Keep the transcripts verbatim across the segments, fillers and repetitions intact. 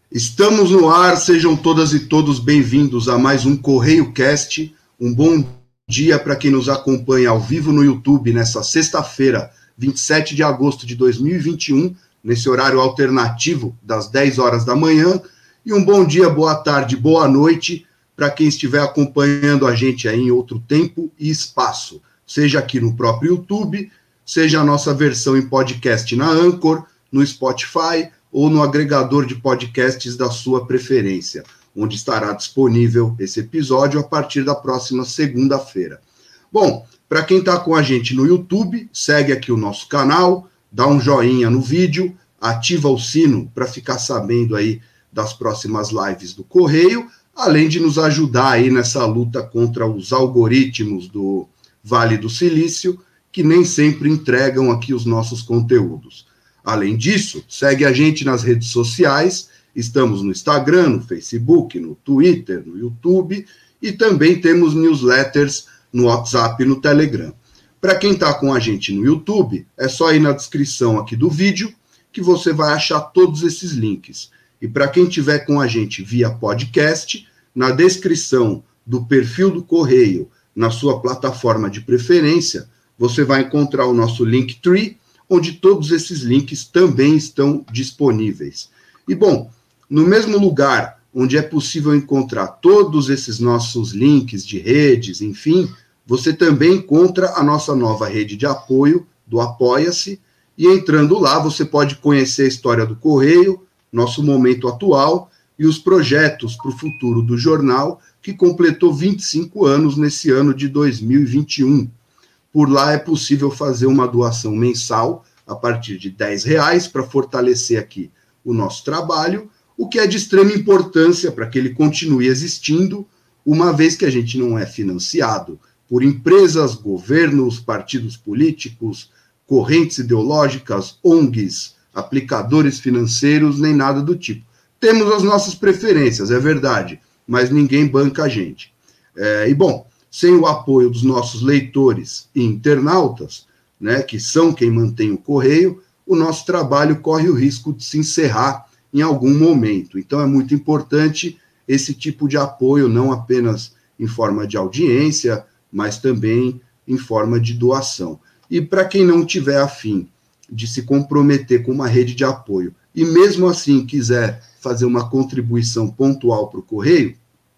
Estamos no ar, sejam todas e todos bem-vindos a mais um Correio Cast. Um bom dia para quem nos acompanha ao vivo no YouTube nessa sexta-feira, vinte e sete de agosto de dois mil e vinte e um, nesse horário alternativo das dez horas da manhã. E um bom dia, boa tarde, boa noite para quem estiver acompanhando a gente aí em outro tempo e espaço, seja aqui no próprio YouTube, seja a nossa versão em podcast na Anchor, no Spotify ou no agregador de podcasts da sua preferência, onde estará disponível esse episódio a partir da próxima segunda-feira. Bom, para quem está com a gente no YouTube, segue aqui o nosso canal, dá um joinha no vídeo, ativa o sino para ficar sabendo aí das próximas lives do Correio, além de nos ajudar aí nessa luta contra os algoritmos do Vale do Silício, que nem sempre entregam aqui os nossos conteúdos. Além disso, segue a gente nas redes sociais, estamos no Instagram, no Facebook, no Twitter, no YouTube, e também temos newsletters no WhatsApp e no Telegram. Para quem está com a gente no YouTube, é só ir na descrição aqui do vídeo, que você vai achar todos esses links. E para quem estiver com a gente via podcast, na descrição do perfil do Correio, na sua plataforma de preferência, você vai encontrar o nosso Linktree, onde todos esses links também estão disponíveis. E, bom, no mesmo lugar onde é possível encontrar todos esses nossos links de redes, enfim, você também encontra a nossa nova rede de apoio do Apoia-se, e entrando lá você pode conhecer a história do Correio, nosso momento atual e os projetos para o futuro do jornal, que completou vinte e cinco anos nesse ano de dois mil e vinte e um. Por lá é possível fazer uma doação mensal a partir de dez reais para fortalecer aqui o nosso trabalho, o que é de extrema importância para que ele continue existindo, uma vez que a gente não é financiado por empresas, governos, partidos políticos, correntes ideológicas, O N Gs, aplicadores financeiros, nem nada do tipo. Temos as nossas preferências, é verdade, mas ninguém banca a gente. É, e bom, sem o apoio dos nossos leitores e internautas, né, que são quem mantém o Correio, o nosso trabalho corre o risco de se encerrar em algum momento. Então é muito importante esse tipo de apoio, não apenas em forma de audiência, mas também em forma de doação. E para quem não tiver afim de se comprometer com uma rede de apoio, e mesmo assim quiser fazer uma contribuição pontual para o Correio,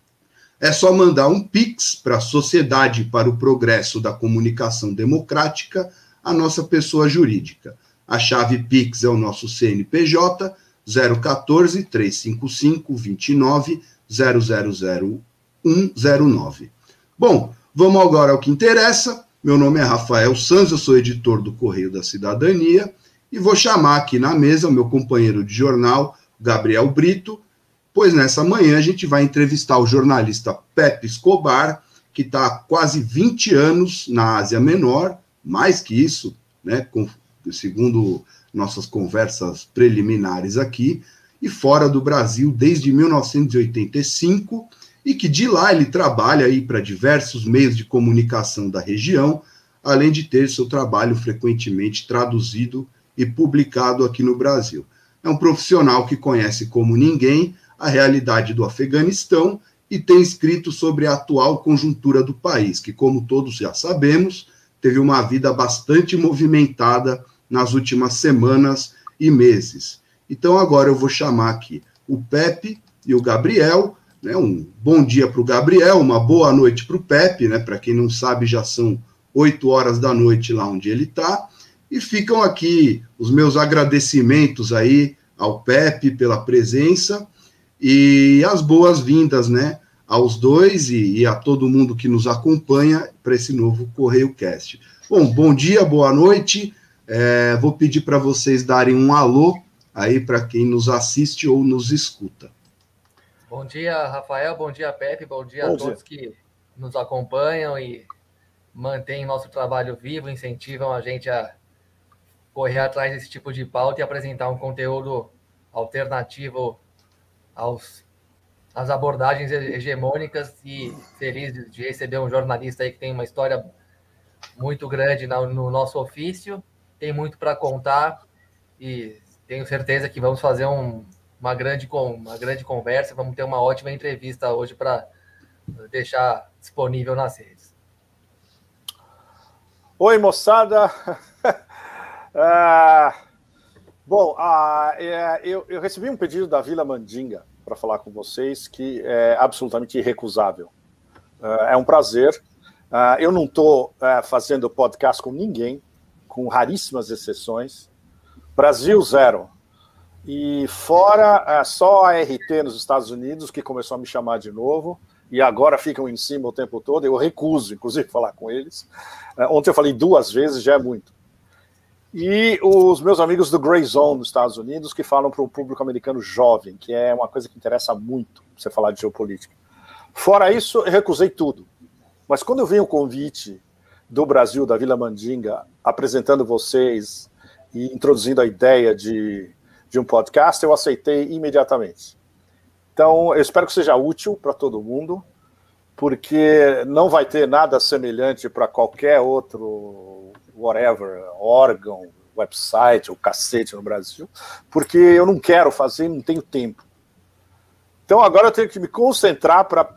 é só mandar um Pix para a Sociedade para o Progresso da Comunicação Democrática, a nossa pessoa jurídica. A chave Pix é o nosso C N P J, zero um quatro, três cinco cinco, dois nove, zero zero zero um zero nove. Bom, vamos agora ao que interessa. Meu nome é Rafael Sanz, eu sou editor do Correio da Cidadania, e vou chamar aqui na mesa o meu companheiro de jornal, Gabriel Brito, pois nessa manhã a gente vai entrevistar o jornalista Pepe Escobar, que está há quase vinte anos na Ásia Menor, mais que isso, né, com, segundo nossas conversas preliminares aqui, e fora do Brasil desde mil novecentos e oitenta e cinco, e que de lá ele trabalha aí para diversos meios de comunicação da região, além de ter seu trabalho frequentemente traduzido e publicado aqui no Brasil. É um profissional que conhece como ninguém a realidade do Afeganistão e tem escrito sobre a atual conjuntura do país, que, como todos já sabemos, teve uma vida bastante movimentada nas últimas semanas e meses. Então, agora eu vou chamar aqui o Pepe e o Gabriel, né? Um bom dia para o Gabriel, uma boa noite para o Pepe, né? Para quem não sabe, já são oito horas da noite lá onde ele está, e ficam aqui os meus agradecimentos aí ao Pepe pela presença, e as boas-vindas, né, aos dois e, e a todo mundo que nos acompanha para esse novo Correio Cast. Bom, bom dia, boa noite. É, vou pedir para vocês darem um alô aí para quem nos assiste ou nos escuta. Bom dia, Rafael. Bom dia, Pepe. Bom dia Bom a todos dia. que nos acompanham e mantêm nosso trabalho vivo, incentivam a gente a correr atrás desse tipo de pauta e apresentar um conteúdo alternativo aos, às abordagens hegemônicas, e felizes de receber um jornalista aí que tem uma história muito grande no nosso ofício, tem muito para contar e tenho certeza que vamos fazer um uma grande, uma grande conversa. Vamos ter uma ótima entrevista hoje para deixar disponível nas redes. Oi, moçada. ah, bom, ah, é, eu, eu recebi um pedido da Vila Mandinga para falar com vocês que é absolutamente irrecusável. Uh, é um prazer. Uh, eu não estou uh, fazendo podcast com ninguém, com raríssimas exceções. Brasil, zero. E fora, uh, só a R T nos Estados Unidos, que começou a me chamar de novo, e agora ficam em cima o tempo todo. Eu recuso, inclusive, falar com eles. Uh, ontem eu falei duas vezes, já é muito. E os meus amigos do Grey Zone nos Estados Unidos, que falam para o público americano jovem, que é uma coisa que interessa muito você falar de geopolítica. Fora isso, eu recusei tudo. Mas quando eu vi o convite do Brasil, da Vila Mandinga, apresentando vocês e introduzindo a ideia de, de um podcast, eu aceitei imediatamente. Então, eu espero que seja útil para todo mundo, porque não vai ter nada semelhante para qualquer outro, whatever, órgão, website ou cacete no Brasil, porque eu não quero fazer, não tenho tempo. Então, agora eu tenho que me concentrar para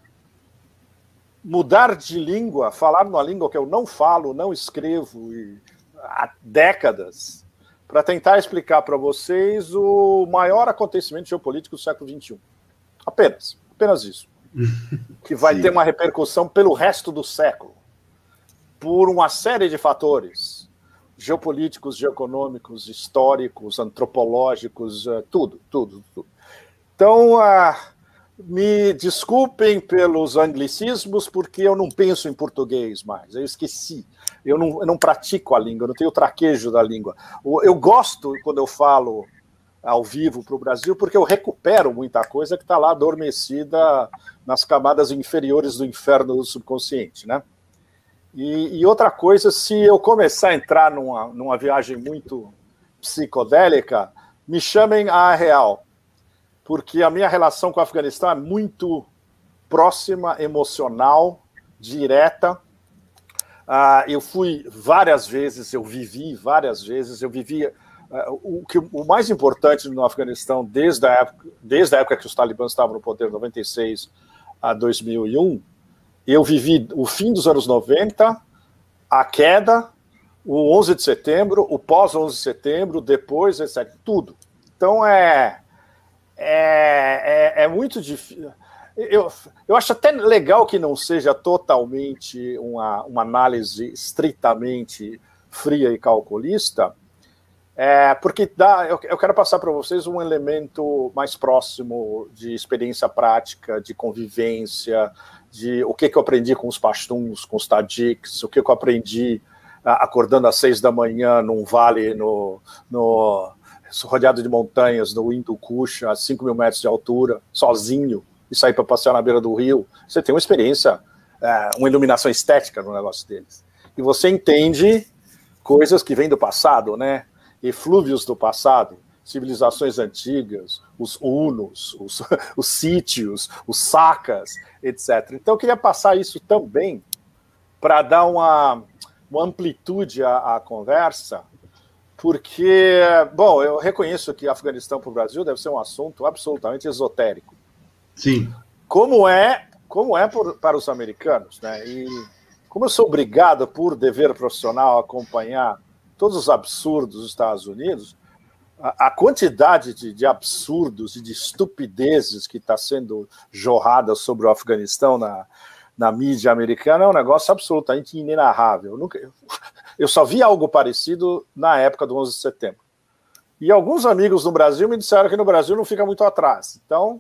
mudar de língua, falar uma língua que eu não falo, não escrevo e, há décadas, para tentar explicar para vocês o maior acontecimento geopolítico do século vinte e um. Apenas, apenas isso. Que vai Sim. ter uma repercussão pelo resto do século, por uma série de fatores geopolíticos, geoeconômicos, históricos, antropológicos, tudo, tudo, tudo. Então, uh, me desculpem pelos anglicismos, porque eu não penso em português mais, eu esqueci, eu não, eu não pratico a língua, eu não tenho traquejo da língua. Eu gosto, quando eu falo ao vivo para o Brasil, porque eu recupero muita coisa que está lá adormecida nas camadas inferiores do inferno do subconsciente, né? E, e outra coisa, se eu começar a entrar numa, numa viagem muito psicodélica, me chamem à real, porque a minha relação com o Afeganistão é muito próxima, emocional, direta. Uh, eu fui várias vezes, eu vivi várias vezes, eu vivia... Uh, o, que, o mais importante no Afeganistão, desde a, época, desde a época que os talibãs estavam no poder, noventa e seis a dois mil e um, eu vivi o fim dos anos noventa, a queda, o onze de setembro, o pós-onze de setembro, depois, etcétera. Tudo. Então, é... É, é, é muito difícil. Eu, eu acho até legal que não seja totalmente uma, uma análise estritamente fria e calculista, é, porque dá, eu, eu quero passar para vocês um elemento mais próximo de experiência prática, de convivência, de o que, que eu aprendi com os pashtuns, com os tajiks, o que, que eu aprendi acordando às seis da manhã num vale no... no rodeado de montanhas, no Hindu Kush, a cinco mil metros de altura, sozinho, e sair para passear na beira do rio. Você tem uma experiência, é, uma iluminação estética no negócio deles. E você entende coisas que vêm do passado, né? Eflúvios do passado, civilizações antigas, os hunos, os, os sítios, os sacas, etcétera. Então eu queria passar isso também para dar uma, uma amplitude à, à conversa, porque, bom, eu reconheço que Afeganistão para o Brasil deve ser um assunto absolutamente esotérico. Sim. Como é, como é por, para os americanos, né? E como eu sou obrigado, por dever profissional, a acompanhar todos os absurdos dos Estados Unidos, a, a quantidade de, de absurdos e de estupidezes que está sendo jorrada sobre o Afeganistão na, na mídia americana é um negócio absolutamente inenarrável. Eu nunca... Eu só vi algo parecido na época do onze de setembro. E alguns amigos no Brasil me disseram que no Brasil não fica muito atrás. Então,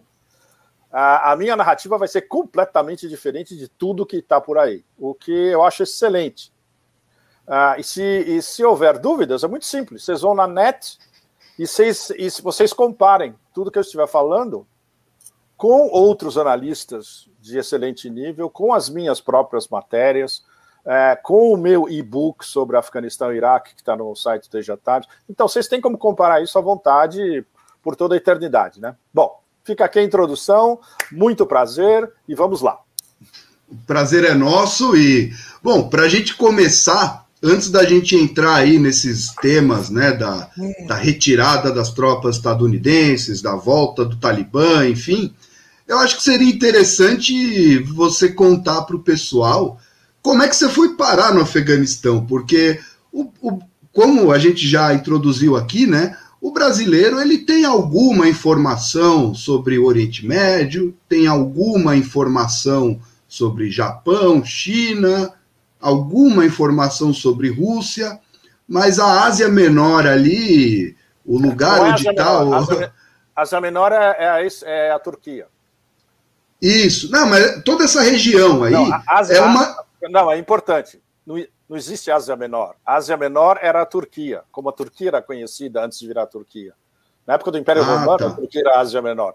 a, a minha narrativa vai ser completamente diferente de tudo que está por aí, o que eu acho excelente. Uh, e, se, e se houver dúvidas, é muito simples. Vocês vão na net e, vocês, e se vocês comparem tudo que eu estiver falando com outros analistas de excelente nível, com as minhas próprias matérias, É, com o meu e-book sobre Afeganistão e Iraque, que está no site do Asia Times. Então, vocês têm como comparar isso à vontade por toda a eternidade, né? Bom, fica aqui a introdução, muito prazer, e vamos lá. O prazer é nosso e, bom, para a gente começar, antes da gente entrar aí nesses temas, né, da, da retirada das tropas estadunidenses, da volta do Talibã, enfim, eu acho que seria interessante você contar para o pessoal como é que você foi parar no Afeganistão, porque, o, o, como a gente já introduziu aqui, né, o brasileiro ele tem alguma informação sobre o Oriente Médio, tem alguma informação sobre Japão, China, alguma informação sobre Rússia, mas a Ásia Menor ali, o lugar Não é onde está... O... Ásia, Ásia Menor é a, é a Turquia. Isso, não, mas toda essa região aí não, Ásia, é uma... Não, é importante. Não, não existe Ásia Menor. A Ásia Menor era a Turquia, como a Turquia era conhecida antes de virar a Turquia. Na época do Império ah, Romano, tá. a Turquia era a Ásia Menor.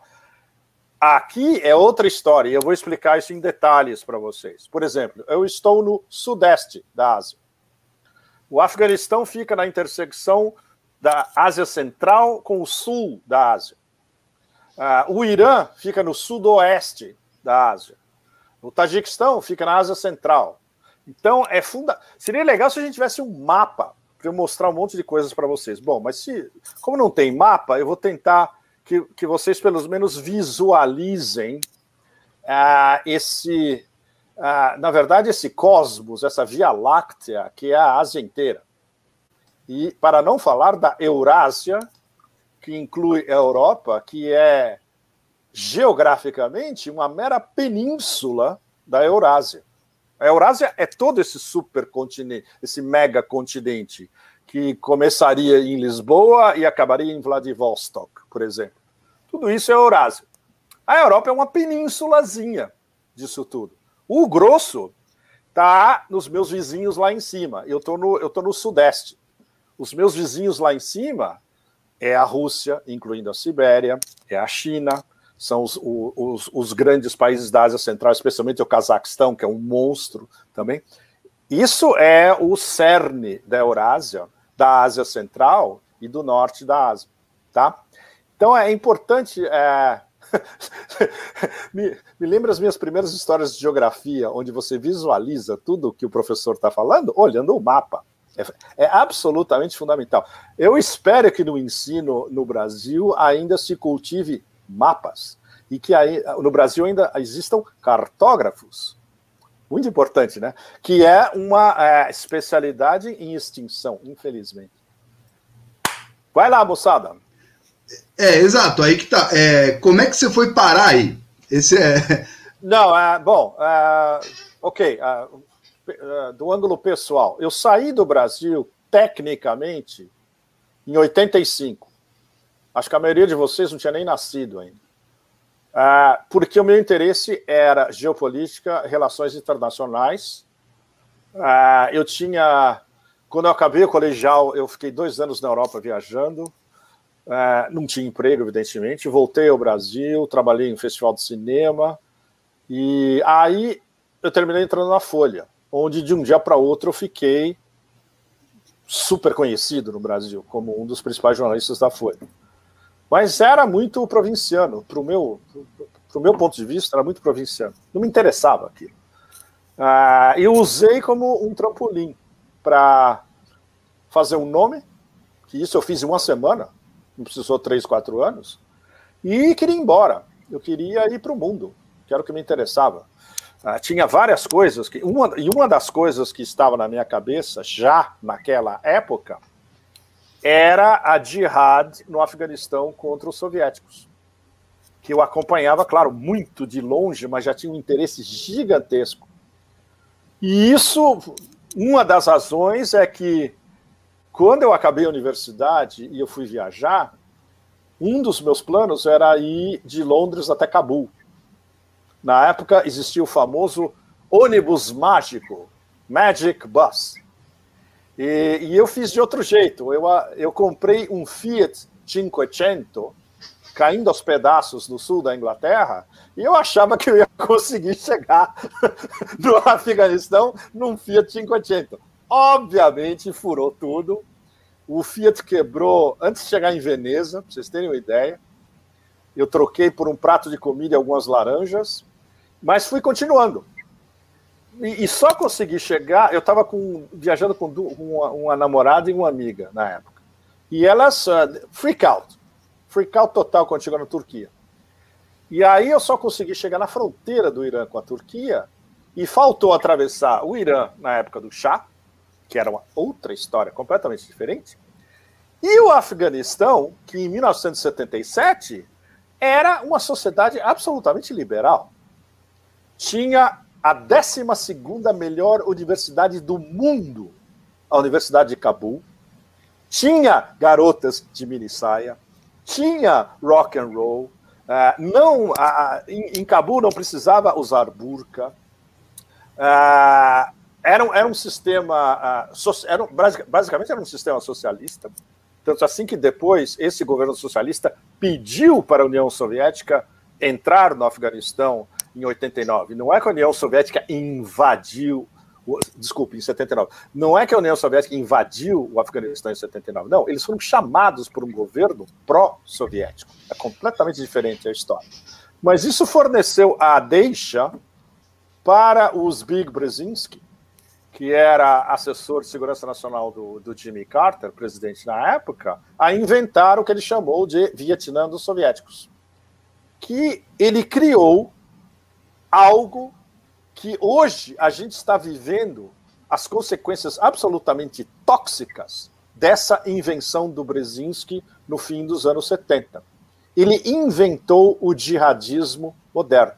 Aqui é outra história, e eu vou explicar isso em detalhes para vocês. Por exemplo, eu estou no sudeste da Ásia. O Afeganistão fica na intersecção da Ásia Central com o sul da Ásia. Uh, o Irã fica no sudoeste da Ásia. O Tajiquistão fica na Ásia Central. Então, é funda... seria legal se a gente tivesse um mapa para eu mostrar um monte de coisas para vocês. Bom, mas se, como não tem mapa, eu vou tentar que, que vocês pelo menos visualizem uh, esse, uh, na verdade, esse cosmos, essa Via Láctea, que é a Ásia inteira. E para não falar da Eurásia, que inclui a Europa, que é geograficamente uma mera península da Eurásia. A Eurásia é todo esse supercontinente, esse megacontinente, que começaria em Lisboa e acabaria em Vladivostok, por exemplo. Tudo isso é Eurásia. A Europa é uma penínsulazinha disso tudo. O grosso está nos meus vizinhos lá em cima. Eu estou no, eu tô no sudeste. Os meus vizinhos lá em cima é a Rússia, incluindo a Sibéria, é a China, são os, os, os grandes países da Ásia Central, especialmente o Cazaquistão, que é um monstro também. Isso é o cerne da Eurásia, da Ásia Central e do norte da Ásia. Tá? Então é importante... É... me, me lembra as minhas primeiras histórias de geografia, onde você visualiza tudo o que o professor está falando olhando o mapa. É, é absolutamente fundamental. Eu espero que no ensino no Brasil ainda se cultive mapas e que aí, no Brasil ainda existam cartógrafos. Muito importante, né? Que é uma é, especialidade em extinção, infelizmente. Vai lá, moçada. É, exato, aí que tá. É, como é que você foi parar aí? Esse é... Não, é, bom, é, ok, é, do ângulo pessoal, eu saí do Brasil, tecnicamente, em oitenta e cinco. Acho que a maioria de vocês não tinha nem nascido ainda. Uh, porque o meu interesse era geopolítica, relações internacionais. Uh, eu tinha... Quando eu acabei o colegial, eu fiquei dois anos na Europa viajando. Uh, não tinha emprego, evidentemente. Voltei ao Brasil, trabalhei em festival de cinema. E aí eu terminei entrando na Folha, onde de um dia para outro eu fiquei super conhecido no Brasil, como um dos principais jornalistas da Folha. Mas era muito provinciano, para o meu, pro meu ponto de vista, era muito provinciano. Não me interessava aquilo. Ah, eu usei como um trampolim para fazer um nome, que isso eu fiz em uma semana, não precisou três, quatro anos, e queria ir embora. Eu queria ir para o mundo, que era o que me interessava. Ah, tinha várias coisas, que, uma, e uma das coisas que estava na minha cabeça, já naquela época, era a jihad no Afeganistão contra os soviéticos, que eu acompanhava, claro, muito de longe, mas já tinha um interesse gigantesco. E isso, uma das razões é que, quando eu acabei a universidade e eu fui viajar, um dos meus planos era ir de Londres até Cabul. Na época existia o famoso ônibus mágico, Magic Bus. E, e eu fiz de outro jeito. Eu, eu comprei um Fiat cinquecento, caindo aos pedaços no sul da Inglaterra, e eu achava que eu ia conseguir chegar no Afeganistão num Fiat cinquecento. Obviamente, furou tudo. O Fiat quebrou antes de chegar em Veneza, para vocês terem uma ideia. Eu troquei por um prato de comida e algumas laranjas, mas fui continuando. e, e só consegui chegar, eu estava viajando com uma, uma namorada e uma amiga na época. E elas, uh, freak out, freak out total quando chegou na Turquia. E aí eu só consegui chegar na fronteira do Irã com a Turquia e faltou atravessar o Irã na época do Shah, que era uma outra história completamente diferente, e o Afeganistão, que em mil novecentos e setenta e sete era uma sociedade absolutamente liberal. Tinha a décima segunda melhor universidade do mundo, a Universidade de Cabul. Tinha garotas de minissaia, tinha rock and roll. Uh, não, uh, em, em Cabul não precisava usar burca. Uh, era, um, era um sistema, uh, so, era, basicamente era um sistema socialista. Tanto assim que depois esse governo socialista pediu para a União Soviética entrar no Afeganistão em oitenta e nove. Não é que a União Soviética invadiu, desculpe, em setenta e nove. Não é que a União Soviética invadiu o Afeganistão em setenta e nove. Não, eles foram chamados por um governo pró-soviético. É completamente diferente a história. Mas isso forneceu a deixa para o Zbigniew Brzezinski, que era assessor de segurança nacional do, do Jimmy Carter, presidente na época, a inventar o que ele chamou de Vietnã dos soviéticos. Que ele criou algo que hoje a gente está vivendo as consequências absolutamente tóxicas dessa invenção do Brzezinski no fim dos anos setenta. Ele inventou o jihadismo moderno.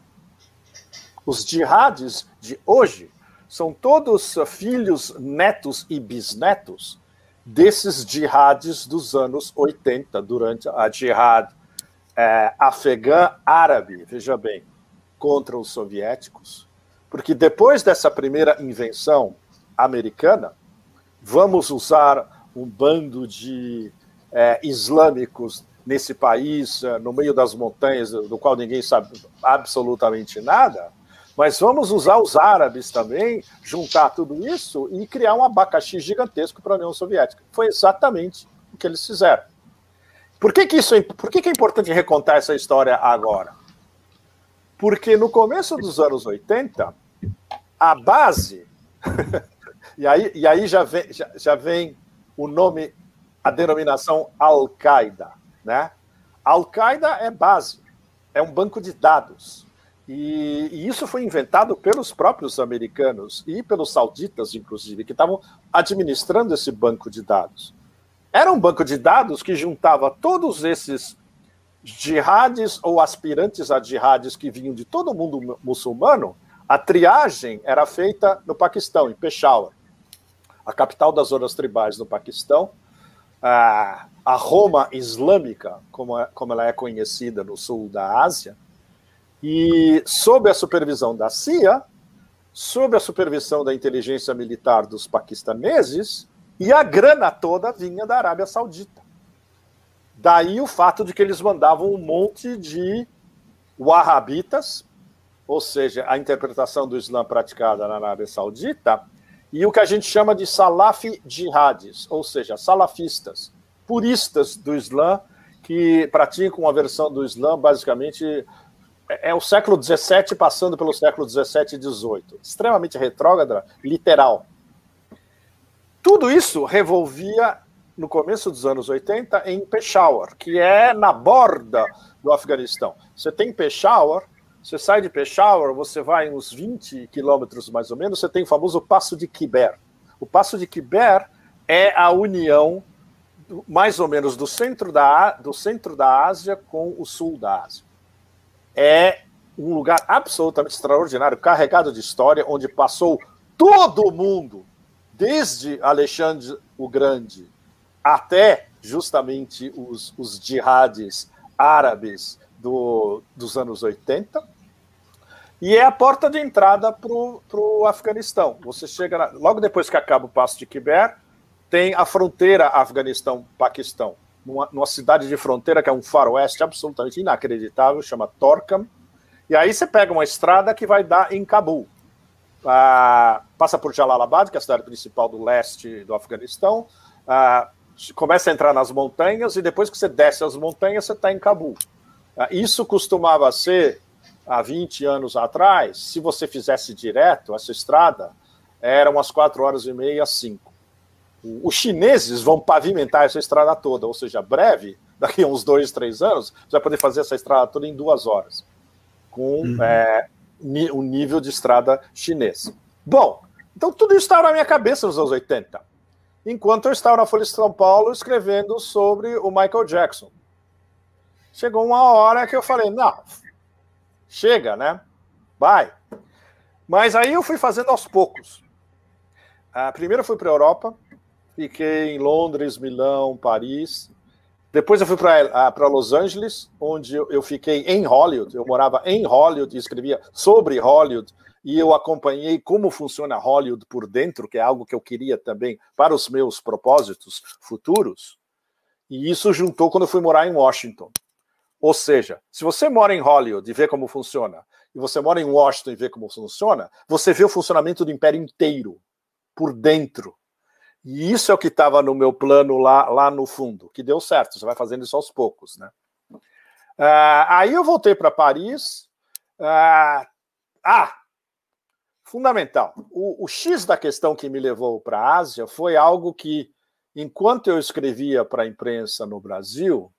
Os jihadis de hoje são todos filhos, netos e bisnetos desses jihadis dos anos oitenta, durante a jihad é, afegã árabe, veja bem, contra os soviéticos, porque depois dessa primeira invenção americana, vamos usar um bando de é, islâmicos nesse país, no meio das montanhas, do qual ninguém sabe absolutamente nada, mas vamos usar os árabes também, juntar tudo isso e criar um abacaxi gigantesco para a União Soviética. Foi exatamente o que eles fizeram. Por que, que, isso é, por que, que é importante recontar essa história agora? Porque no começo dos anos oitenta, a base, e aí, e aí já, vem, já, já vem o nome, a denominação Al-Qaeda, né? Al-Qaeda é base, é um banco de dados. E, e isso foi inventado pelos próprios americanos e pelos sauditas, inclusive, que estavam administrando esse banco de dados. Era um banco de dados que juntava todos esses jihadis ou aspirantes a jihadis que vinham de todo o mundo muçulmano. A triagem era feita no Paquistão, em Peshawar, a capital das zonas tribais do Paquistão, a, a Roma Islâmica, como, é, como ela é conhecida no sul da Ásia, e sob a supervisão da C I A, sob a supervisão da inteligência militar dos paquistaneses, e a grana toda vinha da Arábia Saudita. Daí o fato de que eles mandavam um monte de wahhabitas, ou seja, a interpretação do Islã praticada na Arábia Saudita, e o que a gente chama de salafi jihadis, ou seja, salafistas, puristas do Islã, que praticam uma versão do Islã, basicamente, é o século dezessete passando pelo século dezessete e dezoito. Extremamente retrógrada, literal. Tudo isso revolvia, no começo dos anos oitenta, em Peshawar, que é na borda do Afeganistão. Você tem Peshawar, você sai de Peshawar, você vai uns vinte quilômetros mais ou menos, você tem o famoso Passo de Khyber. O Passo de Khyber é a união, mais ou menos, do centro da, do centro da Ásia com o sul da Ásia. É um lugar absolutamente extraordinário, carregado de história, onde passou todo mundo, desde Alexandre o Grande até justamente os, os jihadis árabes do, dos anos oitenta, e é a porta de entrada para o Afeganistão. Você chega, na, logo depois que acaba o Passo de Khyber, tem a fronteira Afeganistão-Paquistão, numa, numa cidade de fronteira que é um faroeste absolutamente inacreditável, chama Torkham, e aí você pega uma estrada que vai dar em Cabul. Ah, passa por Jalalabad, que é a cidade principal do leste do Afeganistão, ah, começa a entrar nas montanhas, e depois que você desce as montanhas, você está em Cabul. Ah, isso costumava ser há vinte anos atrás, se você fizesse direto essa estrada, eram umas quatro horas e meia, cinco. Os chineses vão pavimentar essa estrada toda, ou seja, breve, daqui a uns dois, três anos, você vai poder fazer essa estrada toda em duas horas, com uhum. é, o nível de estrada chinês. Bom, então tudo isso estava na minha cabeça nos anos oitenta, enquanto eu estava na Folha de São Paulo escrevendo sobre o Michael Jackson. Chegou uma hora que eu falei, não, chega, né? Vai. Mas aí eu fui fazendo aos poucos. Ah, primeiro eu fui para a Europa, fiquei em Londres, Milão, Paris. Depois eu fui para Los Angeles, onde eu fiquei em Hollywood. Eu morava em Hollywood e escrevia sobre Hollywood. E eu acompanhei como funciona Hollywood por dentro, que é algo que eu queria também para os meus propósitos futuros. E isso juntou quando eu fui morar em Washington. Ou seja, se você mora em Hollywood e vê como funciona, e você mora em Washington e vê como funciona, você vê o funcionamento do império inteiro, por dentro. E isso é o que estava no meu plano lá, lá no fundo, que deu certo, você vai fazendo isso aos poucos, né? Uh, aí eu voltei para Paris. Uh, ah, fundamental. O, o X da questão que me levou para a Ásia foi algo que, enquanto eu escrevia para a imprensa no Brasil,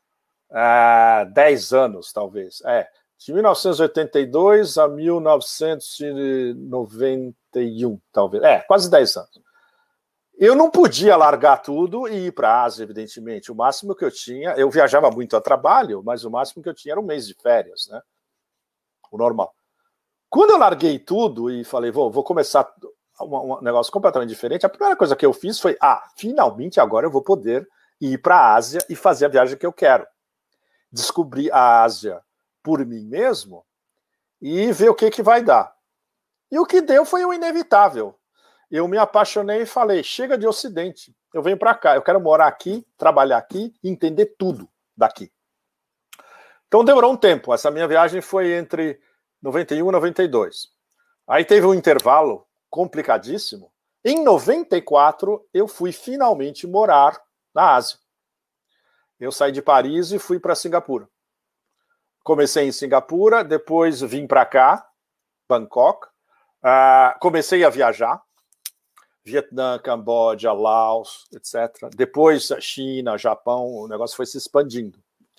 há uh, dez anos, talvez, é, de mil novecentos e oitenta e dois a mil novecentos e noventa e um, talvez, é, quase dez anos. Eu não podia largar tudo e ir para a Ásia, evidentemente. O máximo que eu tinha, eu viajava muito a trabalho, mas o máximo que eu tinha era um mês de férias, né? O normal. Quando eu larguei tudo e falei, vou, vou começar um, um negócio completamente diferente, a primeira coisa que eu fiz foi, ah, finalmente agora eu vou poder ir para a Ásia e fazer a viagem que eu quero. Descobrir a Ásia por mim mesmo e ver o que, que vai dar. E o que deu foi o inevitável. Eu me apaixonei e falei, chega de Ocidente, eu venho para cá, eu quero morar aqui, trabalhar aqui e entender tudo daqui. Então demorou um tempo, essa minha viagem foi entre noventa e um e noventa e dois. Aí teve um intervalo complicadíssimo. Em noventa e quatro, eu fui finalmente morar na Ásia. Eu saí de Paris e fui para Singapura. Comecei em Singapura, depois vim para cá, Bangkok, uh, comecei a viajar, Vietnã, Camboja, Laos, etcétera. Depois China, Japão, o negócio foi se expandindo.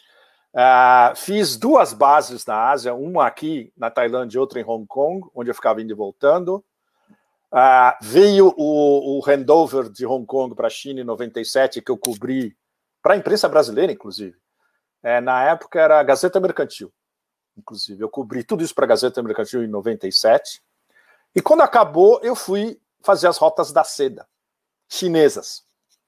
Uh, fiz duas bases na Ásia, uma aqui na Tailândia e outra em Hong Kong, onde eu ficava indo e voltando. Uh, veio o, o handover de Hong Kong para a China em noventa e sete, que eu cobri para a imprensa brasileira, inclusive. É, na época era a Gazeta Mercantil, inclusive. Eu cobri tudo isso para a Gazeta Mercantil em noventa e sete. E quando acabou, eu fui fazer as rotas da seda, chinesas.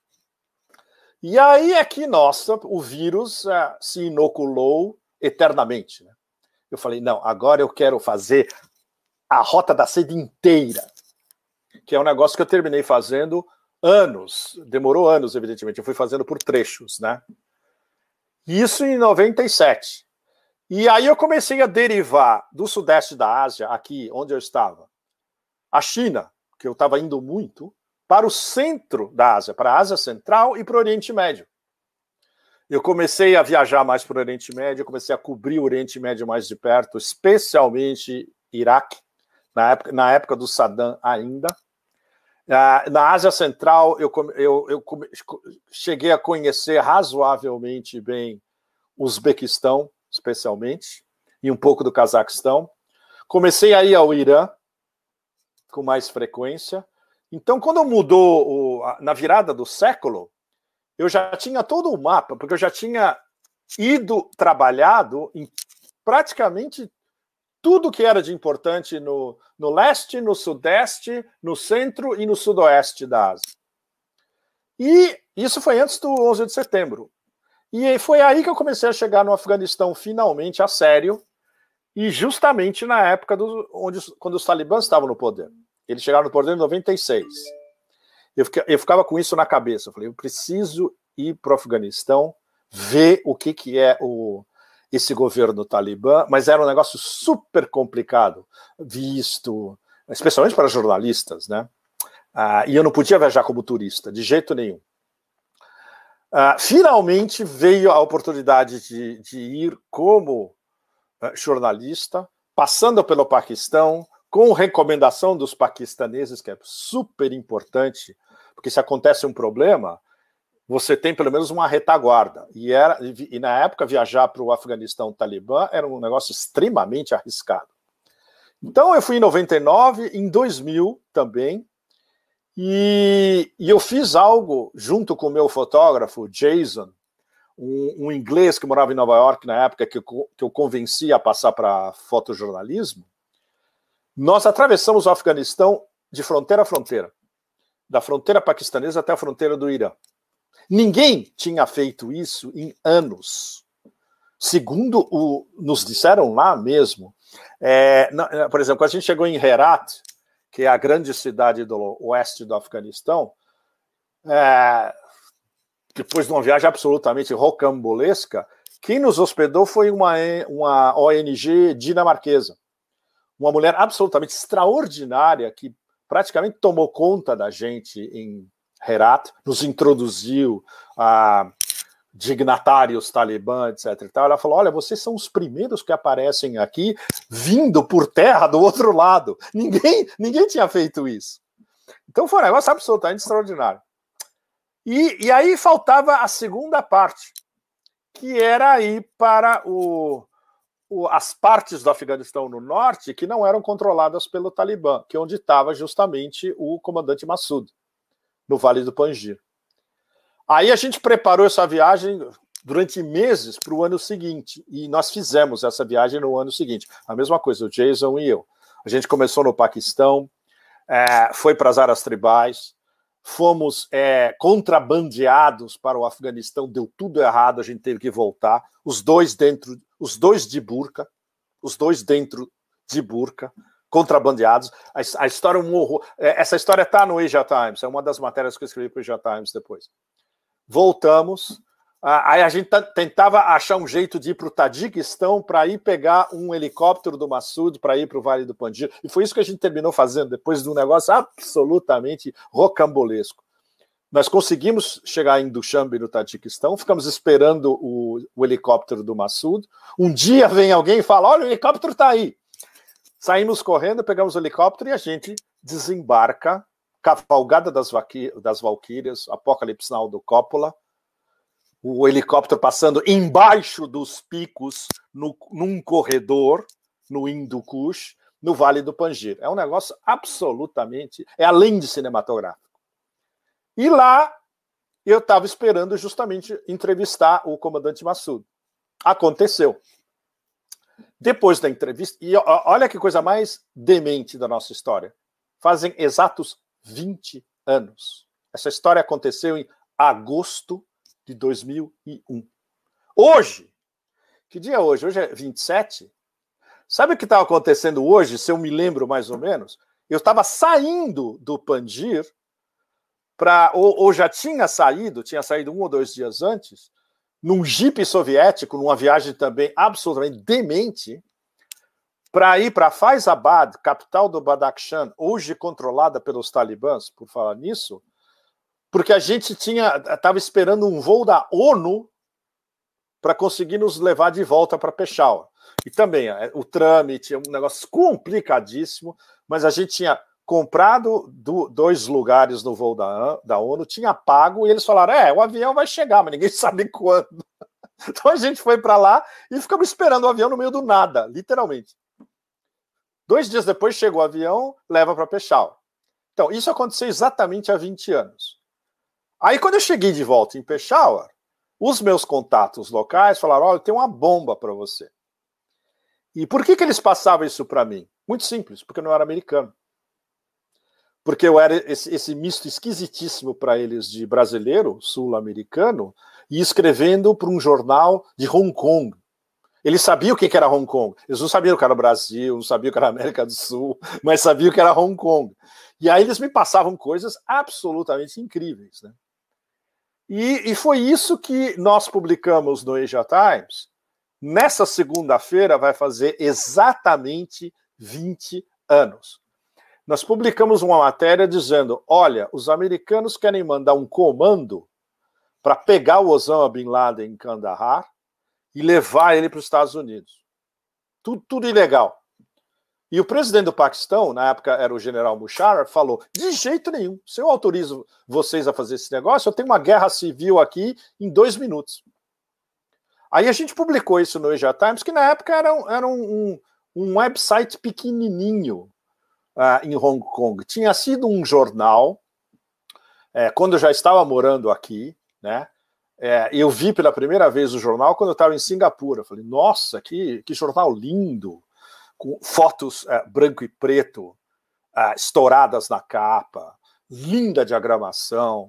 E aí é que, nossa, o vírus uh, se inoculou eternamente, né? Eu falei, não, agora eu quero fazer a rota da seda inteira, que é um negócio que eu terminei fazendo anos, demorou anos, evidentemente, eu fui fazendo por trechos, né? Isso em noventa e sete. E aí eu comecei a derivar do sudeste da Ásia, aqui onde eu estava, a China, que eu estava indo muito, para o centro da Ásia, para a Ásia Central e para o Oriente Médio. Eu comecei a viajar mais para o Oriente Médio, eu comecei a cobrir o Oriente Médio mais de perto, especialmente Iraque, na época, na época do Saddam ainda. Na Ásia Central, eu, eu, eu cheguei a conhecer razoavelmente bem o Uzbequistão, especialmente, e um pouco do Cazaquistão. Comecei a ir ao Irã, com mais frequência. Então, quando mudou o, na virada do século, eu já tinha todo o mapa, porque eu já tinha ido trabalhado em praticamente tudo que era de importante no, no leste, no sudeste, no centro e no sudoeste da Ásia. E isso foi antes do onze de setembro. E foi aí que eu comecei a chegar no Afeganistão finalmente a sério, e justamente na época do, onde, quando os talibãs estavam no poder. Eles chegaram no poder em noventa e seis. Eu, fica, eu ficava com isso na cabeça. Eu falei, eu preciso ir para o Afeganistão, ver o que, que é o, esse governo talibã, mas era um negócio super complicado, visto, especialmente para jornalistas, né? Ah, e eu não podia viajar como turista, de jeito nenhum. Ah, finalmente veio a oportunidade de, de ir como jornalista, passando pelo Paquistão, com recomendação dos paquistaneses, que é super importante, porque se acontece um problema, você tem pelo menos uma retaguarda. E, era, e na época, viajar para o Afeganistão Talibã era um negócio extremamente arriscado. Então, eu fui em noventa e nove, em dois mil também, e, e eu fiz algo junto com o meu fotógrafo, Jason, um, um inglês que morava em Nova York na época, que eu, que eu convenci a passar para fotojornalismo. Nós atravessamos o Afeganistão de fronteira a fronteira, da fronteira paquistanesa até a fronteira do Irã. Ninguém tinha feito isso em anos. Segundo o, nos disseram lá mesmo, é, na, por exemplo, quando a gente chegou em Herat, que é a grande cidade do oeste do Afeganistão, é, depois de uma viagem absolutamente rocambolesca, quem nos hospedou foi uma, uma O N G dinamarquesa. Uma mulher absolutamente extraordinária que praticamente tomou conta da gente em Herat, nos introduziu a dignatários talibã, etc e tal. Ela falou, olha, vocês são os primeiros que aparecem aqui vindo por terra do outro lado. Ninguém, ninguém tinha feito isso. Então foi um negócio absolutamente extraordinário. E, e aí faltava a segunda parte, que era ir para o, o, as partes do Afeganistão no norte que não eram controladas pelo Talibã, que é onde estava justamente o comandante Massoud, no Vale do Panjir. Aí a gente preparou essa viagem durante meses para o ano seguinte, e nós fizemos essa viagem no ano seguinte. A mesma coisa, o Jason e eu. A gente começou no Paquistão, é, foi para as áreas tribais, fomos é, contrabandeados para o Afeganistão, deu tudo errado, a gente teve que voltar, os dois dentro, os dois de burca, os dois dentro de burca, contrabandeados. A, a história é um horror. Essa história está no Asia Times, é uma das matérias que eu escrevi para o Asia Times depois. Voltamos, aí a gente tentava achar um jeito de ir para o Tadiquistão para ir pegar um helicóptero do Massoud para ir para o Vale do Panjir, e foi isso que a gente terminou fazendo, depois de um negócio absolutamente rocambolesco. Nós conseguimos chegar em Dushanbe, no Tadiquistão, ficamos esperando o, o helicóptero do Massoud. Um dia vem alguém e fala, olha, o helicóptero está aí. Saímos correndo, pegamos o helicóptero e a gente desembarca, Cavalgada das, das Valquírias, Apocalipse Now do Coppola, o helicóptero passando embaixo dos picos, no, num corredor, no Hindu Kush, no Vale do Panjir. É um negócio absolutamente, é além de cinematográfico. E lá, eu estava esperando justamente entrevistar o comandante Massoud. Aconteceu. Depois da entrevista, e olha que coisa mais demente da nossa história, fazem exatos vinte anos. Essa história aconteceu em agosto de dois mil e um. Hoje, que dia é hoje? Hoje é vinte e sete. Sabe o que estava acontecendo hoje, se eu me lembro mais ou menos? Eu estava saindo do Panjir, pra, ou, ou já tinha saído, tinha saído um ou dois dias antes, num jipe soviético, numa viagem também absolutamente demente, para ir para Faizabad, capital do Badakhshan, hoje controlada pelos talibãs, por falar nisso, porque a gente tinha estava esperando um voo da ONU para conseguir nos levar de volta para Peshawar. E também o trâmite é um negócio complicadíssimo, mas a gente tinha comprado do, dois lugares no voo da, da ONU, tinha pago, e eles falaram, é, o avião vai chegar, mas ninguém sabe quando. Então a gente foi para lá e ficamos esperando o avião no meio do nada, literalmente. Dois dias depois chega o avião, leva para Peshawar. Então, isso aconteceu exatamente há vinte anos. Aí, quando eu cheguei de volta em Peshawar, os meus contatos locais falaram, olha, tem uma bomba para você. E por que, que eles passavam isso para mim? Muito simples, porque eu não era americano. Porque eu era esse, esse misto esquisitíssimo para eles de brasileiro, sul-americano, e escrevendo para um jornal de Hong Kong. Eles sabiam o que era Hong Kong. Eles não sabiam o que era o Brasil, não sabiam o que era a América do Sul, mas sabiam o que era Hong Kong. E aí eles me passavam coisas absolutamente incríveis, né? E, e foi isso que nós publicamos no Asia Times. Nessa segunda-feira vai fazer exatamente vinte anos. Nós publicamos uma matéria dizendo, olha, os americanos querem mandar um comando para pegar o Osama Bin Laden em Kandahar e levar ele para os Estados Unidos. tudo, tudo ilegal. E o presidente do Paquistão, na época era o general Musharraf, falou, de jeito nenhum, se eu autorizo vocês a fazer esse negócio, eu tenho uma guerra civil aqui em dois minutos. Aí a gente publicou isso no Asia Times, que na época era um, era um, um website pequenininho uh, em Hong Kong. Tinha sido um jornal, é, quando eu já estava morando aqui, né? É, eu vi pela primeira vez o jornal quando eu estava em Singapura. Eu falei, nossa, que, que jornal lindo! Com fotos uh, branco e preto uh, estouradas na capa, linda diagramação.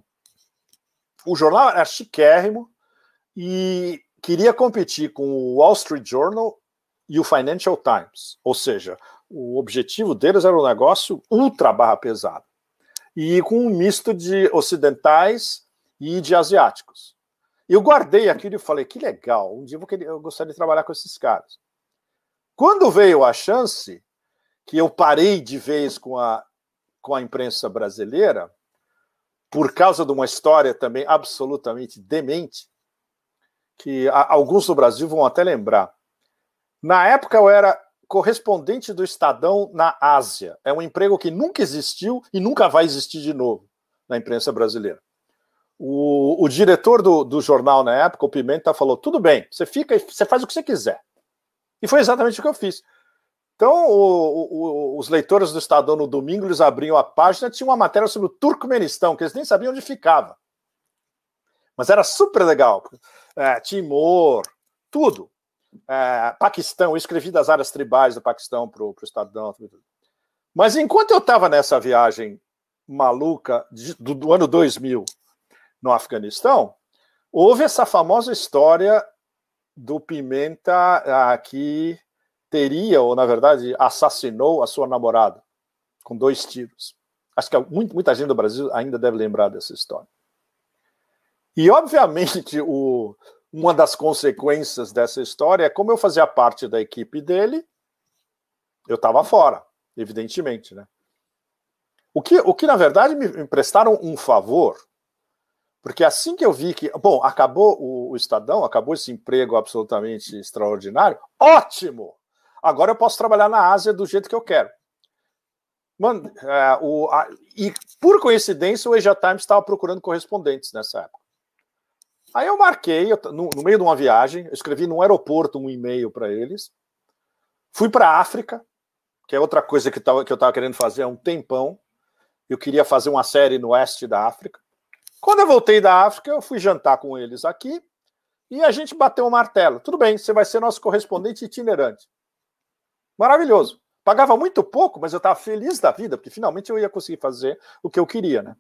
O jornal era chiquérrimo e queria competir com o Wall Street Journal e o Financial Times. Ou seja, o objetivo deles era um negócio ultra barra pesado. E com um misto de ocidentais e de asiáticos. Eu guardei aquilo e falei, que legal, um dia eu, vou querer, eu gostaria de trabalhar com esses caras. Quando veio a chance, que eu parei de vez com a, com a imprensa brasileira, por causa de uma história também absolutamente demente, que a, alguns no Brasil vão até lembrar. Na época eu era correspondente do Estadão na Ásia. É um emprego que nunca existiu e nunca vai existir de novo na imprensa brasileira. O, o diretor do, do jornal na época, o Pimenta, falou, tudo bem, você fica e você faz o que você quiser. E foi exatamente o que eu fiz. Então, o, o, os leitores do Estadão no domingo, eles abriam a página, tinha uma matéria sobre o Turcomenistão, que eles nem sabiam onde ficava. Mas era super legal. É, Timor, tudo. É, Paquistão, eu escrevi das áreas tribais do Paquistão para o Estadão. Tudo. Mas enquanto eu estava nessa viagem maluca de, do, do ano dois mil no Afeganistão, houve essa famosa história do Pimenta ah, que teria, ou na verdade assassinou a sua namorada com dois tiros. Acho que muito, muita gente do Brasil ainda deve lembrar dessa história. E obviamente o, uma das consequências dessa história é como eu fazia parte da equipe dele, eu estava fora, evidentemente, né? O que, o que na verdade me, me prestaram um favor. Porque assim que eu vi que, bom, acabou o, o Estadão, acabou esse emprego absolutamente extraordinário, ótimo! Agora eu posso trabalhar na Ásia do jeito que eu quero. Mano, é, o, a, e por coincidência o Asia Times estava procurando correspondentes nessa época. Aí eu marquei, eu, no, no meio de uma viagem, eu escrevi no aeroporto um e-mail para eles, fui para a África, que é outra coisa que, tava, que eu estava querendo fazer há um tempão, eu queria fazer uma série no oeste da África. Quando eu voltei da África, eu fui jantar com eles aqui e a gente bateu o martelo. Tudo bem, você vai ser nosso correspondente itinerante. Maravilhoso. Pagava muito pouco, mas eu estava feliz da vida, porque finalmente eu ia conseguir fazer o que eu queria, né?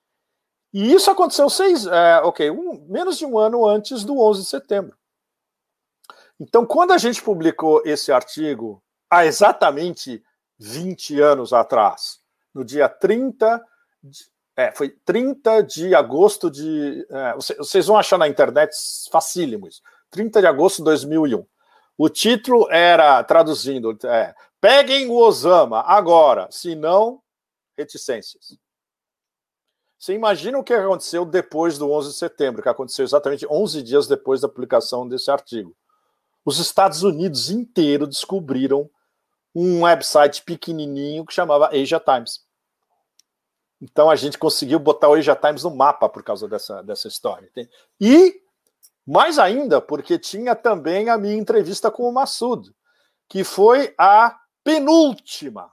E isso aconteceu seis, é, ok, um, menos de um ano antes do onze de setembro. Então, quando a gente publicou esse artigo há exatamente vinte anos atrás, no dia trinta de É, foi trinta de agosto de... É, vocês vão achar na internet facílimo isso. trinta de agosto de dois mil e um. O título era, traduzindo, é, peguem o Osama agora, se não, reticências. Você imagina o que aconteceu depois do onze de setembro, que aconteceu exatamente onze dias depois da publicação desse artigo. Os Estados Unidos inteiro descobriram um website pequenininho que chamava Asia Times. Então a gente conseguiu botar o Asia Times no mapa por causa dessa, dessa história. E, mais ainda, porque tinha também a minha entrevista com o Massoud, que foi a penúltima.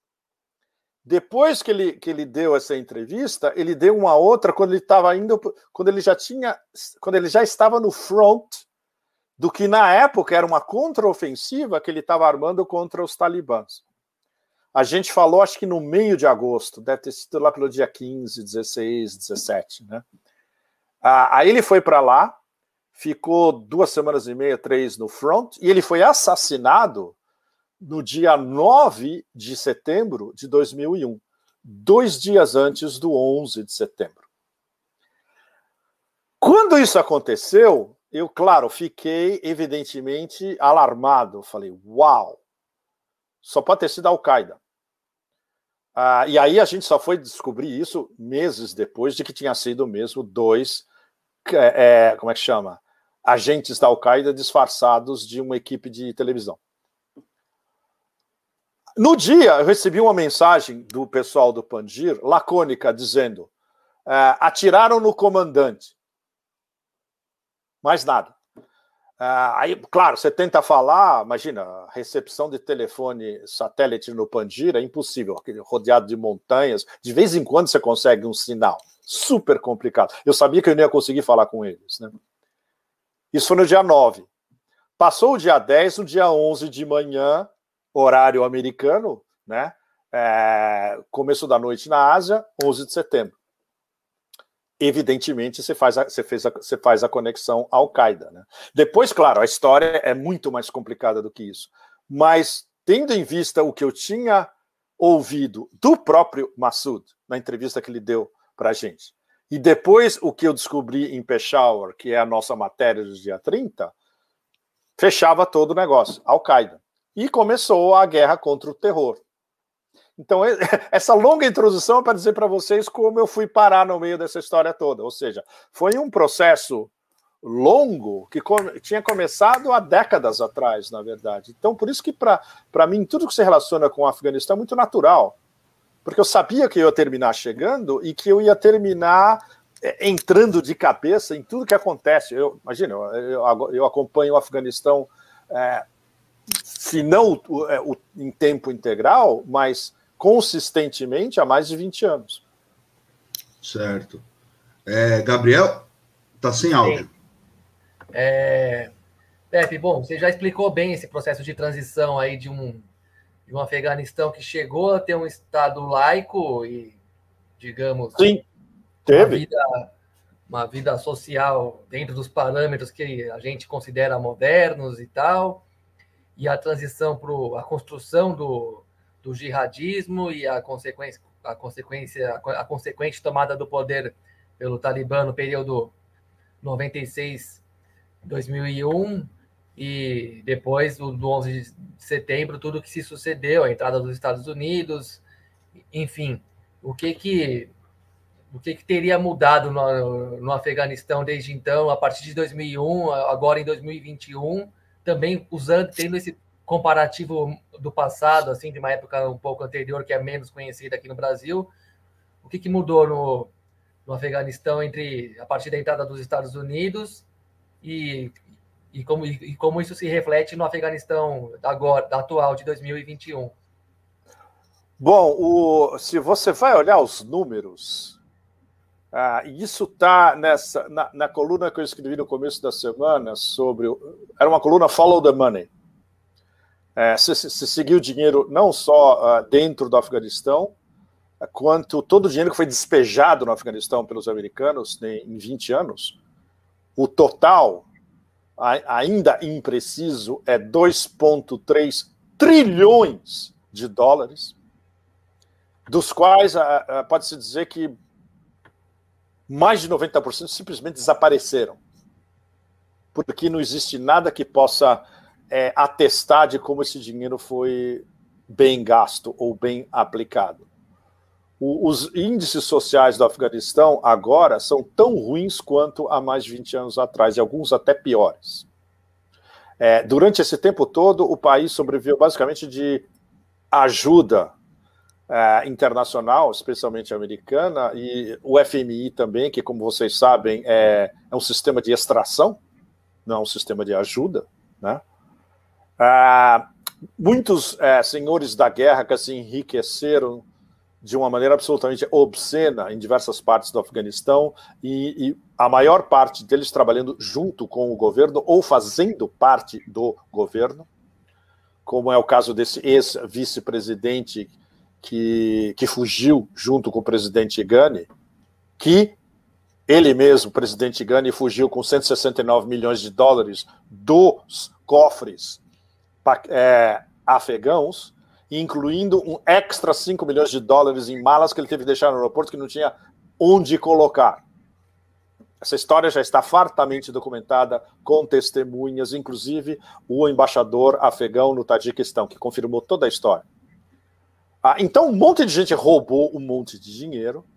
Depois que ele, que ele deu essa entrevista, ele deu uma outra quando ele estava indo, quando ele já tinha, quando ele já estava no front do que na época era uma contraofensiva que ele estava armando contra os talibãs. A gente falou, acho que no meio de agosto, deve ter sido lá pelo dia quinze, dezesseis, dezessete, né? Ah, aí ele foi para lá, ficou duas semanas e meia, três no front, e ele foi assassinado no dia nove de setembro de dois mil e um, dois dias antes do onze de setembro. Quando isso aconteceu, eu, claro, fiquei evidentemente alarmado. Falei, uau, só pode ter sido a Al-Qaeda. Ah, e aí a gente só foi descobrir isso meses depois de que tinha sido mesmo dois, é, é, como é que chama? Agentes da Al-Qaeda disfarçados de uma equipe de televisão. No dia, eu recebi uma mensagem do pessoal do Panjshir, lacônica, dizendo: uh, atiraram no comandante. Mais nada. Uh, aí, claro, você tenta falar, imagina, a recepção de telefone satélite no Panjshir é impossível, rodeado de montanhas, de vez em quando você consegue um sinal, super complicado. Eu sabia que eu não ia conseguir falar com eles, né? Isso foi no dia nove. Passou o dia dez, no dia onze de manhã, horário americano, né? É, começo da noite na Ásia, onze de setembro. Evidentemente, você faz a, você fez a, você faz a conexão à Al-Qaeda, né? Depois, claro, a história é muito mais complicada do que isso. Mas, tendo em vista o que eu tinha ouvido do próprio Massoud, na entrevista que ele deu para a gente, e depois o que eu descobri em Peshawar, que é a nossa matéria do dia trinta, fechava todo o negócio, Al-Qaeda. E começou a guerra contra o terror. Então, essa longa introdução é para dizer para vocês como eu fui parar no meio dessa história toda. Ou seja, foi um processo longo que come, tinha começado há décadas atrás, na verdade. Então, por isso que, para mim, tudo que se relaciona com o Afeganistão é muito natural. Porque eu sabia que eu ia terminar chegando e que eu ia terminar é, entrando de cabeça em tudo que acontece. Eu, imagina, eu, eu, eu acompanho o Afeganistão, é, se não o, o, em tempo integral, mas consistentemente há mais de vinte anos. Certo. É, Gabriel, tá sem áudio. É, Pepe, bom, você já explicou bem esse processo de transição aí de um, de um Afeganistão que chegou a ter um Estado laico e, digamos, sim, teve. Uma vida, uma vida social dentro dos parâmetros que a gente considera modernos e tal, e a transição para a construção do, do jihadismo e a consequência, a consequência, a consequente tomada do poder pelo Talibã no período noventa e seis, dois mil e um, e depois do, do onze de setembro, tudo que se sucedeu, a entrada dos Estados Unidos, enfim, o que que, o que, que teria mudado no, no Afeganistão desde então, a partir de dois mil e um, agora em dois mil e vinte e um, também usando, tendo esse comparativo do passado, assim, de uma época um pouco anterior, que é menos conhecida aqui no Brasil. O que, que mudou no, no Afeganistão entre a partir da entrada dos Estados Unidos e, e, como, e como isso se reflete no Afeganistão agora, atual, de dois mil e vinte e um? Bom, o, se você vai olhar os números, ah, isso está nessa na, na coluna que eu escrevi no começo da semana sobre... Era uma coluna Follow the Money. É, se, se seguir o dinheiro não só uh, dentro do Afeganistão, quanto todo o dinheiro que foi despejado no Afeganistão pelos americanos em vinte anos, o total, a, ainda impreciso, é dois vírgula três trilhões de dólares, dos quais uh, uh, pode-se dizer que mais de noventa por cento simplesmente desapareceram, porque não existe nada que possa é, atestar de como esse dinheiro foi bem gasto ou bem aplicado. O, os índices sociais do Afeganistão agora são tão ruins quanto há mais de vinte anos atrás, e alguns até piores. É, durante esse tempo todo, o país sobreviveu basicamente de ajuda é, internacional, especialmente americana, e o F M I também, que, como vocês sabem, é, é um sistema de extração, não é um sistema de ajuda, né? Ah, muitos é, senhores da guerra que se enriqueceram de uma maneira absolutamente obscena em diversas partes do Afeganistão e, e a maior parte deles trabalhando junto com o governo ou fazendo parte do governo, como é o caso desse ex-vice-presidente que, que fugiu junto com o presidente Ghani, que ele mesmo, o presidente Ghani, fugiu com cento e sessenta e nove milhões de dólares dos cofres É, afegãos, incluindo um extra cinco milhões de dólares em malas que ele teve que deixar no aeroporto que não tinha onde colocar. Essa história já está fartamente documentada com testemunhas, inclusive o embaixador afegão no Tajiquistão, que confirmou toda a história. Ah, então, um monte de gente roubou um monte de dinheiro.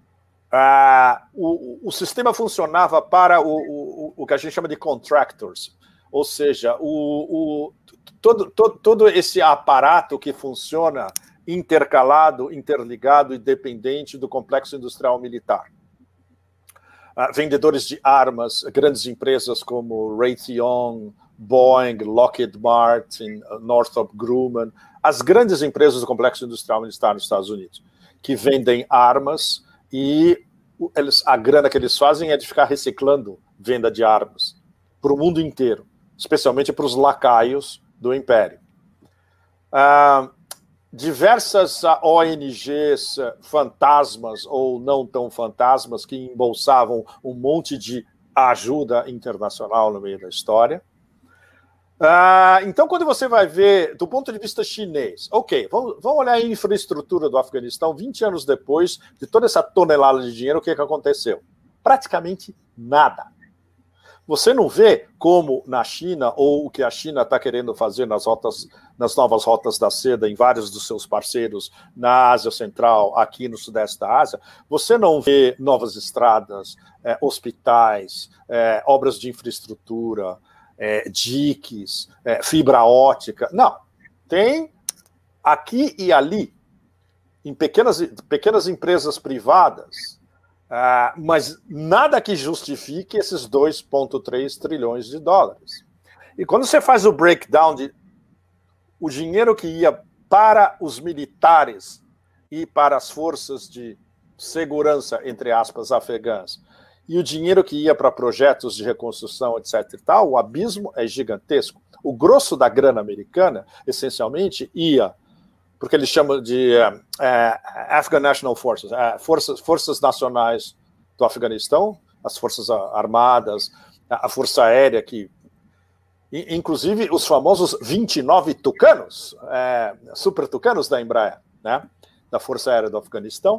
Ah, o, o sistema funcionava para o, o, o que a gente chama de contractors, ou seja, o, o todo, todo, todo esse aparato que funciona intercalado, interligado e dependente do complexo industrial militar. Uh, vendedores de armas, grandes empresas como Raytheon, Boeing, Lockheed Martin, Northrop Grumman, as grandes empresas do complexo industrial militar nos Estados Unidos, que vendem armas e eles, a grana que eles fazem é de ficar reciclando venda de armas para o mundo inteiro, especialmente para os lacaios do Império. Uh, diversas O N Gs fantasmas ou não tão fantasmas que embolsavam um monte de ajuda internacional no meio da história. Uh, então, quando você vai ver, do ponto de vista chinês, ok, vamos, vamos olhar a infraestrutura do Afeganistão vinte anos depois de toda essa tonelada de dinheiro, o que, que aconteceu? Praticamente nada. Você não vê como na China, ou o que a China está querendo fazer nas, rotas, nas novas rotas da seda em vários dos seus parceiros na Ásia Central, aqui no Sudeste da Ásia, você não vê novas estradas, é, hospitais, é, obras de infraestrutura, é, diques, é, fibra ótica. Não. Tem aqui e ali, em pequenas, pequenas empresas privadas, Uh, mas nada que justifique esses dois vírgula três trilhões de dólares. E quando você faz o breakdown de o dinheiro que ia para os militares e para as forças de segurança, entre aspas, afegãs, e o dinheiro que ia para projetos de reconstrução, etc e tal, o abismo é gigantesco. O grosso da grana americana, essencialmente, ia porque eles chamam de uh, uh, Afghan National Forces, uh, forças, forças nacionais do Afeganistão, as forças armadas, a força aérea, que, inclusive os famosos vinte e nove tucanos, uh, super tucanos da Embraer, né, da Força Aérea do Afeganistão.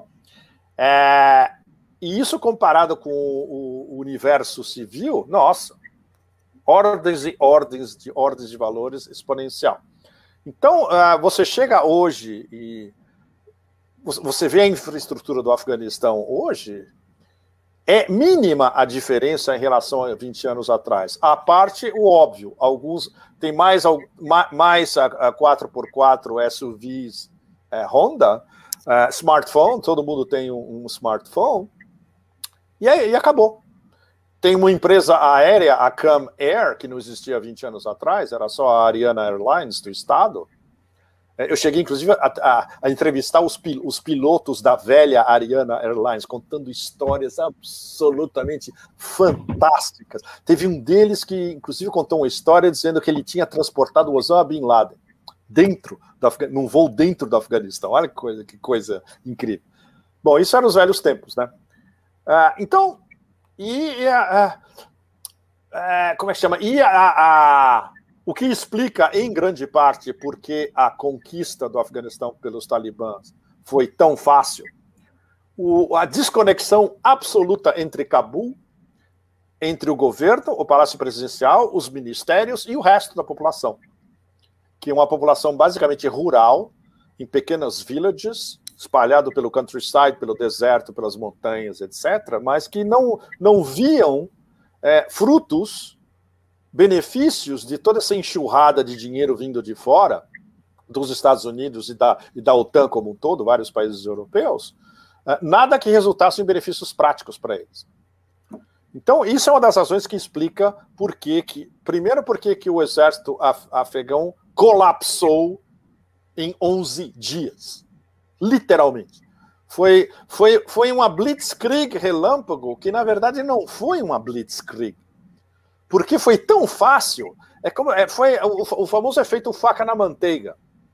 Uh, e isso comparado com o, o universo civil, nossa, ordens e ordens de, ordens de valores exponencial. Então, uh, você chega hoje e você vê a infraestrutura do Afeganistão hoje, é mínima a diferença em relação a vinte anos atrás. A parte, o óbvio, alguns tem mais, mais a quatro por quatro S U Vs é, Honda, uh, smartphone, todo mundo tem um, um smartphone, e, aí, e acabou. Tem uma empresa aérea, a Cam Air, que não existia vinte anos atrás, era só a Ariana Airlines do estado. Eu cheguei, inclusive, a, a, a entrevistar os, pil, os pilotos da velha Ariana Airlines, contando histórias absolutamente fantásticas. Teve um deles que, inclusive, contou uma história dizendo que ele tinha transportado o Osama Bin Laden dentro do Afeg... num voo dentro do Afeganistão. Olha que coisa, que coisa incrível. Bom, isso eram os velhos tempos, né? Uh, então... E, e a, a, a, como é que chama? E a, a, o que explica, em grande parte, por que a conquista do Afeganistão pelos talibãs foi tão fácil, o, a desconexão absoluta entre Cabul, entre o governo, o Palácio Presidencial, os ministérios e o resto da população, que é uma população basicamente rural, em pequenas villages, espalhado pelo countryside, pelo deserto, pelas montanhas, etcétera, mas que não, não viam é, frutos, benefícios de toda essa enxurrada de dinheiro vindo de fora, dos Estados Unidos e da, e da OTAN como um todo, vários países europeus, é, nada que resultasse em benefícios práticos para eles. Então, isso é uma das razões que explica por que, que primeiro, por que que o exército af- afegão colapsou em onze dias. Literalmente. Foi, foi, foi uma blitzkrieg relâmpago que, na verdade, não foi uma blitzkrieg. Porque foi tão fácil. É como, é, foi o, o famoso efeito faca na manteiga.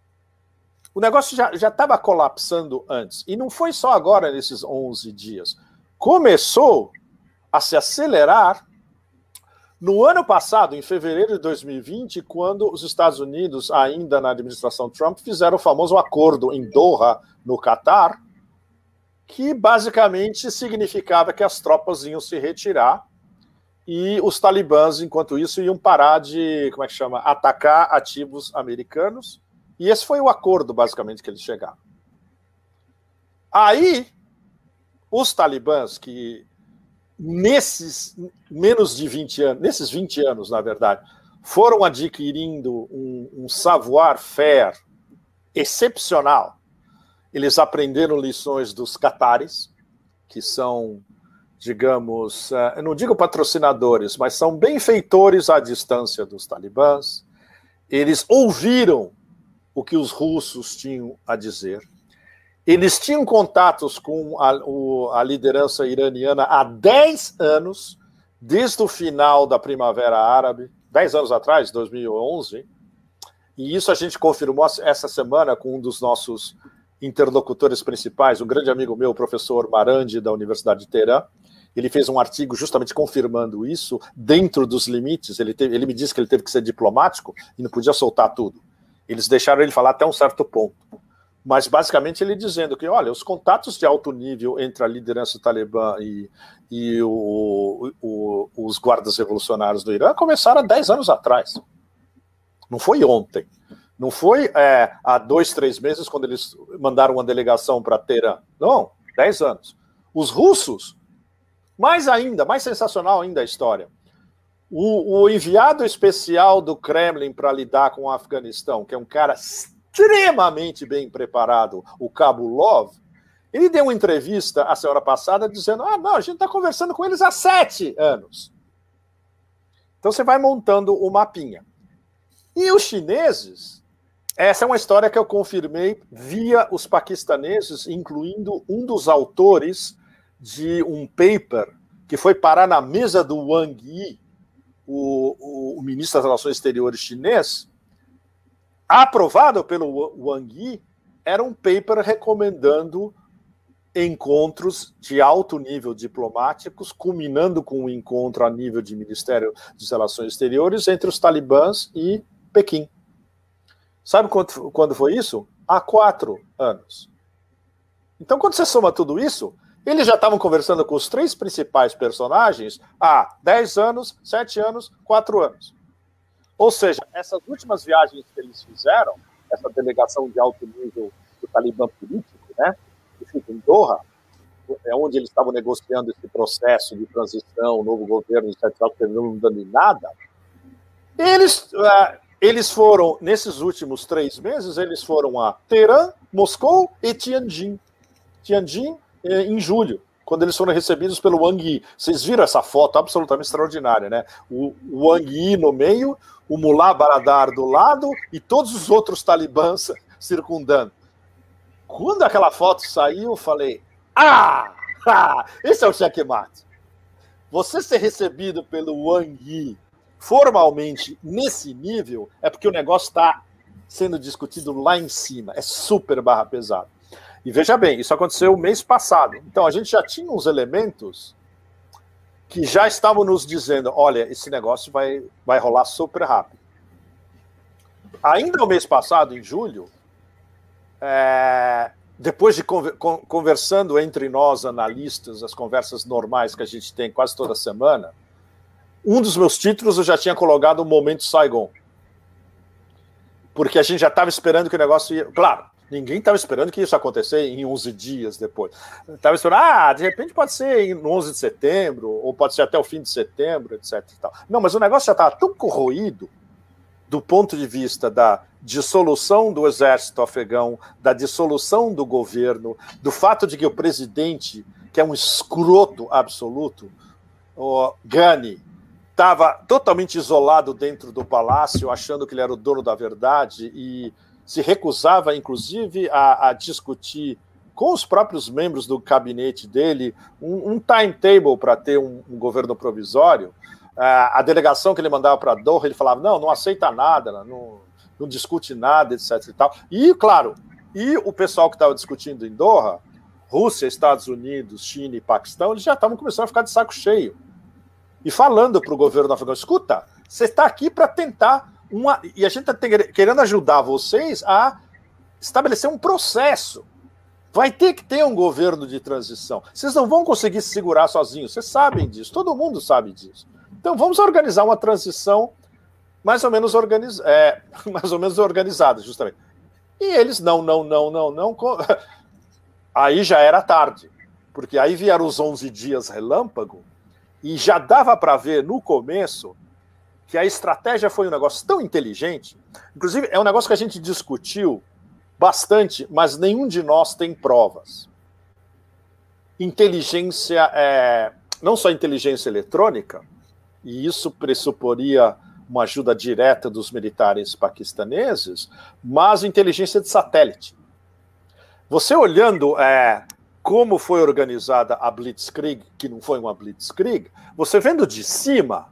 O negócio já estava colapsando antes. E não foi só agora, nesses onze dias. Começou a se acelerar no ano passado, em fevereiro de dois mil e vinte, quando os Estados Unidos, ainda na administração Trump, fizeram o famoso acordo em Doha, no Catar, que basicamente significava que as tropas iam se retirar e os talibãs, enquanto isso, iam parar de, como é que chama, atacar ativos americanos. E esse foi o acordo, basicamente, que eles chegaram. Aí, os talibãs que... nesses menos de vinte anos, nesses vinte anos, na verdade, foram adquirindo um, um savoir-faire excepcional. Eles aprenderam lições dos catares, que são, digamos, eu não digo patrocinadores, mas são benfeitores à distância dos talibãs. Eles ouviram o que os russos tinham a dizer. Eles tinham contatos com a, o, a liderança iraniana há dez anos, desde o final da Primavera Árabe, dez anos atrás, dois mil e onze, e isso a gente confirmou essa semana com um dos nossos interlocutores principais, um grande amigo meu, o professor Marandi, da Universidade de Teherã. Ele fez um artigo justamente confirmando isso, dentro dos limites. Ele, teve, ele me disse que ele teve que ser diplomático e não podia soltar tudo. Eles deixaram ele falar até um certo ponto. Mas, basicamente, ele dizendo que, olha, os contatos de alto nível entre a liderança talibã e, e o, o, os guardas revolucionários do Irã começaram há dez anos atrás. Não foi ontem. Não foi é, há dois, três meses, quando eles mandaram uma delegação para Teherã. Não, dez anos. Os russos, mais ainda, mais sensacional ainda a história. O, o enviado especial do Kremlin para lidar com o Afeganistão, que é um cara extremamente bem preparado, o Kabulov, ele deu uma entrevista a semana passada dizendo, ah, não, a gente está conversando com eles há sete anos. Então você vai montando o mapinha. E os chineses, essa é uma história que eu confirmei via os paquistaneses, incluindo um dos autores de um paper que foi parar na mesa do Wang Yi, o, o, o ministro das Relações Exteriores chinês, aprovado pelo Wang Yi, era um paper recomendando encontros de alto nível diplomáticos, culminando com um encontro a nível de Ministério das Relações Exteriores entre os talibãs e Pequim. Sabe quando, quando foi isso? Há quatro anos. Então, quando você soma tudo isso, eles já estavam conversando com os três principais personagens há dez anos, sete anos, quatro anos. Ou seja, essas últimas viagens que eles fizeram, essa delegação de alto nível do Talibã político, né, que fica em Doha, é onde eles estavam negociando esse processo de transição, novo governo, etcétera, que não dando em nada, eles, uh, eles foram, nesses últimos três meses, eles foram a Teherã, Moscou e Tianjin. Tianjin, em julho, quando eles foram recebidos pelo Wang Yi. Vocês viram essa foto absolutamente extraordinária, né? O, o Wang Yi no meio, o Mullah Baradar do lado e todos os outros talibãs circundando. Quando aquela foto saiu, eu falei, ah, ah esse é o checkmate. Você ser recebido pelo Wang Yi formalmente nesse nível é porque o negócio está sendo discutido lá em cima. É super barra pesada. E veja bem, isso aconteceu mês passado. Então, a gente já tinha uns elementos que já estavam nos dizendo, olha, esse negócio vai, vai rolar super rápido. Ainda no mês passado, em julho, é, depois de conver, conversando entre nós, analistas, as conversas normais que a gente tem quase toda semana, um dos meus títulos eu já tinha colocado o Momento Saigon. Porque a gente já estava esperando que o negócio ia... Claro, ninguém estava esperando que isso acontecesse em onze dias depois. Estava esperando, ah, de repente pode ser no onze de setembro, ou pode ser até o fim de setembro, etcétera. E tal. Não, mas o negócio já estava tão corroído do ponto de vista da dissolução do exército afegão, da dissolução do governo, do fato de que o presidente, que é um escroto absoluto, o Ghani, estava totalmente isolado dentro do palácio, achando que ele era o dono da verdade e se recusava, inclusive, a, a discutir com os próprios membros do gabinete dele um, um timetable para ter um, um governo provisório. A, a delegação que ele mandava para Doha, ele falava, não, não aceita nada, não, não discute nada, etcétera. E, tal. E, claro, e o pessoal que estava discutindo em Doha, Rússia, Estados Unidos, China e Paquistão, eles já estavam começando a ficar de saco cheio. E falando para o governo afegão, escuta, você está aqui para tentar uma... E a gente está querendo ajudar vocês a estabelecer um processo. Vai ter que ter um governo de transição. Vocês não vão conseguir se segurar sozinhos, vocês sabem disso, todo mundo sabe disso. Então vamos organizar uma transição mais ou menos, organiz... é, mais ou menos organizada, justamente. E eles, não, não, não, não, não... Aí já era tarde, porque aí vieram os onze dias relâmpago, e já dava para ver no começo que a estratégia foi um negócio tão inteligente, inclusive é um negócio que a gente discutiu bastante, mas nenhum de nós tem provas. Inteligência, é, não só inteligência eletrônica, e isso pressuporia uma ajuda direta dos militares paquistaneses, mas inteligência de satélite. Você olhando é, como foi organizada a Blitzkrieg, que não foi uma Blitzkrieg, você vendo de cima,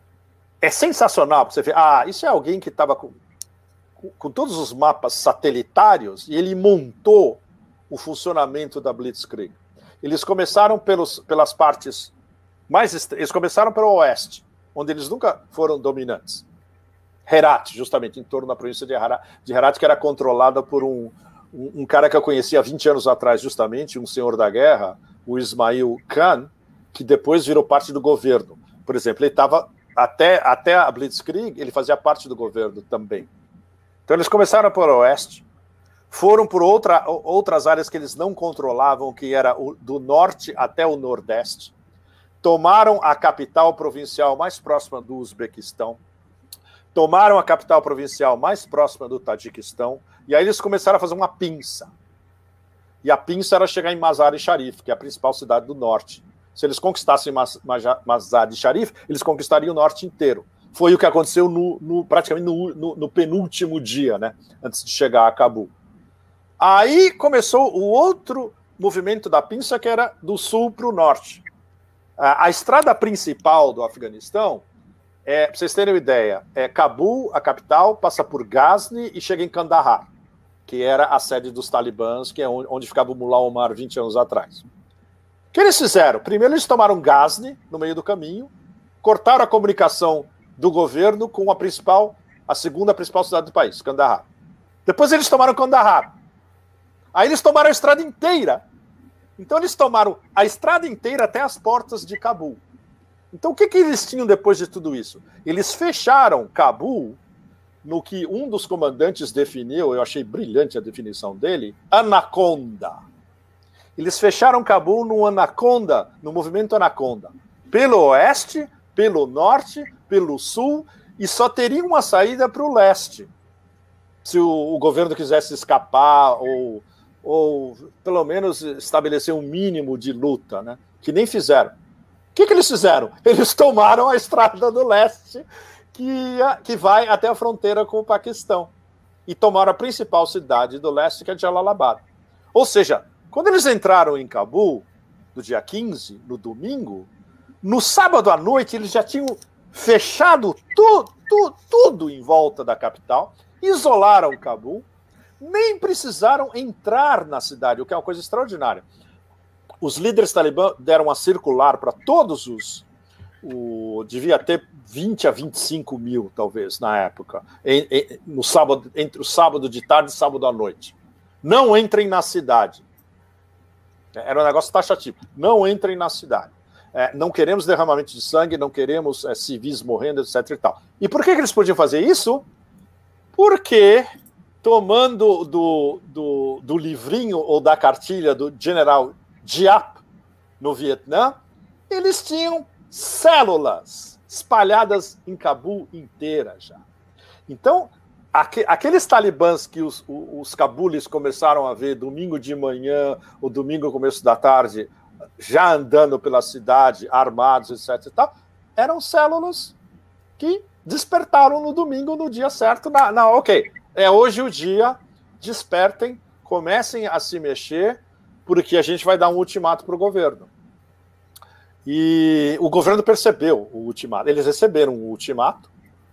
é sensacional, porque você vê, ah, isso é alguém que estava com, com, com todos os mapas satelitários e ele montou o funcionamento da Blitzkrieg. Eles começaram pelos, pelas partes mais... Eles começaram pelo oeste, onde eles nunca foram dominantes. Herat, justamente, em torno da província de Herat, de Herat que era controlada por um, um, um cara que eu conhecia há vinte anos atrás, justamente, um senhor da guerra, o Ismail Khan, que depois virou parte do governo. Por exemplo, ele estava, até, até a Blitzkrieg, ele fazia parte do governo também. Então eles começaram por oeste, foram por outra, outras áreas que eles não controlavam, que era o, do norte até o nordeste, tomaram a capital provincial mais próxima do Uzbequistão, tomaram a capital provincial mais próxima do Tajiquistão, e aí eles começaram a fazer uma pinça. E a pinça era chegar em Mazar-e-Sharif, que é a principal cidade do norte. Se eles conquistassem Mazar-e-Sharif, eles conquistariam o norte inteiro. Foi o que aconteceu no, no, praticamente no, no, no penúltimo dia, né, antes de chegar a Cabul. Aí começou o outro movimento da pinça, que era do sul para o norte. A, a estrada principal do Afeganistão, é, para vocês terem uma ideia, é Cabul, a capital, passa por Ghazni e chega em Kandahar, que era a sede dos talibãs, que é onde, onde ficava o Mullah Omar vinte anos atrás. O que eles fizeram? Primeiro eles tomaram Ghazni, no meio do caminho, cortaram a comunicação do governo com a principal, a segunda principal cidade do país, Kandahar. Depois eles tomaram Kandahar. Aí eles tomaram a estrada inteira. Então eles tomaram a estrada inteira até as portas de Cabul. Então o que, que eles tinham depois de tudo isso? Eles fecharam Cabul no que um dos comandantes definiu, eu achei brilhante a definição dele, Anaconda. Eles fecharam Cabul no Anaconda, no movimento Anaconda. Pelo oeste, pelo norte, pelo sul, e só teria uma saída para o leste. Se o, o governo quisesse escapar ou... ou pelo menos estabelecer um mínimo de luta, né? Que nem fizeram. O que, que eles fizeram? Eles tomaram a estrada do leste, que, que vai até a fronteira com o Paquistão, e tomaram a principal cidade do leste, que é Jalalabad. Ou seja, quando eles entraram em Cabul, no dia quinze, no domingo, no sábado à noite eles já tinham fechado tu, tu, tudo em volta da capital, isolaram Cabul, nem precisaram entrar na cidade, o que é uma coisa extraordinária. Os líderes talibã deram uma circular para todos os... O, devia ter vinte a vinte e cinco mil, talvez, na época, em, em, no sábado, entre o sábado de tarde e sábado à noite. Não entrem na cidade. Era um negócio taxativo. Não entrem na cidade. É, não queremos derramamento de sangue, não queremos é, civis morrendo, etc e tal. E por que, que eles podiam fazer isso? Porque... tomando do, do, do livrinho ou da cartilha do general Giap no Vietnã, eles tinham células espalhadas em Cabul inteira já. Então, aqu aqueles talibãs que os, os cabulis começaram a ver domingo de manhã ou domingo começo da tarde, já andando pela cidade, armados, etc e tal, eram células que despertaram no domingo, no dia certo, na, na ok... É hoje o dia, despertem, comecem a se mexer, porque a gente vai dar um ultimato para o governo. E o governo percebeu o ultimato. Eles receberam o ultimato,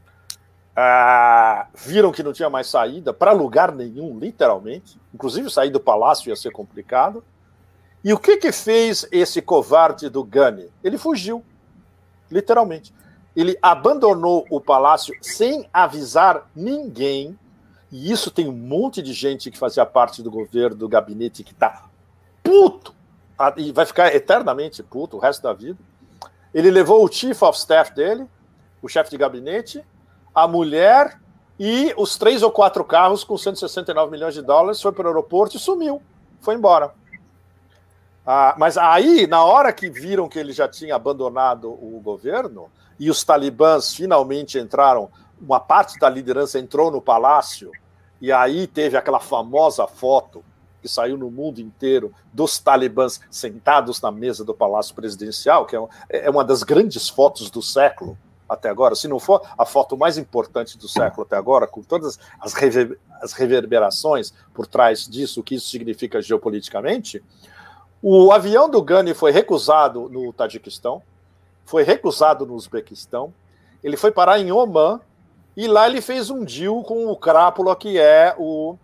ah, viram que não tinha mais saída para lugar nenhum, literalmente. Inclusive sair do palácio ia ser complicado. E o que, que fez esse covarde do Ghani? Ele fugiu, literalmente. Ele abandonou o palácio sem avisar ninguém. E isso tem um monte de gente que fazia parte do governo, do gabinete, que está puto, e vai ficar eternamente puto o resto da vida. Ele levou o chief of staff dele, o chefe de gabinete, a mulher e os três ou quatro carros com cento e sessenta e nove milhões de dólares, foi para o aeroporto e sumiu, foi embora. Ah, mas aí, na hora que viram que ele já tinha abandonado o governo, e os talibãs finalmente entraram, uma parte da liderança entrou no palácio, e aí teve aquela famosa foto que saiu no mundo inteiro dos talibãs sentados na mesa do Palácio Presidencial, que é uma das grandes fotos do século até agora, se não for a foto mais importante do século até agora, com todas as, rever, as reverberações por trás disso, o que isso significa geopoliticamente. O avião do Ghani foi recusado no Tajiquistão, foi recusado no Uzbequistão, ele foi parar em Omã, e lá ele fez um deal com o crápula, que é o...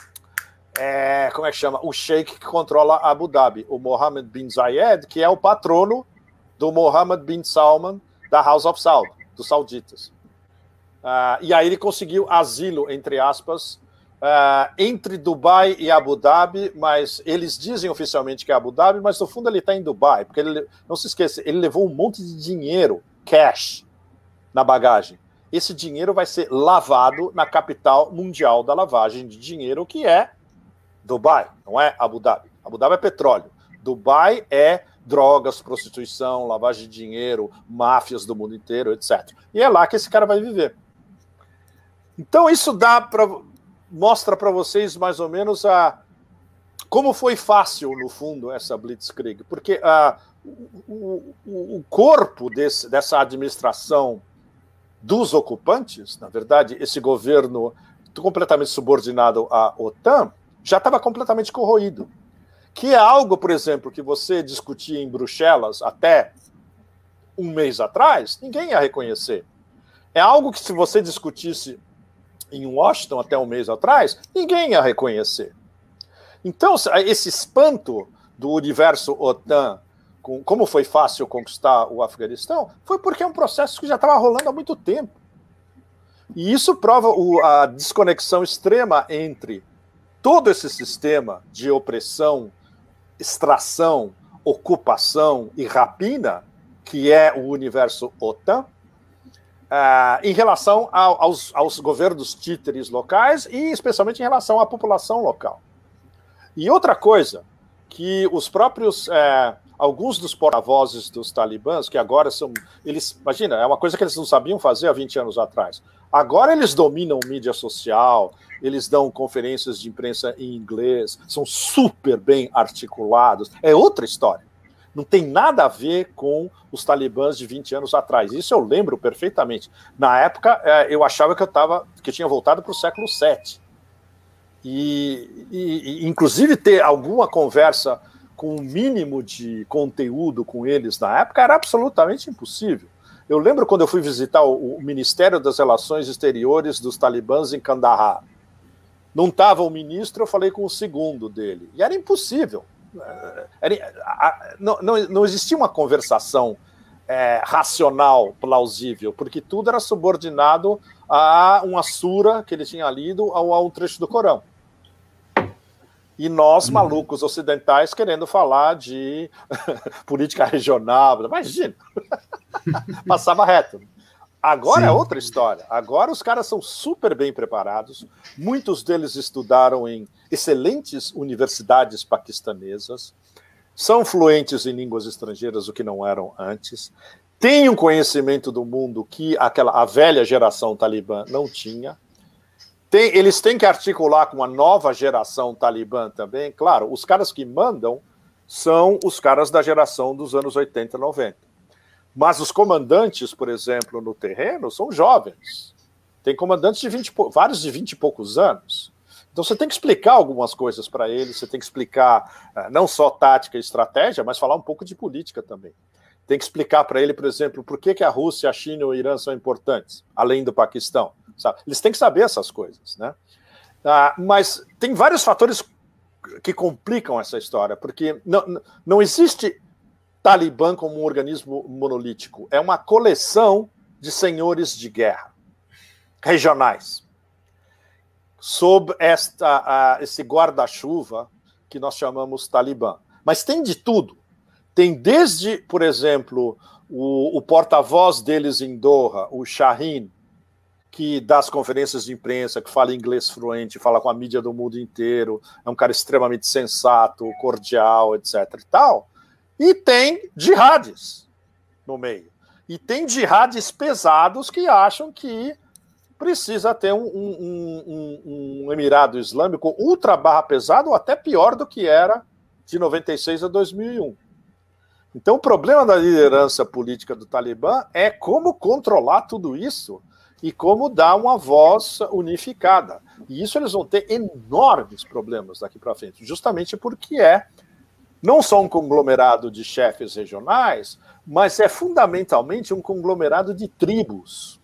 É, como é que chama? O sheik que controla Abu Dhabi, o Mohammed bin Zayed, que é o patrono do Mohammed bin Salman, da House of Saud, dos sauditas. Uh, e aí ele conseguiu asilo, entre aspas, uh, entre Dubai e Abu Dhabi, mas eles dizem oficialmente que é Abu Dhabi, mas no fundo ele está em Dubai, porque ele, não se esqueça, ele levou um monte de dinheiro, cash, na bagagem. Esse dinheiro vai ser lavado na capital mundial da lavagem de dinheiro, que é Dubai, não é Abu Dhabi. Abu Dhabi é petróleo. Dubai é drogas, prostituição, lavagem de dinheiro, máfias do mundo inteiro, etcétera. E é lá que esse cara vai viver. Então isso dá pra, mostra para vocês mais ou menos a, como foi fácil, no fundo, essa Blitzkrieg. Porque a, o, o, o corpo desse, dessa administração dos ocupantes, na verdade, esse governo completamente subordinado à OTAN, já estava completamente corroído. Que é algo, por exemplo, que você discutia em Bruxelas até um mês atrás, ninguém ia reconhecer. É algo que, se você discutisse em Washington até um mês atrás, ninguém ia reconhecer. Então, esse espanto do universo OTAN, com como foi fácil conquistar o Afeganistão, foi porque é um processo que já estava rolando há muito tempo. E isso prova o, a desconexão extrema entre todo esse sistema de opressão, extração, ocupação e rapina, que é o universo OTAN, uh, em relação ao, aos, aos governos títeres locais e especialmente em relação à população local. E outra coisa, que os próprios, uh, alguns dos porta-vozes dos talibãs, que agora são, eles, imagina, é uma coisa que eles não sabiam fazer há vinte anos atrás. Agora eles dominam mídia social, eles dão conferências de imprensa em inglês, são super bem articulados. É outra história. Não tem nada a ver com os talibãs de vinte anos atrás. Isso eu lembro perfeitamente. Na época, eu achava que eu, tava, que eu tinha voltado para o século sete. E, e, inclusive, ter alguma conversa com um mínimo de conteúdo com eles na época era absolutamente impossível. Eu lembro quando eu fui visitar o, o Ministério das Relações Exteriores dos talibãs em Kandahar. Não estava o ministro, eu falei com o segundo dele. E era impossível. Era, a, não, não, não existia uma conversação é, racional, plausível, porque tudo era subordinado a uma sura que ele tinha lido ou a um trecho do Corão. E nós, malucos ocidentais, querendo falar de política regional, imagina, passava reto. Agora Sim. é outra história. Agora os caras são super bem preparados, muitos deles estudaram em excelentes universidades paquistanesas, são fluentes em línguas estrangeiras, o que não eram antes, têm um conhecimento do mundo que aquela, a velha geração talibã não tinha. Tem, eles têm que articular com a nova geração talibã também. Claro, os caras que mandam são os caras da geração dos anos oitenta, noventa. Mas os comandantes, por exemplo, no terreno, são jovens. Tem comandantes de vinte, vários de vinte e poucos anos. Então você tem que explicar algumas coisas para eles, você tem que explicar não só tática e estratégia, mas falar um pouco de política também. Tem que explicar para ele, por exemplo, por que, que a Rússia, a China e o Irã são importantes, além do Paquistão. Sabe? Eles têm que saber essas coisas, né? Ah, mas tem vários fatores que complicam essa história, porque não, não existe Talibã como um organismo monolítico. É uma coleção de senhores de guerra regionais, sob esta, uh, esse guarda-chuva que nós chamamos Talibã. Mas tem de tudo. Tem desde, por exemplo, o, o porta-voz deles em Doha, o Shaheen, que dá as conferências de imprensa, que fala inglês fluente, fala com a mídia do mundo inteiro, é um cara extremamente sensato, cordial, etc e tal. E tem jihadis no meio. E tem jihadis pesados que acham que precisa ter um, um, um, um Emirado Islâmico ultra barra pesado, ou até pior do que era de noventa e seis a dois mil e um. Então, o problema da liderança política do Talibã é como controlar tudo isso e como dar uma voz unificada. E isso eles vão ter enormes problemas daqui para frente, justamente porque é não só um conglomerado de chefes regionais, mas é fundamentalmente um conglomerado de tribos.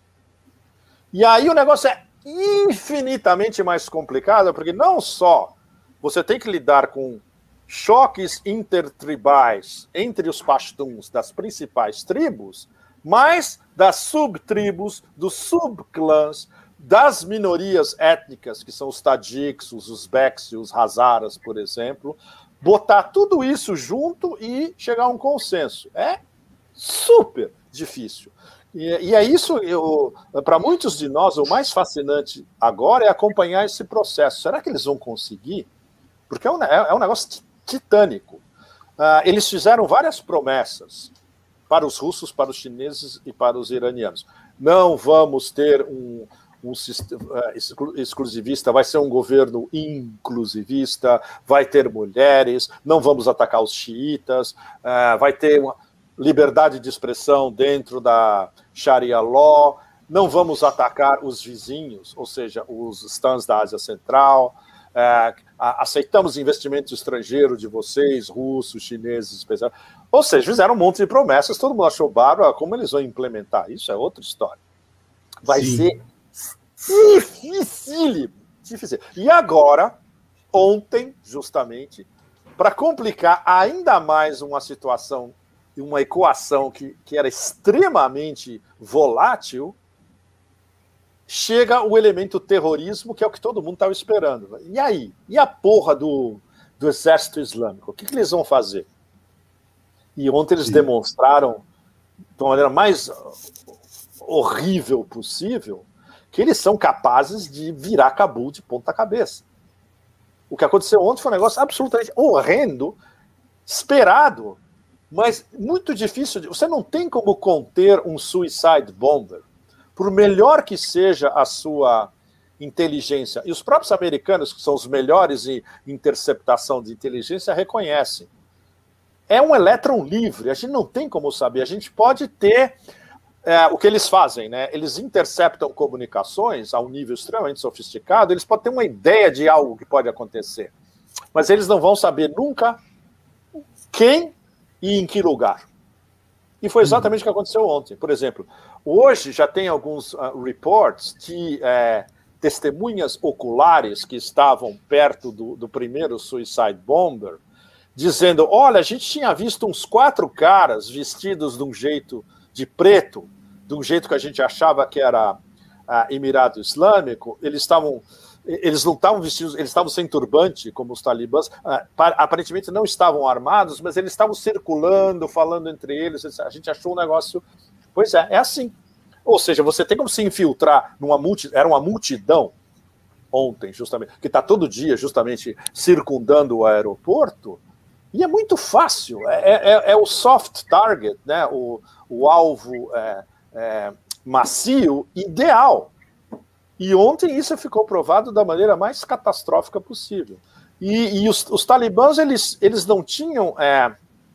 E aí o negócio é infinitamente mais complicado, porque não só você tem que lidar com choques intertribais entre os pashtuns das principais tribos, mas das subtribos, dos subclãs, das minorias étnicas, que são os tajiks, os uzbeks e os hazaras, por exemplo, botar tudo isso junto e chegar a um consenso. É super difícil. E, e é isso, para muitos de nós, o mais fascinante agora é acompanhar esse processo. Será que eles vão conseguir? Porque é um, é um negócio titânico. Uh, eles fizeram várias promessas para os russos, para os chineses e para os iranianos. Não vamos ter um, um sistema uh, exclusivista, vai ser um governo inclusivista, vai ter mulheres, não vamos atacar os xiitas, uh, vai ter uma liberdade de expressão dentro da Sharia Law, não vamos atacar os vizinhos, ou seja, os stans da Ásia Central. É, aceitamos investimento estrangeiro de vocês, russos, chineses, especial. Ou seja, fizeram um monte de promessas, todo mundo achou bárbaro, como eles vão implementar? Isso é outra história. Vai Sim. ser difícil, difícil. E agora, ontem, justamente, para complicar ainda mais uma situação, uma equação que, que era extremamente volátil, chega o elemento terrorismo, que é o que todo mundo estava esperando. E aí? E a porra do, do exército islâmico? O que, que eles vão fazer? E ontem eles Sim. demonstraram, de uma maneira mais horrível possível, que eles são capazes de virar Cabul de ponta cabeça. O que aconteceu ontem foi um negócio absolutamente horrendo, esperado, mas muito difícil. De, você não tem como conter um suicide bomber. Por melhor que seja a sua inteligência, e os próprios americanos, que são os melhores em interceptação de inteligência, reconhecem. É um elétron livre, a gente não tem como saber. A gente pode ter é, o que eles fazem, né? Eles interceptam comunicações a um nível extremamente sofisticado, eles podem ter uma ideia de algo que pode acontecer, mas eles não vão saber nunca quem e em que lugar. E foi exatamente o que aconteceu ontem. Por exemplo, hoje já tem alguns uh, reports de é, testemunhas oculares que estavam perto do, do primeiro suicide bomber, dizendo, olha, a gente tinha visto uns quatro caras vestidos de um jeito de preto, de um jeito que a gente achava que era uh, Emirado Islâmico, eles estavam... Eles não estavam vestidos, eles estavam sem turbante, como os talibãs, aparentemente não estavam armados, mas eles estavam circulando, falando entre eles, a gente achou um negócio... Pois é, é assim. Ou seja, você tem como se infiltrar numa multidão, era uma multidão ontem, justamente, que está todo dia, justamente, circundando o aeroporto, e é muito fácil, é, é, é o soft target, né? o, o alvo é, é, macio ideal. E ontem isso ficou provado da maneira mais catastrófica possível. E, e os, os talibãs, eles, eles não tinham é,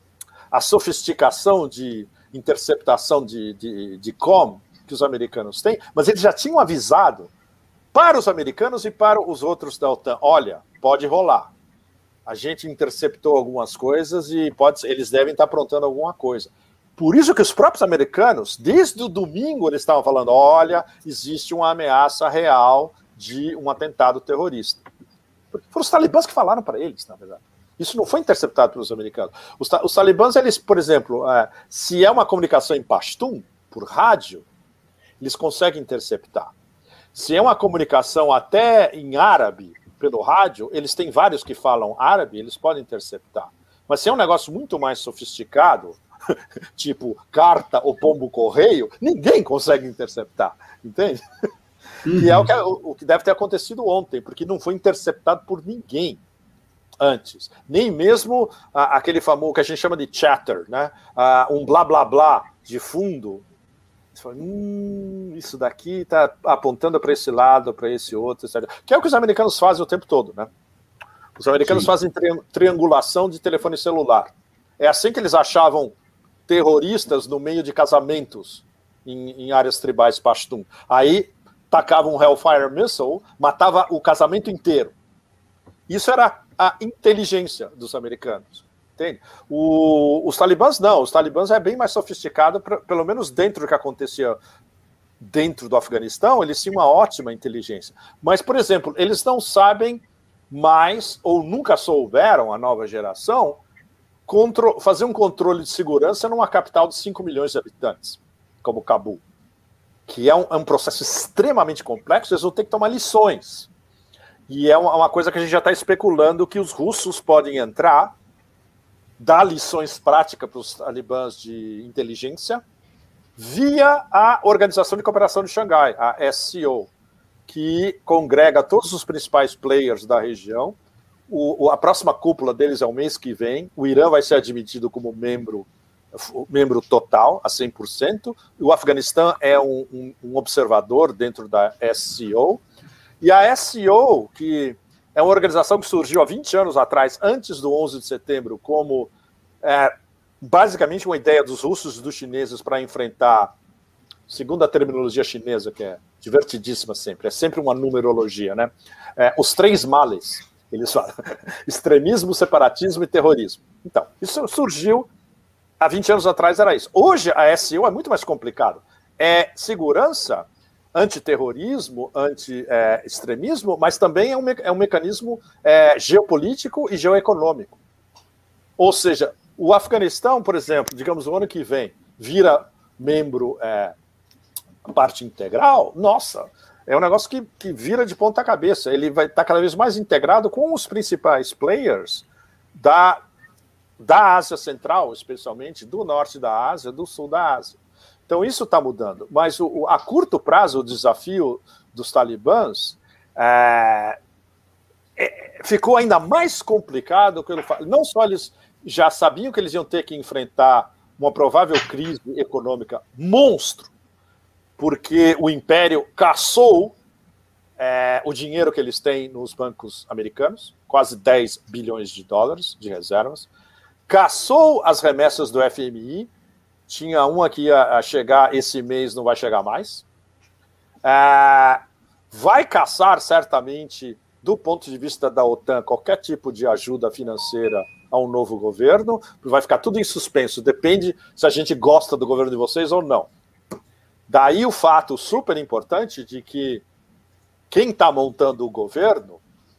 a sofisticação de interceptação de, de, de com que os americanos têm, mas eles já tinham avisado para os americanos e para os outros da OTAN, olha, pode rolar. A gente interceptou algumas coisas e pode, eles devem estar aprontando alguma coisa. Por isso que os próprios americanos, desde o domingo, eles estavam falando, olha, existe uma ameaça real de um atentado terrorista. Foram os talibãs que falaram para eles, na verdade. Isso não foi interceptado pelos americanos. Os, os talibãs, eles, por exemplo, é, se é uma comunicação em pashtun, por rádio, eles conseguem interceptar. Se é uma comunicação até em árabe, pelo rádio, eles têm vários que falam árabe, eles podem interceptar. Mas se é um negócio muito mais sofisticado, tipo carta ou pombo correio, ninguém consegue interceptar, entende? Uhum. Que é o que, o que deve ter acontecido ontem, porque não foi interceptado por ninguém antes, nem mesmo ah, aquele famoso que a gente chama de chatter, né? Ah, um blá blá blá de fundo Você fala, hum, isso daqui está apontando para esse lado, para esse outro, etcétera. Que é o que os americanos fazem o tempo todo, né? Os americanos Sim. fazem tri triangulação de telefone celular. É assim que eles achavam terroristas no meio de casamentos em, em áreas tribais Pashtun. Aí tacavam um Hellfire Missile, matava o casamento inteiro. Isso era a inteligência dos americanos. Entende? O, os talibãs não, os talibãs é bem mais sofisticado, pra, pelo menos dentro do que acontecia dentro do Afeganistão, eles tinham uma ótima inteligência. Mas, por exemplo, eles não sabem mais, ou nunca souberam, a nova geração, fazer um controle de segurança numa capital de cinco milhões de habitantes, como Cabul, que é um, é um processo extremamente complexo, eles vão ter que tomar lições. E é uma, uma coisa que a gente já está especulando que os russos podem entrar, dar lições práticas para os talibãs de inteligência via a Organização de Cooperação de Xangai, a S C O, que congrega todos os principais players da região. O, a próxima cúpula deles é o mês que vem. O Irã vai ser admitido como membro, membro total, a cem por cento. O Afeganistão é um, um, um observador dentro da S C O. E a S C O, que é uma organização que surgiu há vinte anos atrás, antes do onze de setembro, como é, basicamente uma ideia dos russos e dos chineses para enfrentar, segundo a terminologia chinesa, que é divertidíssima sempre, é sempre uma numerologia, né? É, os três males, eles falam, extremismo, separatismo e terrorismo. Então, isso surgiu há vinte anos atrás, era isso. Hoje a S C O é muito mais complicado. É segurança, antiterrorismo, anti-extremismo, mas também é um, é um mecanismo é, geopolítico e geoeconômico. Ou seja, o Afeganistão, por exemplo, digamos, o ano que vem, vira membro é, parte integral, nossa, é um negócio que, que vira de ponta cabeça. Ele vai estar cada vez mais integrado com os principais players da, da Ásia Central, especialmente, do norte da Ásia, do sul da Ásia. Então, isso está mudando. Mas, o, a curto prazo, o desafio dos talibãs é, é, ficou ainda mais complicado. Pelo, não só eles já sabiam que eles iam ter que enfrentar uma provável crise econômica monstro, porque o Império caçou é, o dinheiro que eles têm nos bancos americanos, quase dez bilhões de dólares de reservas, caçou as remessas do F M I, tinha uma que ia chegar esse mês, não vai chegar mais. É, vai caçar, certamente, do ponto de vista da OTAN, qualquer tipo de ajuda financeira a um novo governo. Vai ficar tudo em suspenso. Depende se a gente gosta do governo de vocês ou não. Daí o fato super importante de que quem está montando o governo,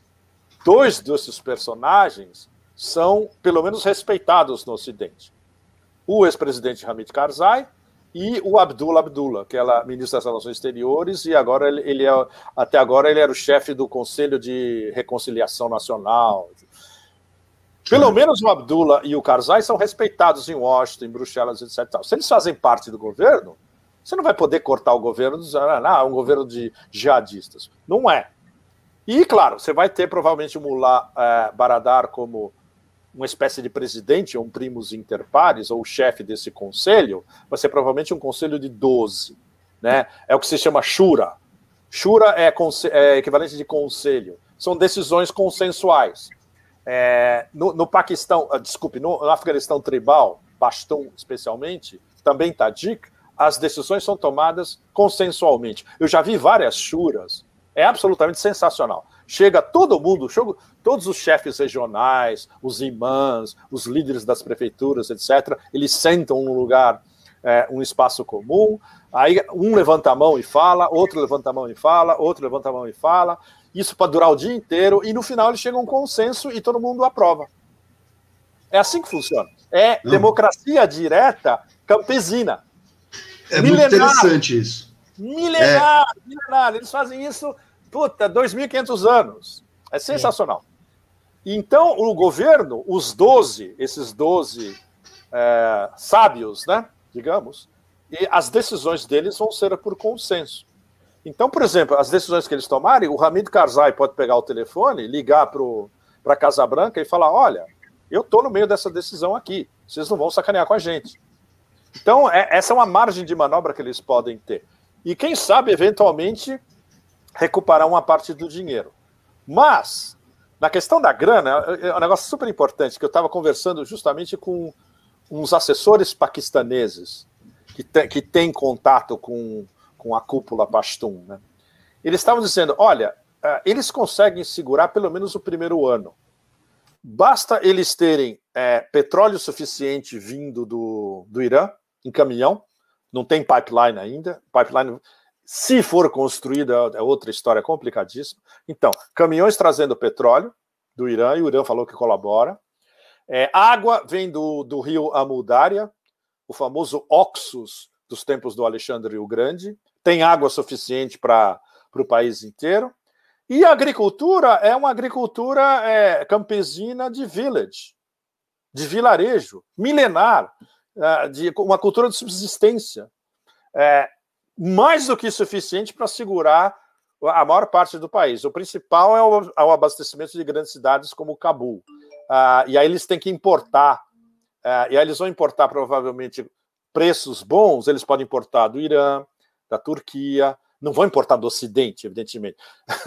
dois desses personagens são, pelo menos, respeitados no Ocidente. O ex-presidente Hamid Karzai e o Abdullah Abdullah, que é ministro das Relações Exteriores, e agora ele, ele é, até agora ele era o chefe do Conselho de Reconciliação Nacional. Pelo menos o Abdullah e o Karzai são respeitados em Washington, em Bruxelas, etcétera. Se eles fazem parte do governo, você não vai poder cortar o governo dizendo, ah, é um governo de jihadistas. Não é. E, claro, você vai ter provavelmente o Mullah eh, Baradar como uma espécie de presidente, ou um primus inter pares, ou o chefe desse conselho, vai ser provavelmente um conselho de doze. Né? É o que se chama Shura. Shura é, é equivalente de conselho. São decisões consensuais. É, no, no Paquistão, uh, desculpe, no, no Afeganistão tribal, Pashtun especialmente, também Tajik, as decisões são tomadas consensualmente. Eu já vi várias Shuras, é absolutamente sensacional. Chega todo mundo, chega, todos os chefes regionais, os imãs, os líderes das prefeituras, etcétera, eles sentam num lugar, é, um espaço comum, aí um levanta a mão e fala, outro levanta a mão e fala, outro levanta a mão e fala, isso para durar o dia inteiro, e no final eles chegam a um consenso e todo mundo aprova. É assim que funciona. É Não. democracia direta campesina. É milenar, muito interessante isso. Milenar, é. milenar. Eles fazem isso, puta, dois mil e quinhentos anos. É sensacional. É. Então, o governo, os doze, esses doze é, sábios, né, digamos, e as decisões deles vão ser por consenso. Então, por exemplo, as decisões que eles tomarem, o Hamid Karzai pode pegar o telefone, ligar para a Casa Branca e falar, olha, eu estou no meio dessa decisão aqui, vocês não vão sacanear com a gente. Então, é, essa é uma margem de manobra que eles podem ter. E quem sabe, eventualmente, recuperar uma parte do dinheiro. Mas, na questão da grana, é um negócio super importante, que eu estava conversando justamente com uns assessores paquistaneses que, te, que têm contato com, com a cúpula Pashtun, né? Eles estavam dizendo, olha, eles conseguem segurar pelo menos o primeiro ano. Basta eles terem é, petróleo suficiente vindo do, do Irã, em caminhão, não tem pipeline ainda, pipeline, se for construída, é outra história complicadíssima. Então, caminhões trazendo petróleo do Irã, e o Irã falou que colabora. É, água vem do, do rio Amudarya, o famoso Oxus dos tempos do Alexandre o Grande, tem água suficiente para o país inteiro. E a agricultura é uma agricultura é, campesina de village, de vilarejo, milenar, é, de uma cultura de subsistência. É, mais do que suficiente para segurar a maior parte do país. O principal é o, é o abastecimento de grandes cidades como Cabul. Uh, e aí eles têm que importar, uh, e aí eles vão importar provavelmente preços bons, eles podem importar do Irã, da Turquia, não vão importar do Ocidente, evidentemente.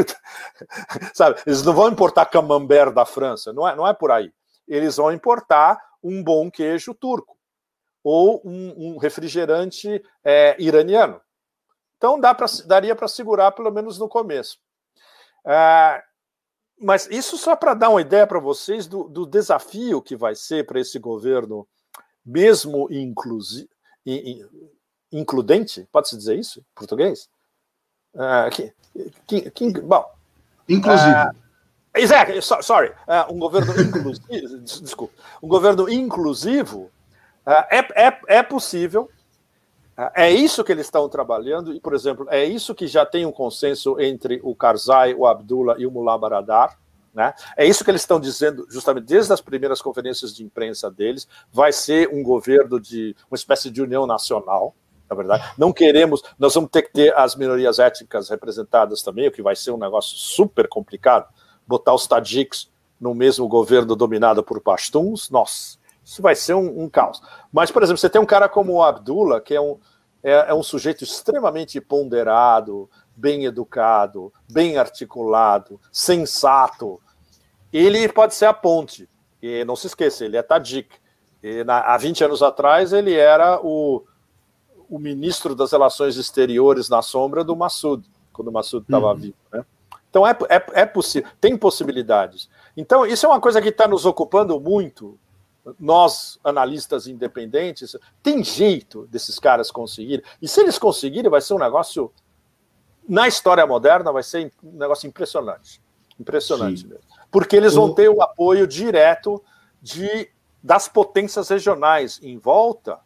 Sabe? Eles não vão importar camembert da França, não é, não é por aí. Eles vão importar um bom queijo turco, ou um, um refrigerante é, iraniano. Então dá pra, daria para segurar pelo menos no começo. Uh, Mas isso só para dar uma ideia para vocês do, do desafio que vai ser para esse governo, mesmo inclusi, in, includente, pode-se dizer isso em português? Uh, que, que, que, bom, inclusivo. Uh, exactly, so, sorry, uh, um governo inclusivo, desculpa, um governo inclusivo uh, é, é, é possível. É isso que eles estão trabalhando, e, por exemplo, é isso que já tem um consenso entre o Karzai, o Abdullah e o Mullah Baradar, né? É isso que eles estão dizendo, justamente desde as primeiras conferências de imprensa deles, vai ser um governo de uma espécie de união nacional, na verdade. Não queremos, nós vamos ter que ter as minorias étnicas representadas também, o que vai ser um negócio super complicado, botar os tajiks no mesmo governo dominado por pashtuns, nossa, isso vai ser um, um caos. Mas, por exemplo, você tem um cara como o Abdullah, que é um, é, é um sujeito extremamente ponderado, bem educado, bem articulado, sensato. Ele pode ser a ponte. E não se esqueça, ele é tajik. E na, há vinte anos atrás, ele era o, o ministro das Relações Exteriores na sombra do Massoud, quando o Massoud estava uhum. vivo, né? Então, é, é, é possível, tem possibilidades. Então, isso é uma coisa que está nos ocupando muito. Nós, analistas independentes, tem jeito desses caras conseguirem. E se eles conseguirem, vai ser um negócio, na história moderna, vai ser um negócio impressionante. Impressionante Sim. mesmo. Porque eles vão ter o apoio direto de, das potências regionais em volta.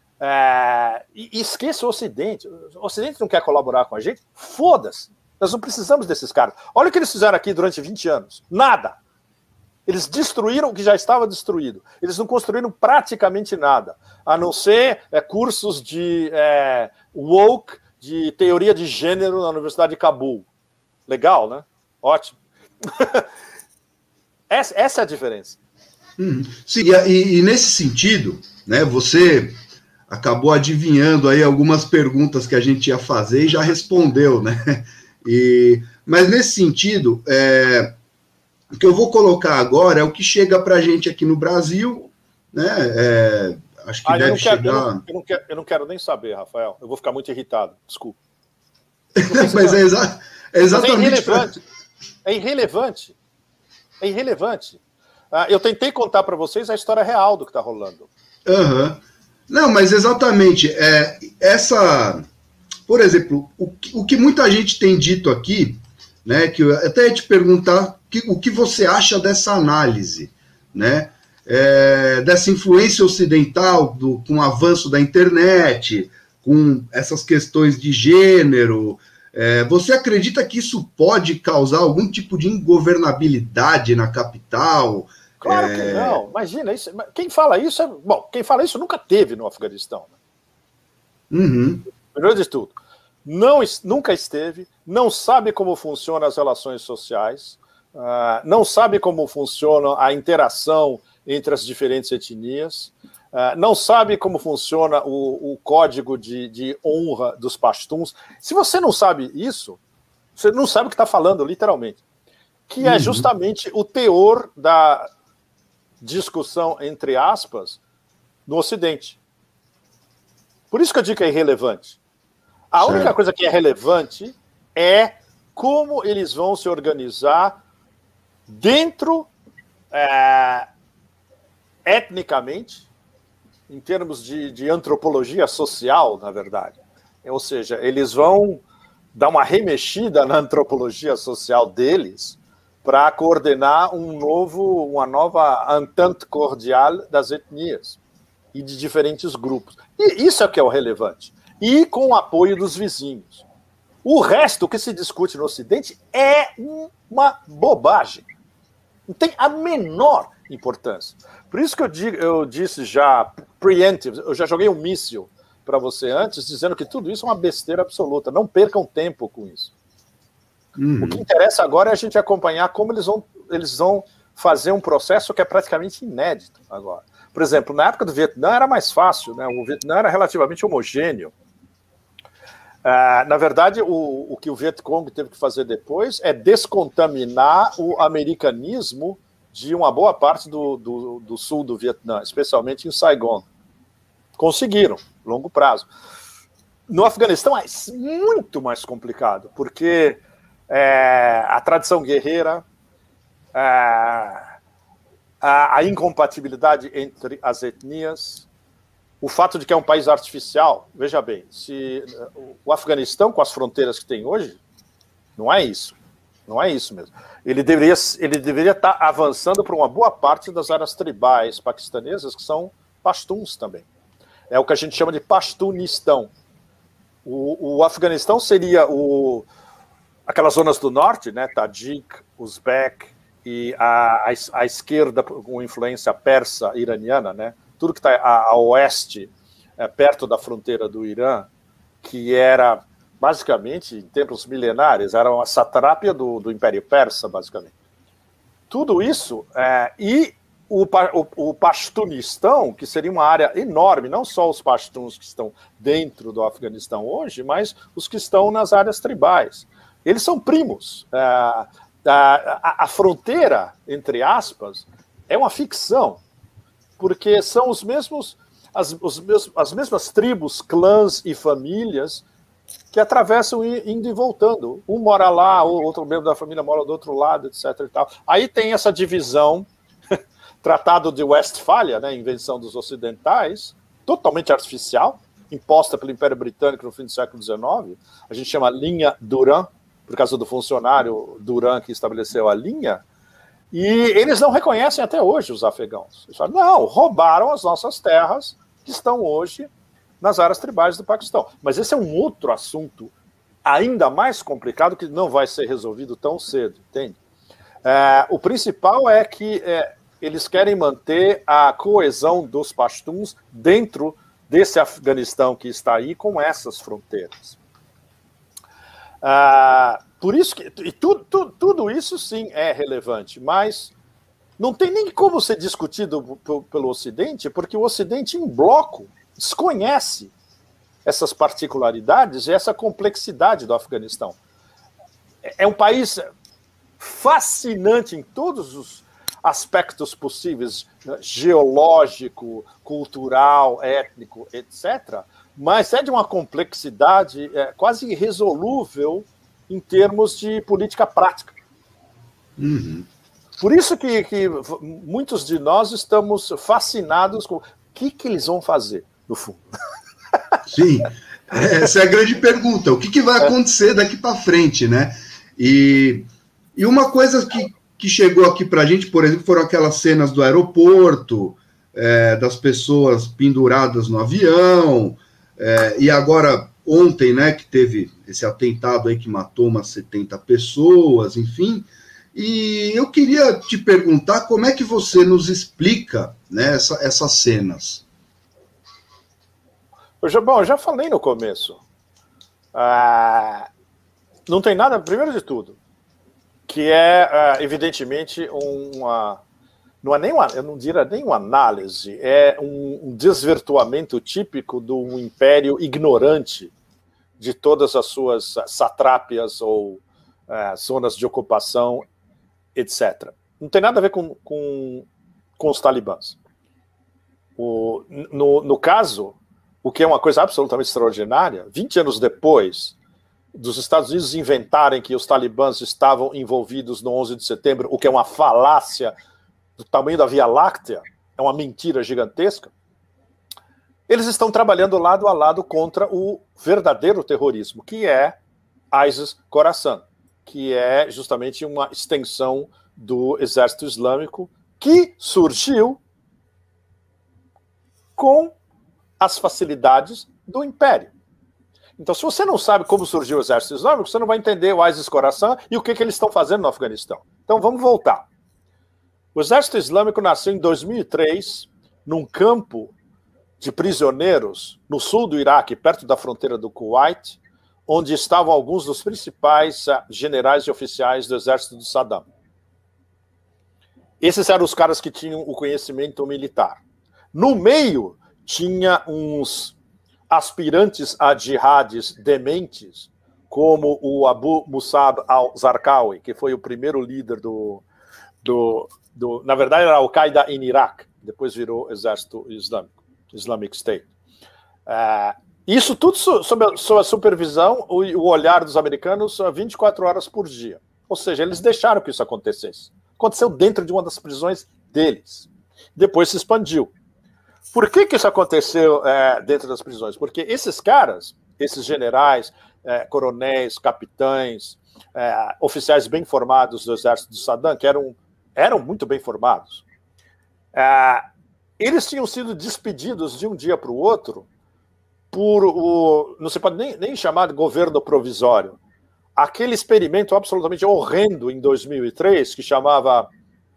É, e, e esqueça o Ocidente. O Ocidente não quer colaborar com a gente? Foda-se. Nós não precisamos desses caras. Olha o que eles fizeram aqui durante vinte anos. Nada. Eles destruíram o que já estava destruído. Eles não construíram praticamente nada, a não ser é, cursos de é, woke, de teoria de gênero na Universidade de Cabul. Legal, né? Ótimo. essa, essa é a diferença. Hum, sim, e, e nesse sentido, né, você acabou adivinhando aí algumas perguntas que a gente ia fazer e já respondeu, né? E, mas nesse sentido, é, o que eu vou colocar agora é o que chega para a gente aqui no Brasil, né? É, acho que ah, deve eu quero, chegar. Eu não, eu, não quero, eu não quero nem saber, Rafael. Eu vou ficar muito irritado. Desculpa. Mas é, exa é exatamente. Mas é irrelevante. Pra... É irrelevante. É irrelevante. Ah, eu tentei contar para vocês a história real do que está rolando. Uhum. Não, mas exatamente. É, essa, por exemplo, o que, o que muita gente tem dito aqui, né? Que eu até ia te perguntar que, o que você acha dessa análise, né? É, dessa influência ocidental do, com o avanço da internet, com essas questões de gênero. É, você acredita que isso pode causar algum tipo de ingovernabilidade na capital? Claro que não. Imagina isso. Quem fala isso é. Bom, quem fala isso nunca teve no Afeganistão. Né? Uhum. Primeiro de tudo, não, nunca esteve, não sabe como funcionam as relações sociais, uh, não sabe como funciona a interação entre as diferentes etnias. uh, não sabe como funciona o, o código de, de honra dos pashtuns. Se você não sabe isso, você não sabe o que está falando, literalmente. Que é justamente o teor da discussão, entre aspas, no Ocidente. Por isso que eu digo que é irrelevante. A certo. única coisa que é relevante é como eles vão se organizar dentro, é, etnicamente, em termos de, de antropologia social, na verdade. Ou seja, eles vão dar uma remexida na antropologia social deles para coordenar um novo, uma nova entente cordial das etnias e de diferentes grupos. E isso é que é o relevante. E com o apoio dos vizinhos. O resto, o que se discute no Ocidente, é uma bobagem. Não tem a menor importância. Por isso que eu, digo, eu disse já, preemptive, eu já joguei um míssil para você antes, dizendo que tudo isso é uma besteira absoluta. Não percam tempo com isso. Uhum. O que interessa agora é a gente acompanhar como eles vão, eles vão fazer um processo que é praticamente inédito agora. Por exemplo, na época do Vietnã era mais fácil, né? O Vietnã era relativamente homogêneo. Uh, na verdade, o, o que o Vietcong teve que fazer depois é descontaminar o americanismo de uma boa parte do, do, do sul do Vietnã, especialmente em Saigon. Conseguiram, longo prazo. No Afeganistão é muito mais complicado, porque é, a tradição guerreira, é, a, a incompatibilidade entre as etnias, o fato de que é um país artificial, veja bem, se o Afeganistão, com as fronteiras que tem hoje, não é isso. Não é isso mesmo. Ele deveria, ele deveria estar avançando para uma boa parte das áreas tribais paquistanesas, que são pashtuns também. É o que a gente chama de Pashtunistão. O, o Afeganistão seria o, aquelas zonas do norte, né, Tajik, Uzbek, e a, a, a esquerda com influência persa iraniana, né? Tudo que está a, a oeste, é, perto da fronteira do Irã, que era, basicamente, em tempos milenares, era uma satrápia do, do Império Persa, basicamente. Tudo isso, é, e o, o, o Pashtunistão, que seria uma área enorme, não só os pashtuns que estão dentro do Afeganistão hoje, mas os que estão nas áreas tribais. Eles são primos. É, a, a, a fronteira, entre aspas, é uma ficção, porque são os mesmos, as, os mesmos, as mesmas tribos, clãs e famílias que atravessam indo e voltando. Um mora lá, o outro membro da família mora do outro lado, etc. E tal. Aí tem essa divisão, Tratado de Westfália, né, invenção dos ocidentais, totalmente artificial, imposta pelo Império Britânico no fim do século dezenove. A gente chama linha Duran, por causa do funcionário Duran que estabeleceu a linha. E eles não reconhecem até hoje os afegãos. Eles falam, não, roubaram as nossas terras que estão hoje nas áreas tribais do Paquistão. Mas esse é um outro assunto ainda mais complicado que não vai ser resolvido tão cedo, entende? É, o principal é que é, eles querem manter a coesão dos pashtuns dentro desse Afeganistão que está aí com essas fronteiras. Ah, por isso que e tudo, tudo, tudo isso sim é relevante, mas não tem nem como ser discutido pelo Ocidente, porque o Ocidente em bloco desconhece essas particularidades e essa complexidade do Afeganistão. É um país fascinante em todos os aspectos possíveis, geológico, cultural, étnico, etcétera, mas é de uma complexidade é, quase irresolúvel em termos de política prática. Uhum. Por isso que, que muitos de nós estamos fascinados com o que, que eles vão fazer, no fundo. Sim, essa é a grande pergunta. O que, que vai acontecer daqui para frente, né? E, e uma coisa que, que chegou aqui para a gente, por exemplo, foram aquelas cenas do aeroporto, é, das pessoas penduradas no avião, é, e agora, ontem, né, que teve esse atentado aí que matou umas setenta pessoas, enfim. E eu queria te perguntar como é que você nos explica, né, essa, essas cenas. Eu já, bom, eu já falei no começo. Ah, não tem nada, primeiro de tudo, que é, ah, evidentemente, uma, não é nem uma, eu não diria nem uma análise, é um, um desvirtuamento típico de um império ignorante de todas as suas satrápias ou uh, zonas de ocupação, etcétera. Não tem nada a ver com, com, com os talibãs. O, no, no caso, o que é uma coisa absolutamente extraordinária, vinte anos depois dos Estados Unidos inventarem que os talibãs estavam envolvidos no onze de setembro, o que é uma falácia do tamanho da Via Láctea, é uma mentira gigantesca, eles estão trabalhando lado a lado contra o verdadeiro terrorismo, que é ISIS-Khorasan, que é justamente uma extensão do Exército Islâmico que surgiu com as facilidades do Império. Então, se você não sabe como surgiu o Exército Islâmico, você não vai entender o ISIS-Khorasan e o que, que eles estão fazendo no Afeganistão. Então, vamos voltar. O Exército Islâmico nasceu em dois mil e três, num campo de prisioneiros no sul do Iraque, perto da fronteira do Kuwait, onde estavam alguns dos principais generais e oficiais do exército de Saddam. Esses eram os caras que tinham o conhecimento militar. No meio, tinha uns aspirantes a jihadis dementes, como o Abu Musab al-Zarqawi, que foi o primeiro líder do... do, do na verdade, era a Al-Qaeda em Iraque, depois virou Exército Islâmico, Islamic State. Uh, isso tudo sob a, sob a supervisão, o, o olhar dos americanos vinte e quatro horas por dia. Ou seja, eles deixaram que isso acontecesse. Aconteceu dentro de uma das prisões deles. Depois se expandiu. Por que que isso aconteceu é, dentro das prisões? Porque esses caras, esses generais, é, coronéis, capitães, é, oficiais bem formados do exército de Saddam, que eram, eram muito bem formados, é, eles tinham sido despedidos de um dia para o outro por o, não se pode nem, nem chamar de governo provisório, aquele experimento absolutamente horrendo em dois mil e três, que chamava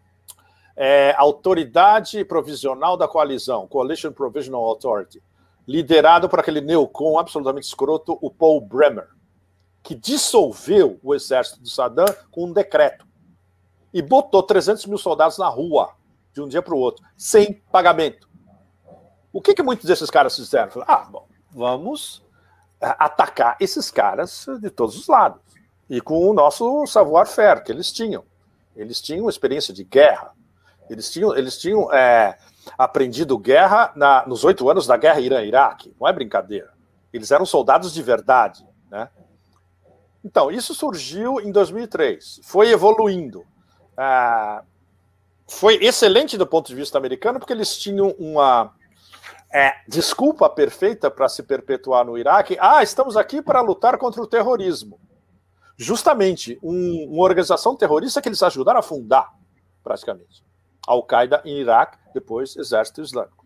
é, Autoridade Provisional da Coalizão, Coalition Provisional Authority, liderado por aquele neocon absolutamente escroto, o Paul Bremer, que dissolveu o exército de Saddam com um decreto e botou trezentos mil soldados na rua, de um dia para o outro, sem pagamento. O que, que muitos desses caras fizeram? Falaram, ah, bom, vamos atacar esses caras de todos os lados. E com o nosso savoir-faire que eles tinham. Eles tinham experiência de guerra. Eles tinham, eles tinham é, aprendido guerra na, nos oito anos da guerra Irã-Iraque. Não é brincadeira. Eles eram soldados de verdade, né? Então, isso surgiu em dois mil e três. Foi evoluindo. Ah, foi excelente do ponto de vista americano, porque eles tinham uma é, desculpa perfeita para se perpetuar no Iraque. Ah, estamos aqui para lutar contra o terrorismo. Justamente, um, uma organização terrorista que eles ajudaram a fundar, praticamente. Al-Qaeda em Iraque, depois Exército Islâmico.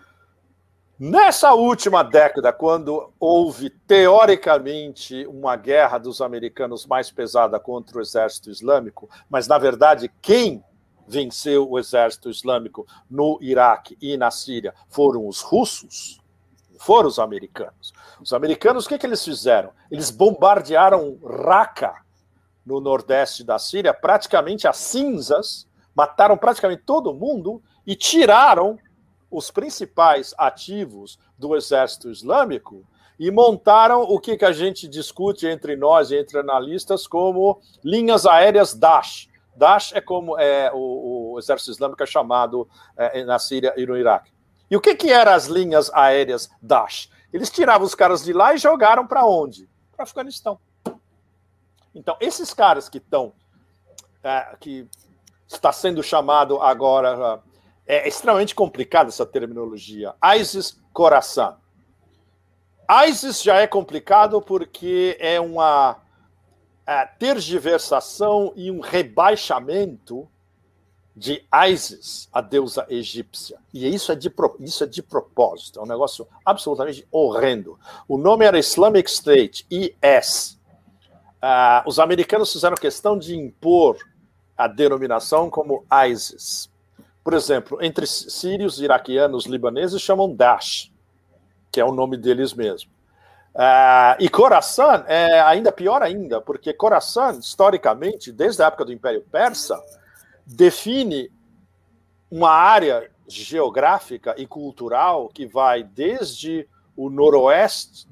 Nessa última década, quando houve, teoricamente, uma guerra dos americanos mais pesada contra o Exército Islâmico, mas, na verdade, quem venceu o Exército Islâmico no Iraque e na Síria foram os russos, foram os americanos. Os americanos, o que, que eles fizeram? Eles bombardearam Raqqa, no nordeste da Síria, praticamente as cinzas, mataram praticamente todo mundo e tiraram os principais ativos do Exército Islâmico e montaram o que, que a gente discute entre nós e entre analistas como linhas aéreas Daesh. Daesh é como é, o, o Exército Islâmico é chamado é, na Síria e no Iraque. E o que, que eram as linhas aéreas Daesh? Eles tiravam os caras de lá e jogaram para onde? Para o Afeganistão. Então, esses caras que estão, é, que está sendo chamado agora, é extremamente complicada essa terminologia, ISIS-Khorasan. ISIS já é complicado porque é uma é, tergiversação e um rebaixamento de Isis, a deusa egípcia. E isso é, de, isso é de propósito, é um negócio absolutamente horrendo. O nome era Islamic State, I S. Uh, os americanos fizeram questão de impor a denominação como ISIS. Por exemplo, entre sírios, iraquianos, libaneses, chamam Daesh, que é o nome deles mesmo. Uh, e Khorasan é ainda pior ainda, porque Khorasan, historicamente, desde a época do Império Persa, define uma área geográfica e cultural que vai desde o noroeste,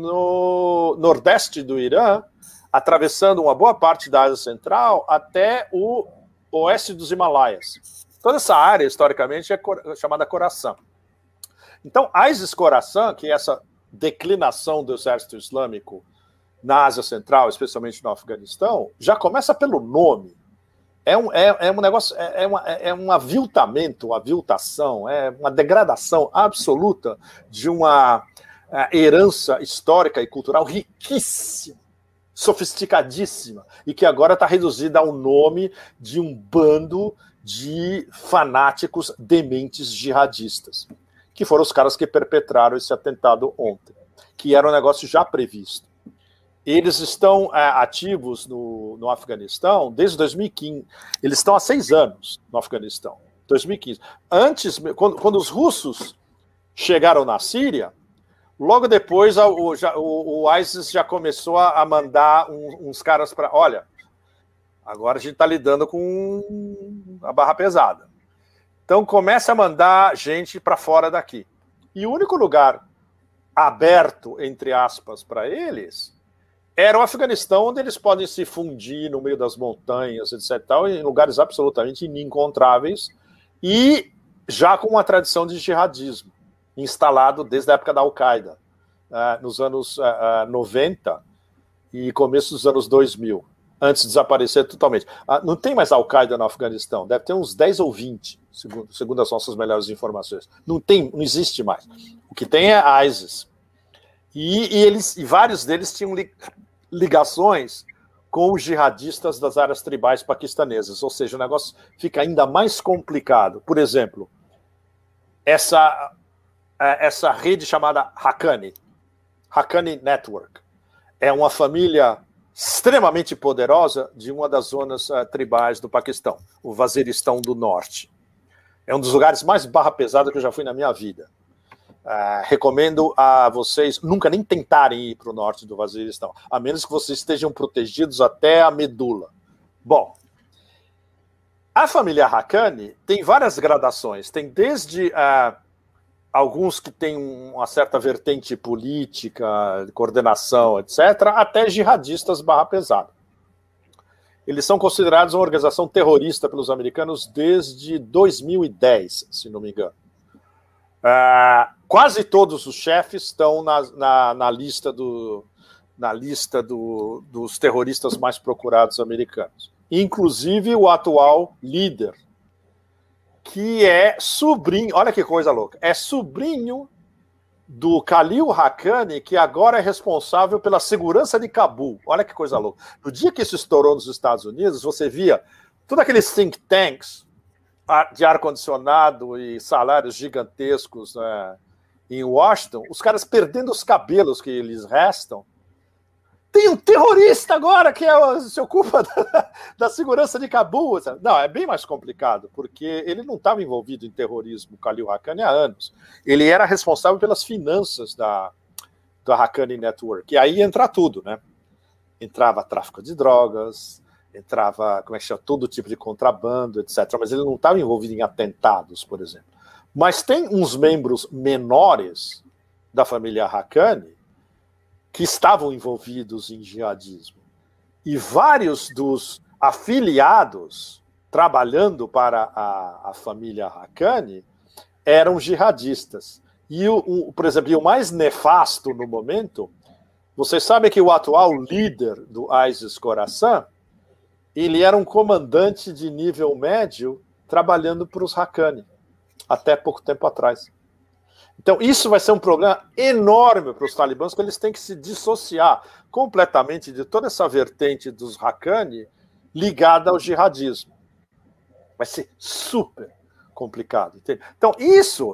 no nordeste do Irã, atravessando uma boa parte da Ásia Central até o oeste dos Himalaias. Toda essa área, historicamente, é chamada Khorasan. Então, ISIS-Khorasan, que é essa declinação do exército islâmico na Ásia Central, especialmente no Afeganistão, já começa pelo nome. É um, é, é um negócio, é, é, uma, é um aviltamento, uma aviltação, é uma degradação absoluta de uma herança histórica e cultural riquíssima, sofisticadíssima, e que agora está reduzida ao nome de um bando de fanáticos dementes jihadistas, que foram os caras que perpetraram esse atentado ontem, que era um negócio já previsto. Eles estão é, ativos no, no Afeganistão desde dois mil e quinze. Eles estão há seis anos no Afeganistão, dois mil e quinze. Antes, quando, quando os russos chegaram na Síria, logo depois o, o, o ISIS já começou a mandar um, uns caras para... Olha, agora a gente está lidando com a barra pesada. Então começa a mandar gente para fora daqui. E o único lugar aberto, entre aspas, para eles... era o Afeganistão, onde eles podem se fundir no meio das montanhas, etc, tal, em lugares absolutamente inencontráveis, e já com uma tradição de jihadismo, instalado desde a época da Al-Qaeda, uh, nos anos uh, noventa e começo dos anos dois mil, antes de desaparecer totalmente. Uh, não tem mais Al-Qaeda no Afeganistão, deve ter uns dez ou vinte, segundo, segundo as nossas melhores informações. Não tem, não existe mais. O que tem é a ISIS. E, e, eles, e vários deles tinham li, ligações com os jihadistas das áreas tribais paquistanesas, ou seja, o negócio fica ainda mais complicado. Por exemplo, essa, essa rede chamada Haqqani, Haqqani Network, é uma família extremamente poderosa de uma das zonas uh, tribais do Paquistão, o Waziristão do Norte. É um dos lugares mais barra pesada que eu já fui na minha vida. Uh, recomendo a vocês nunca nem tentarem ir para o norte do Waziristão, a menos que vocês estejam protegidos até a medula. Bom, a família Haqqani tem várias gradações, tem desde uh, alguns que têm uma certa vertente política, coordenação, etcétera, até jihadistas barra pesada. Eles são considerados uma organização terrorista pelos americanos desde dois mil e dez, se não me engano. Uh, quase todos os chefes estão na, na, na lista, do, na lista do, dos terroristas mais procurados americanos. Inclusive o atual líder, que é sobrinho, olha que coisa louca, é sobrinho do Khalil Haqqani, que agora é responsável pela segurança de Cabul. Olha que coisa louca. No dia que isso estourou nos Estados Unidos, você via todos aqueles think tanks de ar-condicionado e salários gigantescos, né, em Washington, os caras perdendo os cabelos que lhes restam. Tem um terrorista agora que é, se ocupa da, da segurança de Cabul. Não, é bem mais complicado, porque ele não estava envolvido em terrorismo, o Khalil Haqqani, há anos. Ele era responsável pelas finanças da, da Haqqani Network. E aí entra tudo, né? Entrava tráfico de drogas, entrava, como é que chama, todo tipo de contrabando, etcétera. Mas ele não estava envolvido em atentados, por exemplo. Mas tem uns membros menores da família Haqqani que estavam envolvidos em jihadismo. E vários dos afiliados trabalhando para a, a família Haqqani eram jihadistas. E, o, o, por exemplo, o mais nefasto no momento, vocês sabem que o atual líder do ISIS-Khorasan, ele era um comandante de nível médio trabalhando para os Haqqani, até pouco tempo atrás. Então, isso vai ser um problema enorme para os talibãs, porque eles têm que se dissociar completamente de toda essa vertente dos Haqqani ligada ao jihadismo. Vai ser super complicado. Entende? Então, isso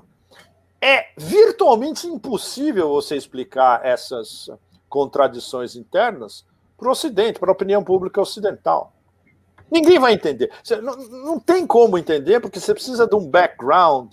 é virtualmente impossível você explicar essas contradições internas para o Ocidente, para a opinião pública ocidental. Ninguém vai entender. Não, não tem como entender, porque você precisa de um background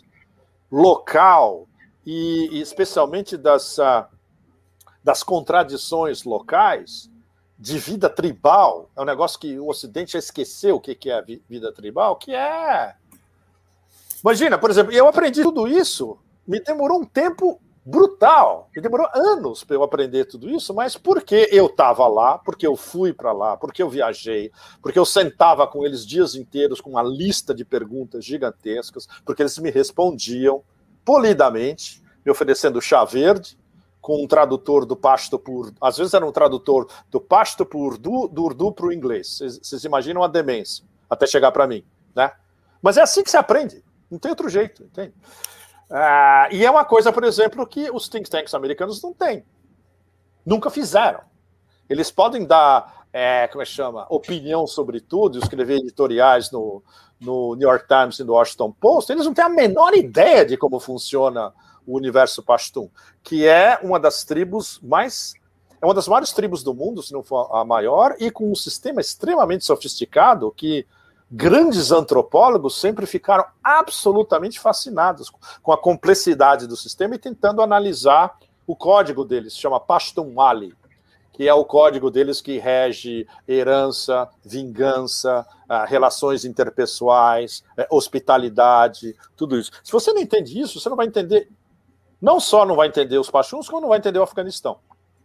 local e, e especialmente das, uh, das contradições locais de vida tribal. É um negócio que o Ocidente já esqueceu o que é a vida tribal, que é Imagina, por exemplo, eu aprendi tudo isso, me demorou um tempo brutal, me demorou anos para eu aprender tudo isso, mas porque eu estava lá, porque eu fui para lá, porque eu viajei, porque eu sentava com eles dias inteiros com uma lista de perguntas gigantescas, porque eles me respondiam polidamente, me oferecendo chá verde, com um tradutor do pashto para o urdu, às vezes era um tradutor do pashto para o urdu, do urdu para o inglês. Vocês imaginam a demência, até chegar para mim, né? Mas é assim que se aprende, não tem outro jeito, entende? Ah, e é uma coisa, por exemplo, que os think tanks americanos não têm. Nunca fizeram. Eles podem dar, é, como é que chama, opinião sobre tudo, escrever editoriais no, no New York Times e no Washington Post, eles não têm a menor ideia de como funciona o universo Pashtun, que é uma das tribos mais... É uma das maiores tribos do mundo, se não for a maior, e com um sistema extremamente sofisticado que grandes antropólogos sempre ficaram absolutamente fascinados com a complexidade do sistema e tentando analisar o código deles, se chama Pashtunwali, que é o código deles que rege herança, vingança, relações interpessoais, hospitalidade, tudo isso. Se você não entende isso, você não vai entender, não só não vai entender os Pashtuns, como não vai entender o Afeganistão.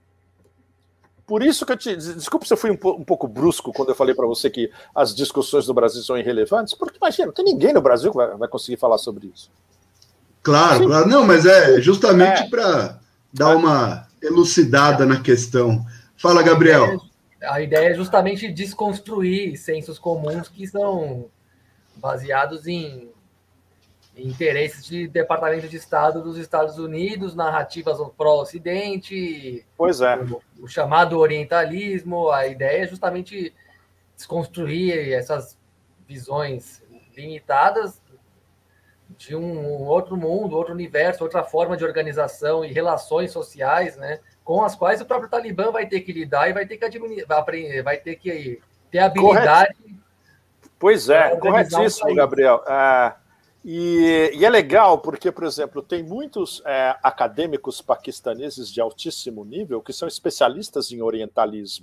Por isso que eu te... Desculpe se eu fui um, po um pouco brusco quando eu falei para você que as discussões no Brasil são irrelevantes, porque, imagina, não tem ninguém no Brasil que vai, vai conseguir falar sobre isso. Claro, Sim. claro. Não, mas é justamente é. para dar é. uma elucidada na questão. Fala, Gabriel. A ideia é justamente desconstruir sensos comuns que são baseados em interesses de Departamento de Estado dos Estados Unidos, narrativas pró-Ocidente, pois é. o, o chamado orientalismo. A ideia é justamente desconstruir essas visões limitadas de um outro mundo, outro universo, outra forma de organização e relações sociais, né, com as quais o próprio Talibã vai ter que lidar e vai ter que administrar, vai ter que ter habilidade. Correto. Pois é, corretíssimo, um Gabriel. É... E, e é legal porque, por exemplo, tem muitos é, acadêmicos paquistaneses de altíssimo nível que são especialistas em orientalismo.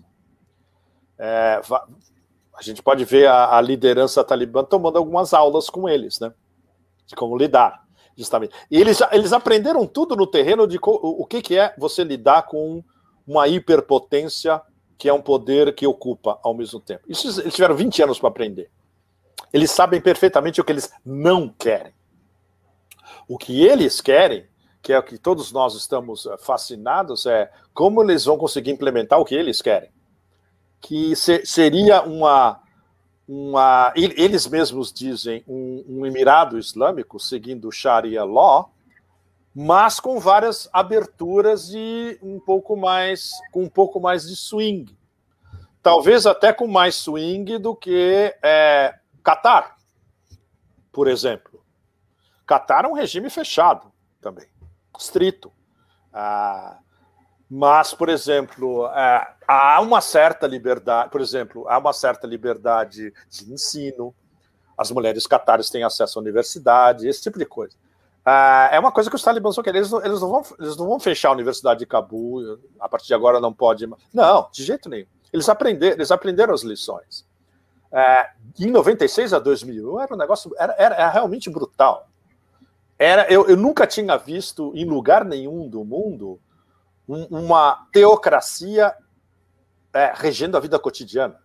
É, a gente pode ver a, a liderança talibã tomando algumas aulas com eles, né? De como lidar, justamente. E eles, eles aprenderam tudo no terreno de o, o que, que é você lidar com uma hiperpotência que é um poder que ocupa ao mesmo tempo. Isso eles tiveram vinte anos para aprender. Eles sabem perfeitamente o que eles não querem. O que eles querem, que é o que todos nós estamos fascinados, é como eles vão conseguir implementar o que eles querem. Que se, seria uma, uma... Eles mesmos dizem um, um emirado islâmico, seguindo o Sharia Law, mas com várias aberturas e um pouco mais, com um pouco mais de swing. Talvez até com mais swing do que... É, Catar, por exemplo. Catar é um regime fechado também, estrito. Ah, mas, por exemplo, ah, há uma certa liberdade, por exemplo, há uma certa liberdade de ensino, as mulheres catares têm acesso à universidade, esse tipo de coisa. Ah, é uma coisa que os talibãs vão querer, eles não, eles, não vão, eles não vão fechar a Universidade de Cabul, a partir de agora não pode... Não, de jeito nenhum. Eles aprenderam, eles aprenderam as lições. É, em noventa e seis a dois mil e um era um negócio, era, era, era realmente brutal. Era, eu, eu nunca tinha visto em lugar nenhum do mundo um, uma teocracia é, regendo a vida cotidiana.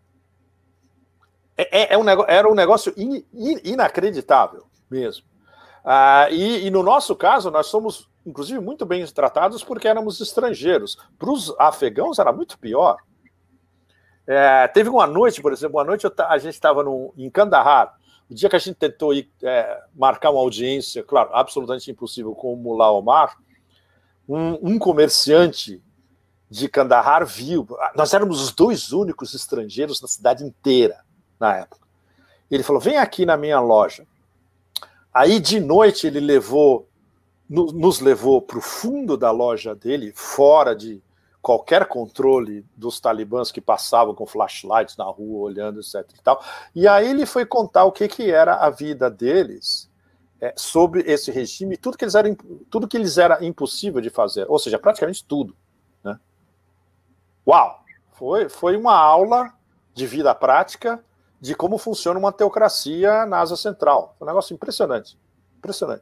É, é, é um negócio, era um negócio in, in, inacreditável mesmo. Ah, e, e no nosso caso, nós somos, inclusive, muito bem tratados porque éramos estrangeiros. Para os afegãos era muito pior. É, teve uma noite, por exemplo, uma noite eu, a gente estava em Kandahar, o dia que a gente tentou ir, é, marcar uma audiência, claro, absolutamente impossível, com o Mullah Omar, um, um comerciante de Kandahar viu, nós éramos os dois únicos estrangeiros na cidade inteira, na época. Ele falou, vem aqui na minha loja. Aí, de noite, ele levou, no, nos levou para o fundo da loja dele, fora de qualquer controle dos talibãs que passavam com flashlights na rua, olhando, etc e tal. E aí ele foi contar o que, que era a vida deles é, sobre esse regime, tudo que eles eram, tudo que eles era impossível de fazer, ou seja, praticamente tudo. Né? Uau! Foi, foi uma aula de vida prática de como funciona uma teocracia na Ásia Central. Foi um negócio impressionante. Impressionante.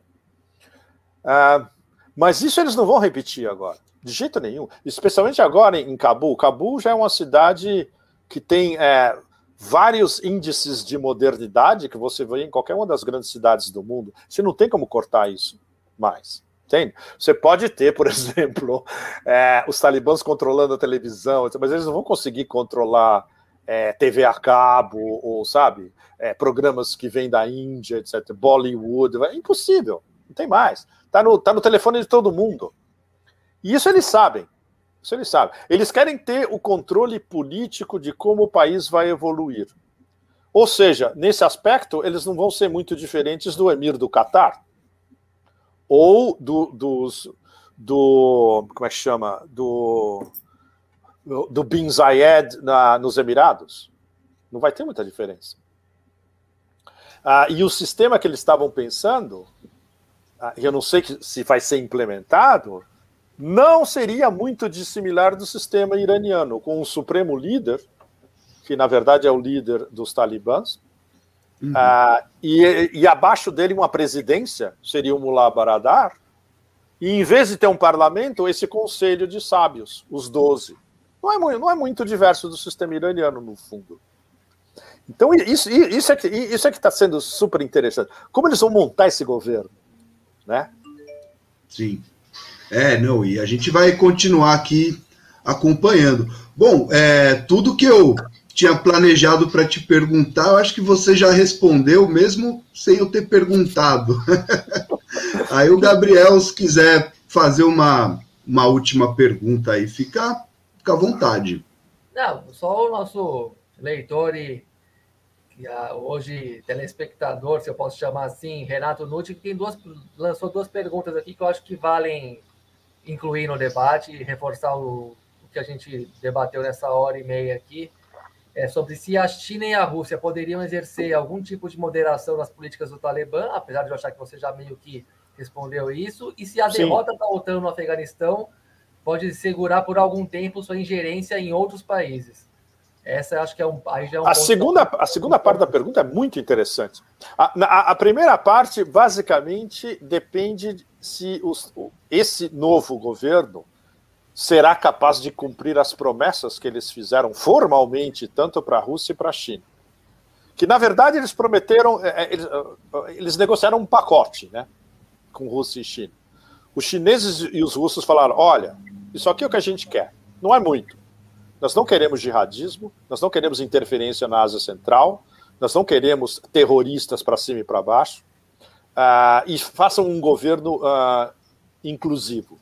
Ah, mas isso eles não vão repetir agora, de jeito nenhum. Especialmente agora em Cabul. Cabul já é uma cidade que tem é, vários índices de modernidade que você vê em qualquer uma das grandes cidades do mundo. Você não tem como cortar isso mais. Entende? Você pode ter, por exemplo, é, os talibãs controlando a televisão, mas eles não vão conseguir controlar é, T V a cabo, ou, sabe, é, programas que vêm da Índia, etcétera, Bollywood. É impossível, não tem mais. Está no, tá no telefone de todo mundo. E isso eles sabem. Isso eles sabem. Eles querem ter o controle político de como o país vai evoluir. Ou seja, nesse aspecto, eles não vão ser muito diferentes do emir do Catar, ou do, dos, do, como é que chama, do, do Bin Zayed na, nos Emirados. Não vai ter muita diferença. Ah, e o sistema que eles estavam pensando, ah, eu não sei que, se vai ser implementado, não seria muito dissimilar do sistema iraniano, com um supremo líder, que na verdade é o líder dos talibãs, Uhum. Ah, e, e abaixo dele uma presidência, seria o Mullah Baradar, e em vez de ter um parlamento, esse conselho de sábios, os doze. Não é muito, não é muito diverso do sistema iraniano, no fundo. Então, isso, isso é que isso é que está sendo super interessante. Como eles vão montar esse governo, né? Sim. É, não, e a gente vai continuar aqui acompanhando. Bom, é, tudo que eu tinha planejado para te perguntar, eu acho que você já respondeu, mesmo sem eu ter perguntado. Aí o Gabriel, se quiser fazer uma, uma última pergunta aí, fica, fica à vontade. Não, só o nosso leitor e, e a, hoje telespectador, se eu posso chamar assim, Renato Nutti, que tem duas, lançou duas perguntas aqui que eu acho que valem incluir no debate e reforçar o, o que a gente debateu nessa hora e meia aqui. É sobre se a China e a Rússia poderiam exercer algum tipo de moderação nas políticas do Talibã, apesar de eu achar que você já meio que respondeu isso, e se a Sim. derrota da OTAN no Afeganistão pode segurar por algum tempo sua ingerência em outros países. Essa acho que é um, aí já é um a ponto segunda que... A segunda parte da pergunta é muito interessante. A, a, a primeira parte, basicamente, depende se os, esse novo governo será capaz de cumprir as promessas que eles fizeram formalmente, tanto para a Rússia e para a China. Que, na verdade, eles prometeram, eles, eles negociaram um pacote, né, com Rússia e China. Os chineses e os russos falaram, olha, isso aqui é o que a gente quer, não é muito. Nós não queremos jihadismo, nós não queremos interferência na Ásia Central, nós não queremos terroristas para cima e para baixo, uh, e façam um governo uh, inclusivo.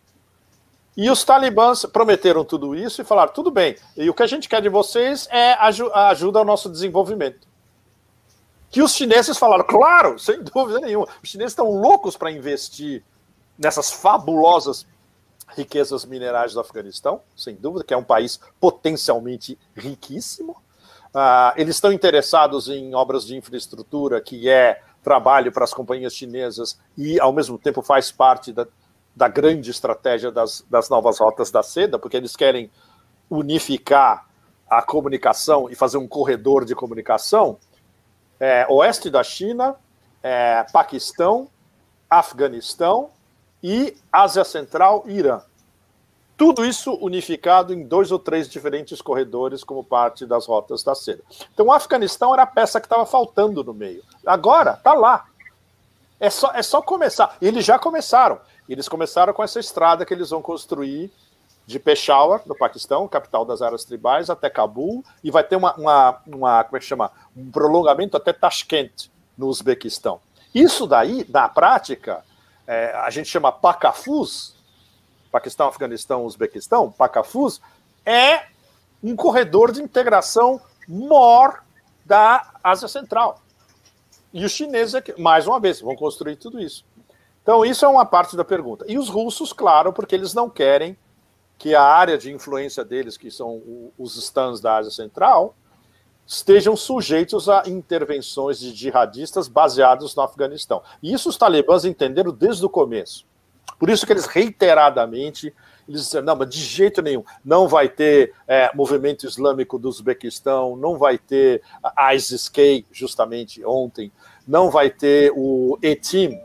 E os talibãs prometeram tudo isso e falaram, tudo bem, e o que a gente quer de vocês é a ajuda ao nosso desenvolvimento. Que os chineses falaram, claro, sem dúvida nenhuma, os chineses estão loucos para investir nessas fabulosas riquezas minerais do Afeganistão, sem dúvida, que é um país potencialmente riquíssimo. Uh, eles estão interessados em obras de infraestrutura, que é trabalho para as companhias chinesas e, ao mesmo tempo, faz parte da da grande estratégia das, das novas rotas da seda, porque eles querem unificar a comunicação e fazer um corredor de comunicação é, oeste da China, é, Paquistão, Afeganistão e Ásia Central e Irã. Tudo isso unificado em dois ou três diferentes corredores como parte das rotas da seda. Então o Afeganistão era a peça que estava faltando no meio. Agora, está lá. É só, é só começar. Eles já começaram. Eles começaram com essa estrada que eles vão construir de Peshawar, no Paquistão, capital das áreas tribais, até Cabul, e vai ter uma, uma, uma como é que chama? Um prolongamento até Tashkent, no Uzbequistão. Isso daí, na prática, é, a gente chama Pakafuz, Paquistão, Afeganistão, Uzbequistão, Pakafuz, é um corredor de integração maior da Ásia Central. E os chineses, mais uma vez, vão construir tudo isso. Então, isso é uma parte da pergunta. E os russos, claro, porque eles não querem que a área de influência deles, que são os stands da Ásia Central, estejam sujeitos a intervenções de jihadistas baseados no Afeganistão. E isso os talibãs entenderam desde o começo. Por isso que eles reiteradamente eles disseram, não, mas de jeito nenhum, não vai ter é, movimento islâmico do Uzbequistão, não vai ter a ISIS-K, justamente ontem, não vai ter o E T I M,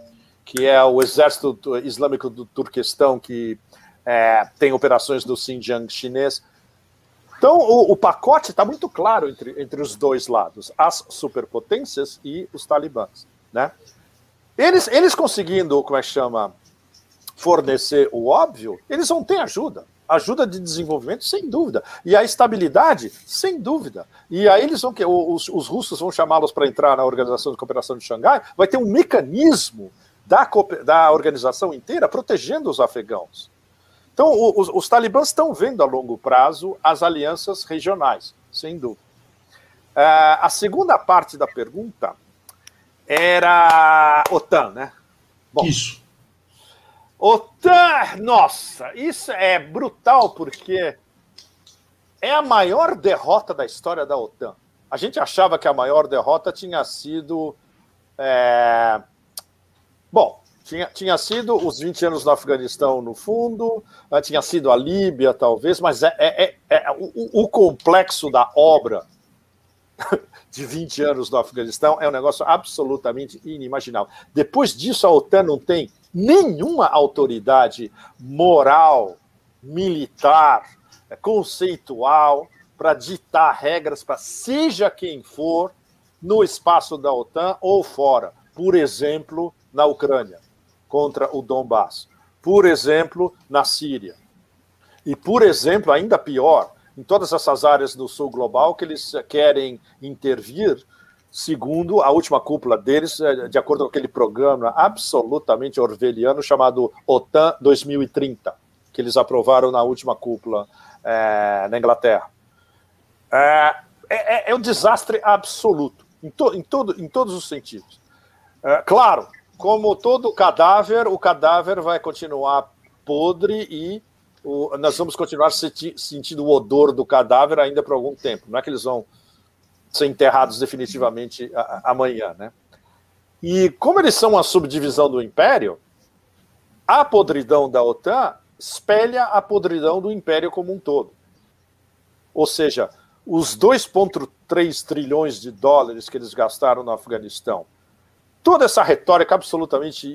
que é o Exército Islâmico do Turquestão, que é, tem operações no Xinjiang chinês. Então, o, o pacote está muito claro entre, entre os dois lados, as superpotências e os talibãs, né? Eles, eles conseguindo, como é que chama, fornecer o óbvio, eles vão ter ajuda. Ajuda de desenvolvimento, sem dúvida. E a estabilidade, sem dúvida. E aí eles vão, os, os russos vão chamá-los para entrar na Organização de Cooperação de Xangai, vai ter um mecanismo da, da organização inteira protegendo os afegãos. Então, os, os talibãs estão vendo a longo prazo as alianças regionais, sem dúvida. Uh, a segunda parte da pergunta era OTAN, né? Bom, isso. OTAN, nossa, isso é brutal, porque é a maior derrota da história da OTAN. A gente achava que a maior derrota tinha sido... É... Bom... Tinha, tinha sido os vinte anos no Afeganistão, no fundo, tinha sido a Líbia, talvez, mas é, é, é, é o, o complexo da obra de vinte anos no Afeganistão é um negócio absolutamente inimaginável. Depois disso, a OTAN não tem nenhuma autoridade moral, militar, conceitual, para ditar regras para seja quem for no espaço da OTAN ou fora. Por exemplo, na Ucrânia, contra o Donbass. Por exemplo, na Síria. E, por exemplo, ainda pior, em todas essas áreas do sul global que eles querem intervir, segundo a última cúpula deles, de acordo com aquele programa absolutamente orwelliano chamado OTAN dois mil e trinta, que eles aprovaram na última cúpula é, na Inglaterra. É, é, é um desastre absoluto, em, to, em, todo, em todos os sentidos. É, claro, como todo cadáver, o cadáver vai continuar podre e o, nós vamos continuar senti, sentindo o odor do cadáver ainda por algum tempo. Não é que eles vão ser enterrados definitivamente a, a, amanhã, né? E como eles são uma subdivisão do Império, a podridão da OTAN espelha a podridão do Império como um todo. Ou seja, os dois vírgula três trilhões de dólares que eles gastaram no Afeganistão, toda essa retórica absolutamente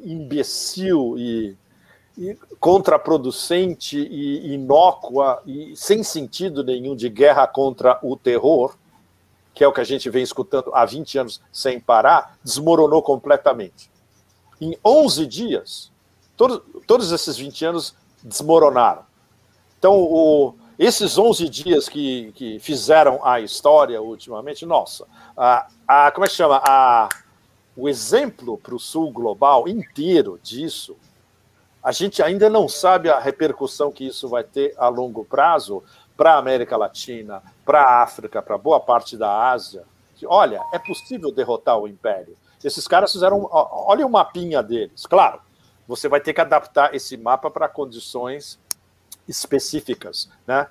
imbecil e, e contraproducente e inócua e sem sentido nenhum de guerra contra o terror, que é o que a gente vem escutando há vinte anos sem parar, desmoronou completamente. Em onze dias, todos, todos esses vinte anos desmoronaram. Então, o, esses onze dias que, que fizeram a história ultimamente, nossa, a, a, como é que chama? A... O exemplo para o sul global inteiro disso, a gente ainda não sabe a repercussão que isso vai ter a longo prazo para a América Latina, para a África, para boa parte da Ásia. Olha, é possível derrotar o Império. Esses caras fizeram... Olha o mapinha deles. Claro, você vai ter que adaptar esse mapa para condições específicas, né?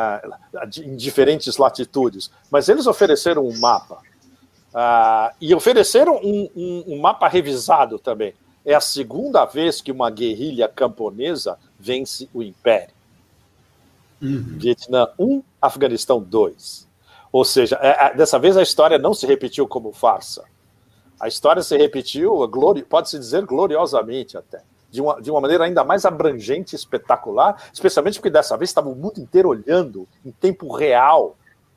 Em diferentes latitudes. Mas eles ofereceram um mapa. Uh, e ofereceram um, um, um mapa revisado também. É a segunda vez que uma guerrilha camponesa vence o Império. Uhum. Vietnã um, Afeganistão dois. Ou seja, é, é, dessa vez a história não se repetiu como farsa. A história se repetiu, glori- pode-se dizer gloriosamente até, de uma, de uma maneira ainda mais abrangente e espetacular, especialmente porque dessa vez estava o mundo inteiro olhando em tempo real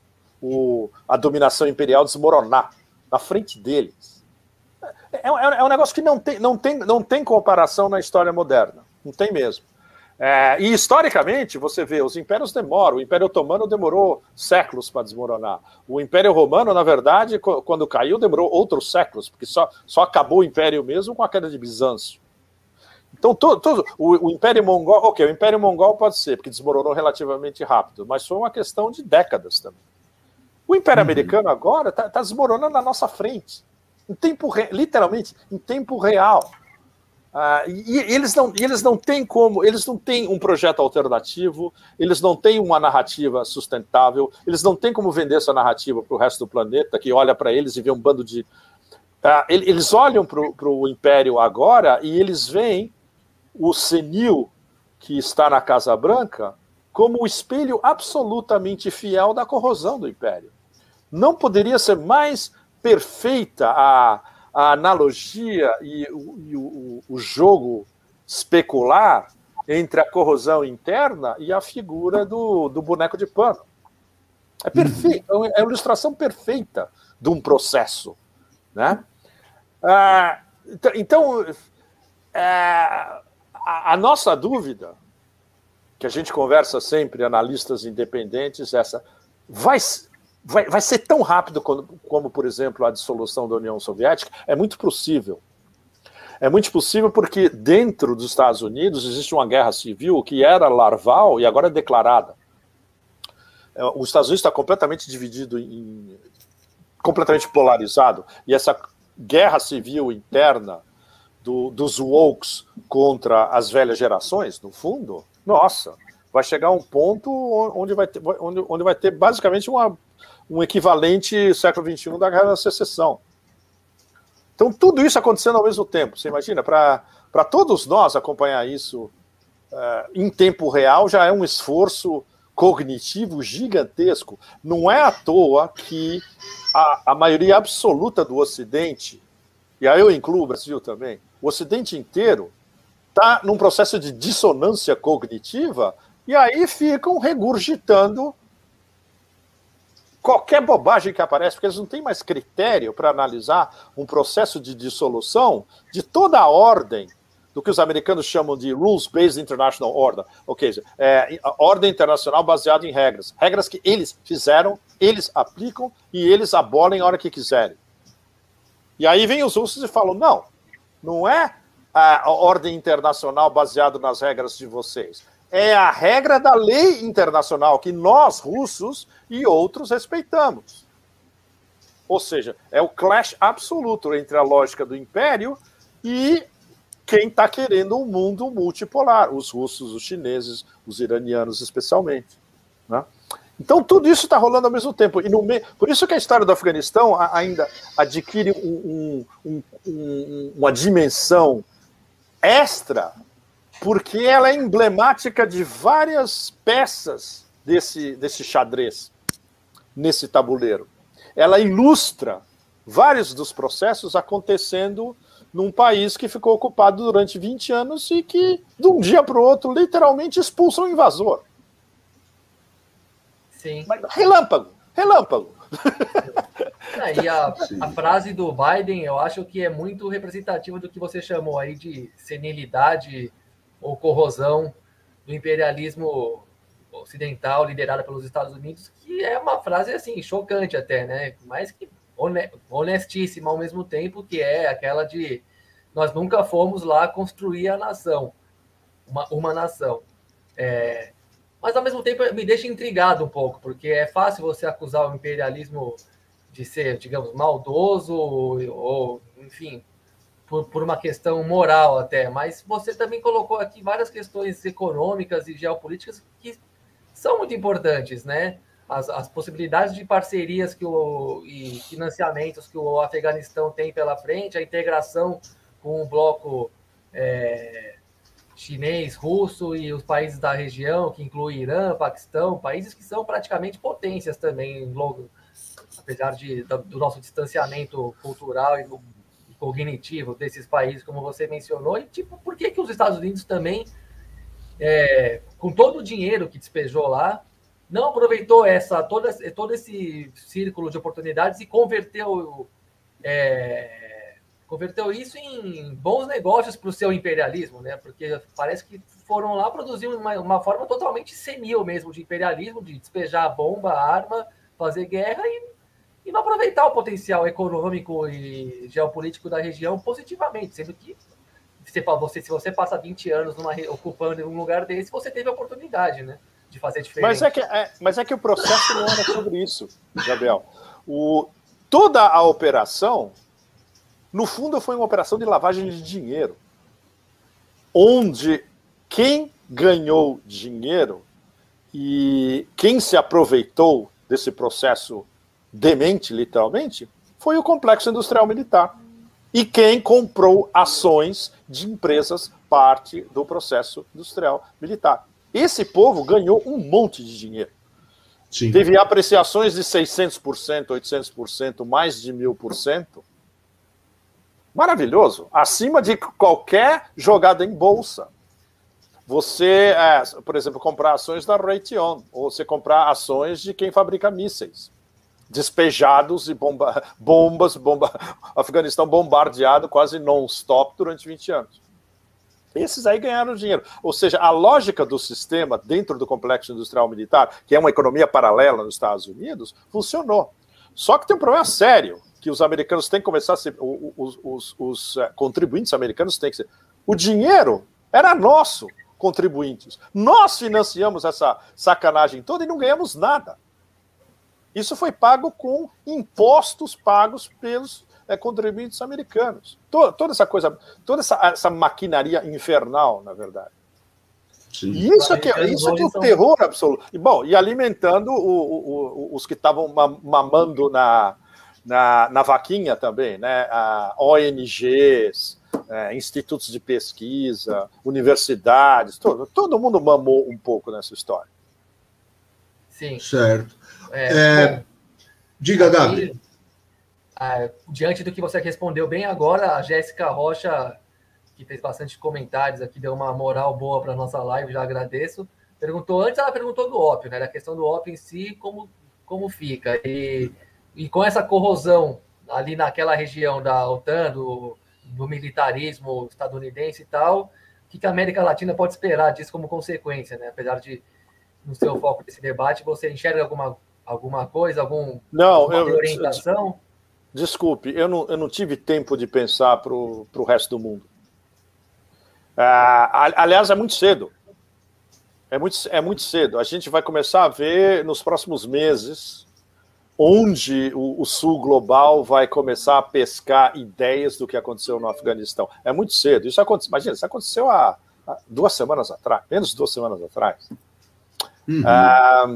o, a dominação imperial desmoronar na frente deles. É, é, é um negócio que não tem, não, tem, não tem comparação na história moderna. Não tem mesmo. É, e, historicamente, você vê, os impérios demoram. O Império Otomano demorou séculos para desmoronar. O Império Romano, na verdade, quando caiu, demorou outros séculos, porque só, só acabou o Império mesmo com a queda de Bizâncio. Então, todo, todo, o, o Império Mongol... Ok, o Império Mongol pode ser, porque desmoronou relativamente rápido, mas foi uma questão de décadas também. O Império uhum. Americano agora está tá desmoronando na nossa frente, em tempo re... literalmente em tempo real. Ah, e, e eles não, e eles não têm como, eles não têm um projeto alternativo, eles não têm uma narrativa sustentável, eles não têm como vender essa narrativa para o resto do planeta, que olha para eles e vê um bando de... Ah, eles olham para o Império agora e eles veem o senil que está na Casa Branca como o espelho absolutamente fiel da corrosão do Império. Não poderia ser mais perfeita a, a analogia e o, e o, o jogo especular entre a corrosão interna e a figura do, do boneco de pano. É perfeito, é uma ilustração perfeita de um processo, né? Ah, então, é, a, a nossa dúvida, que a gente conversa sempre, analistas independentes, essa, vai, vai, vai ser tão rápido como, como, por exemplo, a dissolução da União Soviética? É muito possível. É muito possível porque dentro dos Estados Unidos existe uma guerra civil que era larval e agora é declarada. Os Estados Unidos está completamente dividido, em, completamente polarizado, e essa guerra civil interna do, dos wokes contra as velhas gerações, no fundo, nossa, vai chegar a um ponto onde vai ter, onde, onde vai ter basicamente uma, um equivalente século vinte e um da Guerra da Secessão. Então, tudo isso acontecendo ao mesmo tempo. Você imagina, para todos nós acompanhar isso uh, em tempo real já é um esforço cognitivo gigantesco. Não é à toa que a, a maioria absoluta do Ocidente, e aí eu incluo o Brasil também, o Ocidente inteiro está num processo de dissonância cognitiva e aí ficam regurgitando qualquer bobagem que aparece, porque eles não têm mais critério para analisar um processo de dissolução de toda a ordem do que os americanos chamam de Rules-Based International Order, ou seja, é, ordem internacional baseada em regras. Regras que eles fizeram, eles aplicam e eles abolem a hora que quiserem. E aí vem os russos e falam, não, não é a ordem internacional baseada nas regras de vocês. É a regra da lei internacional que nós, russos e outros, respeitamos. Ou seja, é o clash absoluto entre a lógica do império e quem está querendo um mundo multipolar, os russos, os chineses, os iranianos especialmente. Né? Então tudo isso está rolando ao mesmo tempo. E no me... Por isso que a história do Afeganistão ainda adquire um, um, um, uma dimensão extra, porque ela é emblemática de várias peças desse, desse xadrez, nesse tabuleiro. Ela ilustra vários dos processos acontecendo num país que ficou ocupado durante vinte anos e que, de um dia para o outro, literalmente expulsa um invasor. Sim. Mas, relâmpago, relâmpago. É, e a, a frase do Biden, eu acho que é muito representativa do que você chamou aí de senilidade ou corrosão do imperialismo ocidental liderado pelos Estados Unidos, que é uma frase, assim, chocante até, né? Mas que honestíssima ao mesmo tempo, que é aquela de nós nunca fomos lá construir a nação, uma, uma nação. É, mas, ao mesmo tempo, me deixa intrigado um pouco, porque é fácil você acusar o imperialismo de ser, digamos, maldoso ou, ou enfim, por, por uma questão moral até, mas você também colocou aqui várias questões econômicas e geopolíticas que são muito importantes, né? As, as possibilidades de parcerias que o, e financiamentos que o Afeganistão tem pela frente, a integração com o bloco é, chinês, russo e os países da região, que inclui Irã, Paquistão, países que são praticamente potências também, logo, apesar de, do nosso distanciamento cultural e, e cognitivo desses países, como você mencionou. E, tipo, por que, que os Estados Unidos também, é, com todo o dinheiro que despejou lá, não aproveitou essa, todo, todo esse círculo de oportunidades e converteu, é, converteu isso em bons negócios para o seu imperialismo, né? Porque parece que foram lá produzir uma, uma forma totalmente senil mesmo de imperialismo, de despejar bomba, arma, fazer guerra e, e não aproveitar o potencial econômico e geopolítico da região positivamente, sendo que você, você, se você passa vinte anos numa, ocupando um lugar desse, você teve a oportunidade, né? De fazer diferente. Mas é, que, é, mas é que o processo não era sobre isso, Gabriel. O, toda a operação, no fundo, foi uma operação de lavagem de dinheiro, onde quem ganhou dinheiro e quem se aproveitou desse processo demente, literalmente, foi o complexo industrial militar. E quem comprou ações de empresas parte do processo industrial militar. Esse povo ganhou um monte de dinheiro. Sim. Teve apreciações de seiscentos por cento, oitocentos por cento, mais de mil por cento, Maravilhoso. Acima de qualquer jogada em bolsa. Você, é, por exemplo, comprar ações da Raytheon, ou você comprar ações de quem fabrica mísseis. Despejados e bomba, bombas, bomba, Afeganistão bombardeado quase non-stop durante vinte anos. Esses aí ganharam dinheiro. Ou seja, a lógica do sistema dentro do complexo industrial militar, que é uma economia paralela nos Estados Unidos, funcionou. Só que tem um problema sério, que os americanos têm que começar a ser, os, os, os contribuintes americanos têm que ser. O dinheiro era nosso, contribuintes. Nós financiamos essa sacanagem toda e não ganhamos nada. Isso foi pago com impostos pagos pelos é, contribuintes americanos. Toda, toda essa coisa, toda essa, essa maquinaria infernal, na verdade. Sim. E isso aqui, isso aqui é o terror absoluto. E, bom, e alimentando o, o, o, os que estavam mamando na, na, na vaquinha também, né? A O N Gs, é, institutos de pesquisa, universidades, todo, todo mundo mamou um pouco nessa história. Sim. Certo. É, é, bom, diga, Gabi. Ah, diante do que você respondeu bem agora, a Jéssica Rocha, que fez bastante comentários aqui, deu uma moral boa para a nossa live, já agradeço. Perguntou, antes ela perguntou do ópio, né? Da questão do ópio em si, como, como fica. E, e com essa corrosão ali naquela região da OTAN, do, do militarismo estadunidense e tal, o que, que a América Latina pode esperar disso como consequência, né? Apesar de, no seu foco desse debate, você enxerga alguma, alguma coisa, algum, não, alguma eu, orientação? Desculpe, eu não, eu não tive tempo de pensar para o resto do mundo. Ah, aliás, é muito cedo. É muito, é muito cedo. A gente vai começar a ver nos próximos meses onde o, o sul global vai começar a pescar ideias do que aconteceu no Afeganistão. É muito cedo. Isso aconteceu, imagina, isso aconteceu há, há duas semanas atrás, menos de duas semanas atrás. Uhum. Ah,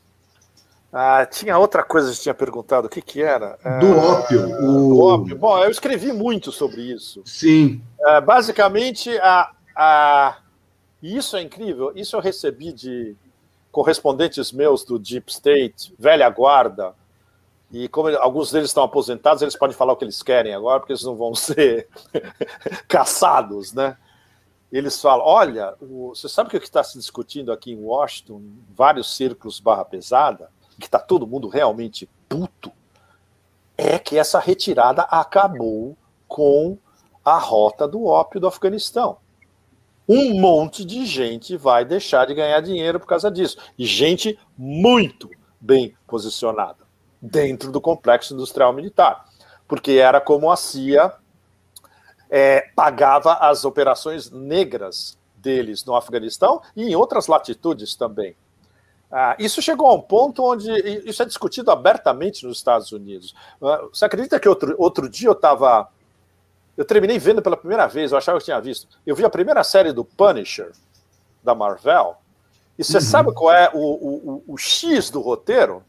ah, tinha outra coisa que você tinha perguntado, o que, que era? Do ópio. Ah, o... Do ópio. Bom, eu escrevi muito sobre isso. Sim. Ah, basicamente, a, a... isso é incrível, isso eu recebi de correspondentes meus do Deep State, velha guarda, e como alguns deles estão aposentados, eles podem falar o que eles querem agora, porque eles não vão ser caçados, né? Eles falam, olha, o... você sabe o que está se discutindo aqui em Washington, em vários círculos barra pesada, que está todo mundo realmente puto, é que essa retirada acabou com a rota do ópio do Afeganistão. Um monte de gente vai deixar de ganhar dinheiro por causa disso. E gente muito bem posicionada dentro do complexo industrial militar. Porque era como a C I A é, pagava as operações negras deles no Afeganistão e em outras latitudes também. Ah, isso chegou a um ponto onde isso é discutido abertamente nos Estados Unidos. Ah, você acredita que outro, outro dia eu estava... Eu terminei vendo pela primeira vez, eu achava que eu tinha visto. Eu vi a primeira série do Punisher, da Marvel, e você uhum. sabe qual é o, o, o, o X do roteiro?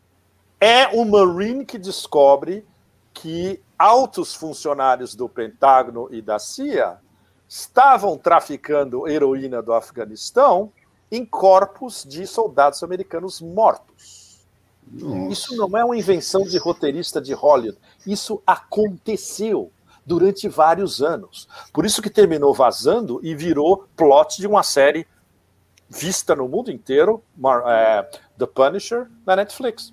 É um Marine que descobre que altos funcionários do Pentágono e da C I A estavam traficando heroína do Afeganistão em corpos de soldados americanos mortos. Nossa. Isso não é uma invenção de roteirista de Hollywood. Isso aconteceu durante vários anos. Por isso que terminou vazando e virou plot de uma série vista no mundo inteiro, é, The Punisher, na Netflix.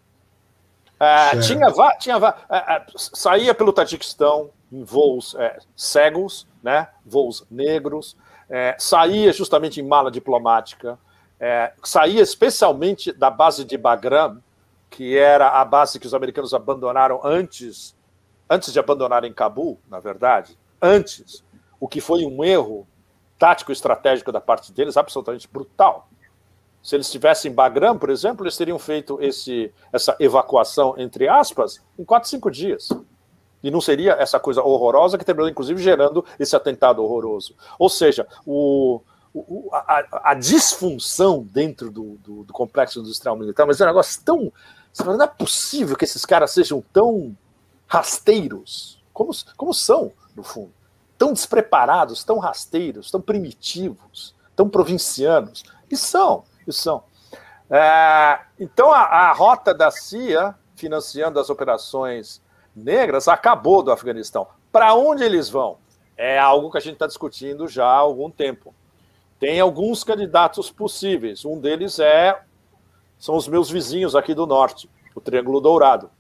É, tinha, tinha é, é, saía pelo Tajiquistão em voos é, cegos, né, voos negros, é, saía justamente em mala diplomática, é, saía especialmente da base de Bagram, que era a base que os americanos abandonaram antes, antes de abandonarem Cabul, na verdade, antes, o que foi um erro tático estratégico da parte deles absolutamente brutal. Se eles tivessem Bagram, por exemplo, eles teriam feito esse, essa evacuação, entre aspas, em quatro, cinco dias. E não seria essa coisa horrorosa que terminou, inclusive, gerando esse atentado horroroso. Ou seja, o, o, a, a disfunção dentro do, do, do complexo industrial militar, mas é um negócio tão... Você fala, não é possível que esses caras sejam tão rasteiros, como, como são, no fundo. Tão despreparados, tão rasteiros, tão primitivos, tão provincianos. E são, e são. É, então, a, a rota da C I A, financiando as operações negras, acabou do Afeganistão. Para onde eles vão? É algo que a gente está discutindo já há algum tempo. Tem alguns candidatos possíveis. Um deles é são os meus vizinhos aqui do norte, o Triângulo Dourado.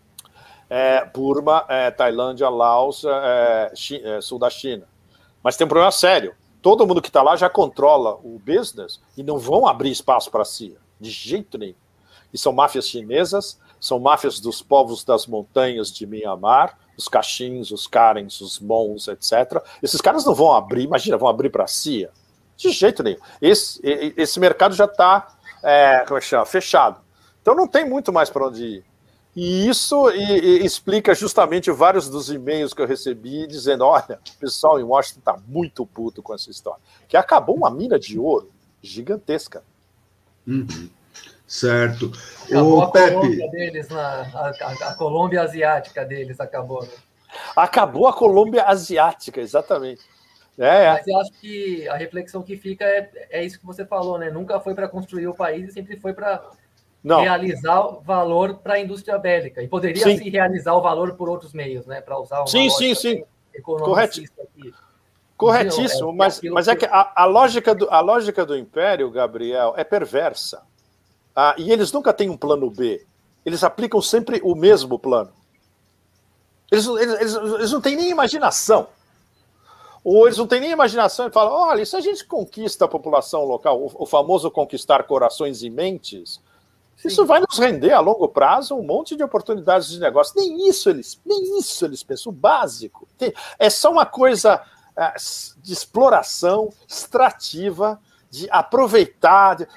É, Burma, é, Tailândia, Laos, é, China, é, sul da China. Mas tem um problema sério. Todo mundo que está lá já controla o business e não vão abrir espaço para a C I A, de jeito nenhum. E são máfias chinesas, são máfias dos povos das montanhas de Myanmar, os Kachins, os Karens, os Mons, etcétera. Esses caras não vão abrir, imagina, vão abrir para a C I A. De jeito nenhum. Esse, esse mercado já está é, como é que chama? Fechado. Então não tem muito mais para onde ir. E isso e, e explica justamente vários dos e-mails que eu recebi dizendo, olha, o pessoal em Washington está muito puto com essa história. Que acabou uma mina de ouro gigantesca. Uhum. Certo. Acabou o a Pepe... Colômbia deles, na, a, a, a Colômbia asiática deles acabou. Né? Acabou a Colômbia asiática, exatamente. É, é. Mas eu acho que a reflexão que fica é, é isso que você falou, né? Nunca foi para construir o país e sempre foi para realizar o valor para a indústria bélica. E poderia sim. se realizar o valor por outros meios, né? Para usar um sim, sim, sim. economicista aqui. Corretíssimo, não, é, mas, mas é que a, a, lógica do, a lógica do império, Gabriel, é perversa. Ah, e eles nunca têm um plano B. Eles aplicam sempre o mesmo plano. Eles, eles, eles, eles não têm nem imaginação. Ou eles não têm nem imaginação e falam, olha, se a gente conquista a população local, o, o famoso conquistar corações e mentes, sim. isso vai nos render a longo prazo um monte de oportunidades de negócio. Nem isso eles, nem isso eles pensam, o básico. É só uma coisa é, de exploração extrativa, de aproveitar. De...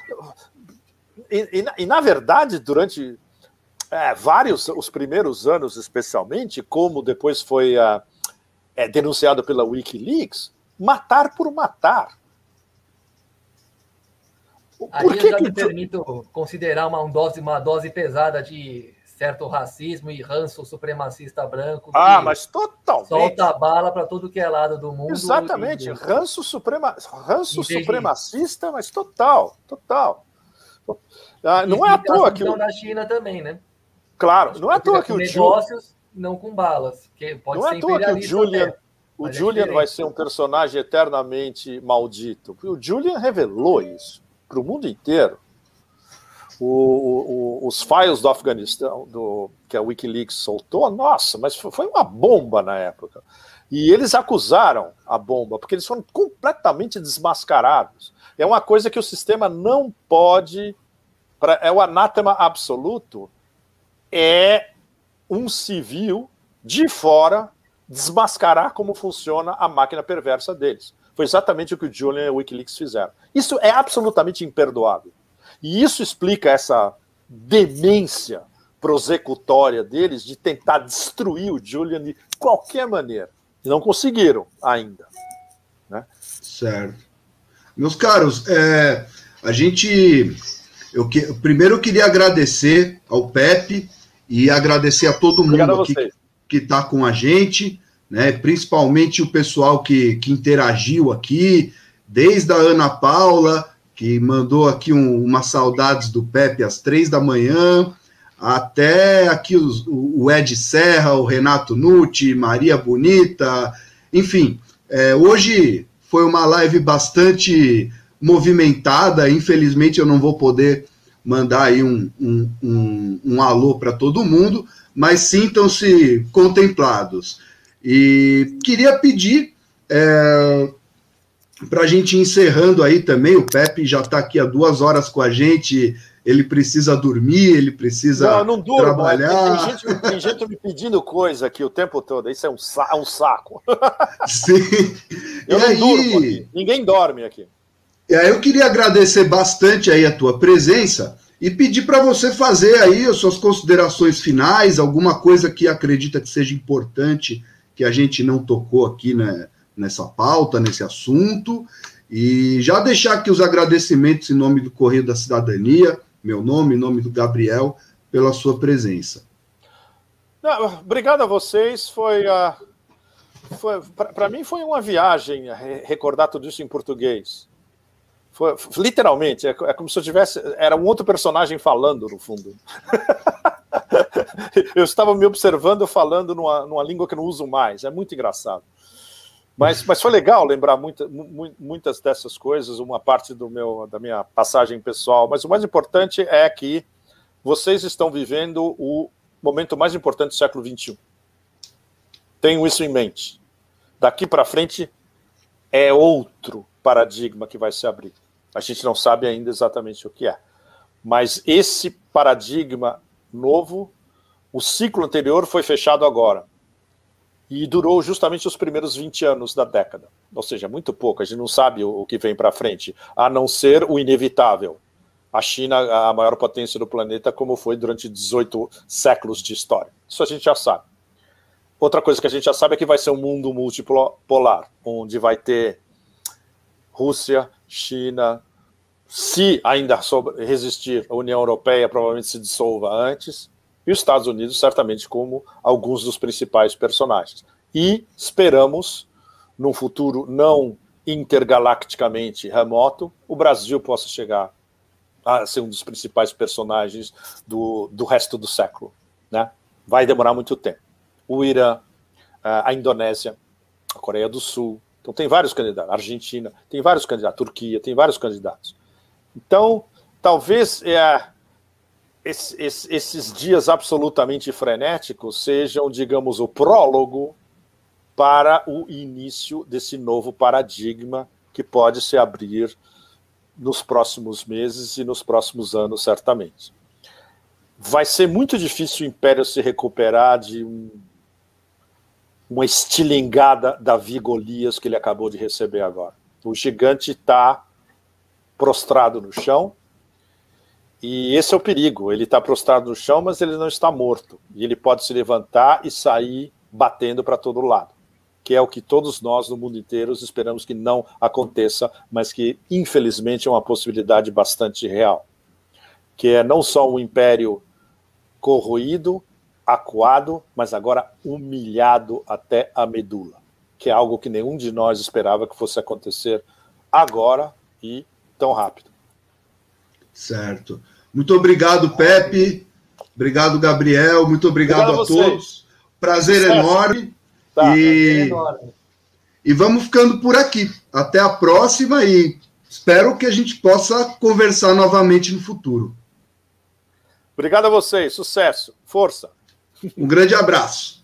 E, e, e, na verdade, durante é, vários, os primeiros anos especialmente, como depois foi... Uh, É, denunciado pela Wikileaks, matar por matar. Por Aí que eu já que me permito considerar uma dose, uma dose pesada de certo racismo e ranço supremacista branco. Ah, mas totalmente. Solta a bala para todo que é lado do mundo. Exatamente, e... ranço, suprema... ranço supremacista, de... mas total, total. Ah, não é à toa que... o... da China também, né? Claro, não é à toa que o negócios... não com balas. Que pode não ser é à toa que o Julian, até, o Julian é vai ser um personagem eternamente maldito. O Julian revelou isso para o mundo inteiro. O, o, os files do Afeganistão, do, que a Wikileaks soltou, nossa, mas foi uma bomba na época. E eles acusaram a bomba, porque eles foram completamente desmascarados. É uma coisa que o sistema não pode... Pra, é o anátema absoluto, é... um civil de fora desmascarar como funciona a máquina perversa deles. Foi exatamente o que o Julian e o Wikileaks fizeram. Isso é absolutamente imperdoável. E isso explica essa demência prosecutória deles de tentar destruir o Julian de qualquer maneira. E não conseguiram ainda. Né? Certo. Meus caros, é, a gente... Eu que, primeiro eu queria agradecer ao Pepe e agradecer a todo mundo a aqui que está com a gente, né? Principalmente o pessoal que, que interagiu aqui, desde a Ana Paula, que mandou aqui um, umas saudades do Pepe às três da manhã, até aqui os, o Ed Serra, o Renato Nucci, Maria Bonita, enfim, é, hoje foi uma live bastante movimentada, infelizmente eu não vou poder mandar aí um, um, um, um alô para todo mundo, mas sintam-se contemplados. E queria pedir é, para a gente ir encerrando aí também, o Pepe já está aqui há duas horas com a gente, ele precisa dormir, ele precisa não, não durmo, trabalhar. Tem gente, tem gente me pedindo coisa aqui o tempo todo, isso é um, sa um saco. Sim. Eu e não aí... durmo aqui, ninguém dorme aqui. E aí eu queria agradecer bastante aí a tua presença e pedir para você fazer aí as suas considerações finais, alguma coisa que acredita que seja importante, que a gente não tocou aqui, né, nessa pauta, nesse assunto, e já deixar aqui os agradecimentos em nome do Correio da Cidadania, meu nome, em nome do Gabriel, pela sua presença. Não, obrigado a vocês, foi, uh, foi para mim foi uma viagem recordar tudo isso em português. Foi, literalmente, é, é como se eu tivesse... Era um outro personagem falando, no fundo. Eu estava me observando falando numa, numa língua que eu não uso mais. É muito engraçado. Mas, mas foi legal lembrar muita, mu, muitas dessas coisas, uma parte do meu, da minha passagem pessoal. Mas o mais importante é que vocês estão vivendo o momento mais importante do século vinte e um. Tenham isso em mente. Daqui para frente é outro paradigma que vai se abrir. A gente não sabe ainda exatamente o que é. Mas esse paradigma novo, o ciclo anterior foi fechado agora. E durou justamente os primeiros vinte anos da década. Ou seja, muito pouco, a gente não sabe o que vem para frente, a não ser o inevitável. A China, a maior potência do planeta, como foi durante dezoito séculos de história. Isso a gente já sabe. Outra coisa que a gente já sabe é que vai ser um mundo multipolar, onde vai ter Rússia, China, se ainda resistir, a União Europeia provavelmente se dissolva antes, e os Estados Unidos certamente como alguns dos principais personagens. E esperamos, num futuro não intergalacticamente remoto, o Brasil possa chegar a ser um dos principais personagens do, do resto do século, né? Vai demorar muito tempo. O Irã, a Indonésia, a Coreia do Sul, então tem vários candidatos, a Argentina, tem vários candidatos, a Turquia, tem vários candidatos. Então, talvez é, esses, esses dias absolutamente frenéticos sejam, digamos, o prólogo para o início desse novo paradigma que pode se abrir nos próximos meses e nos próximos anos, certamente. Vai ser muito difícil o Império se recuperar de um, uma estilingada Davi Golias que ele acabou de receber agora. O gigante está prostrado no chão, e esse é o perigo. Ele está prostrado no chão, mas ele não está morto. E ele pode se levantar e sair batendo para todo lado, que é o que todos nós no mundo inteiro esperamos que não aconteça, mas que infelizmente é uma possibilidade bastante real, que é não só um império corroído, acuado, mas agora humilhado até a medula, que é algo que nenhum de nós esperava que fosse acontecer agora e tão rápido. Certo. Muito obrigado, Pepe. Obrigado, Gabriel. Muito obrigado, obrigado a, a todos. Prazer Sucesso. enorme. Tá. E... enorme. E vamos ficando por aqui. Até a próxima e espero que a gente possa conversar novamente no futuro. Obrigado a vocês. Sucesso. Força. Um grande abraço.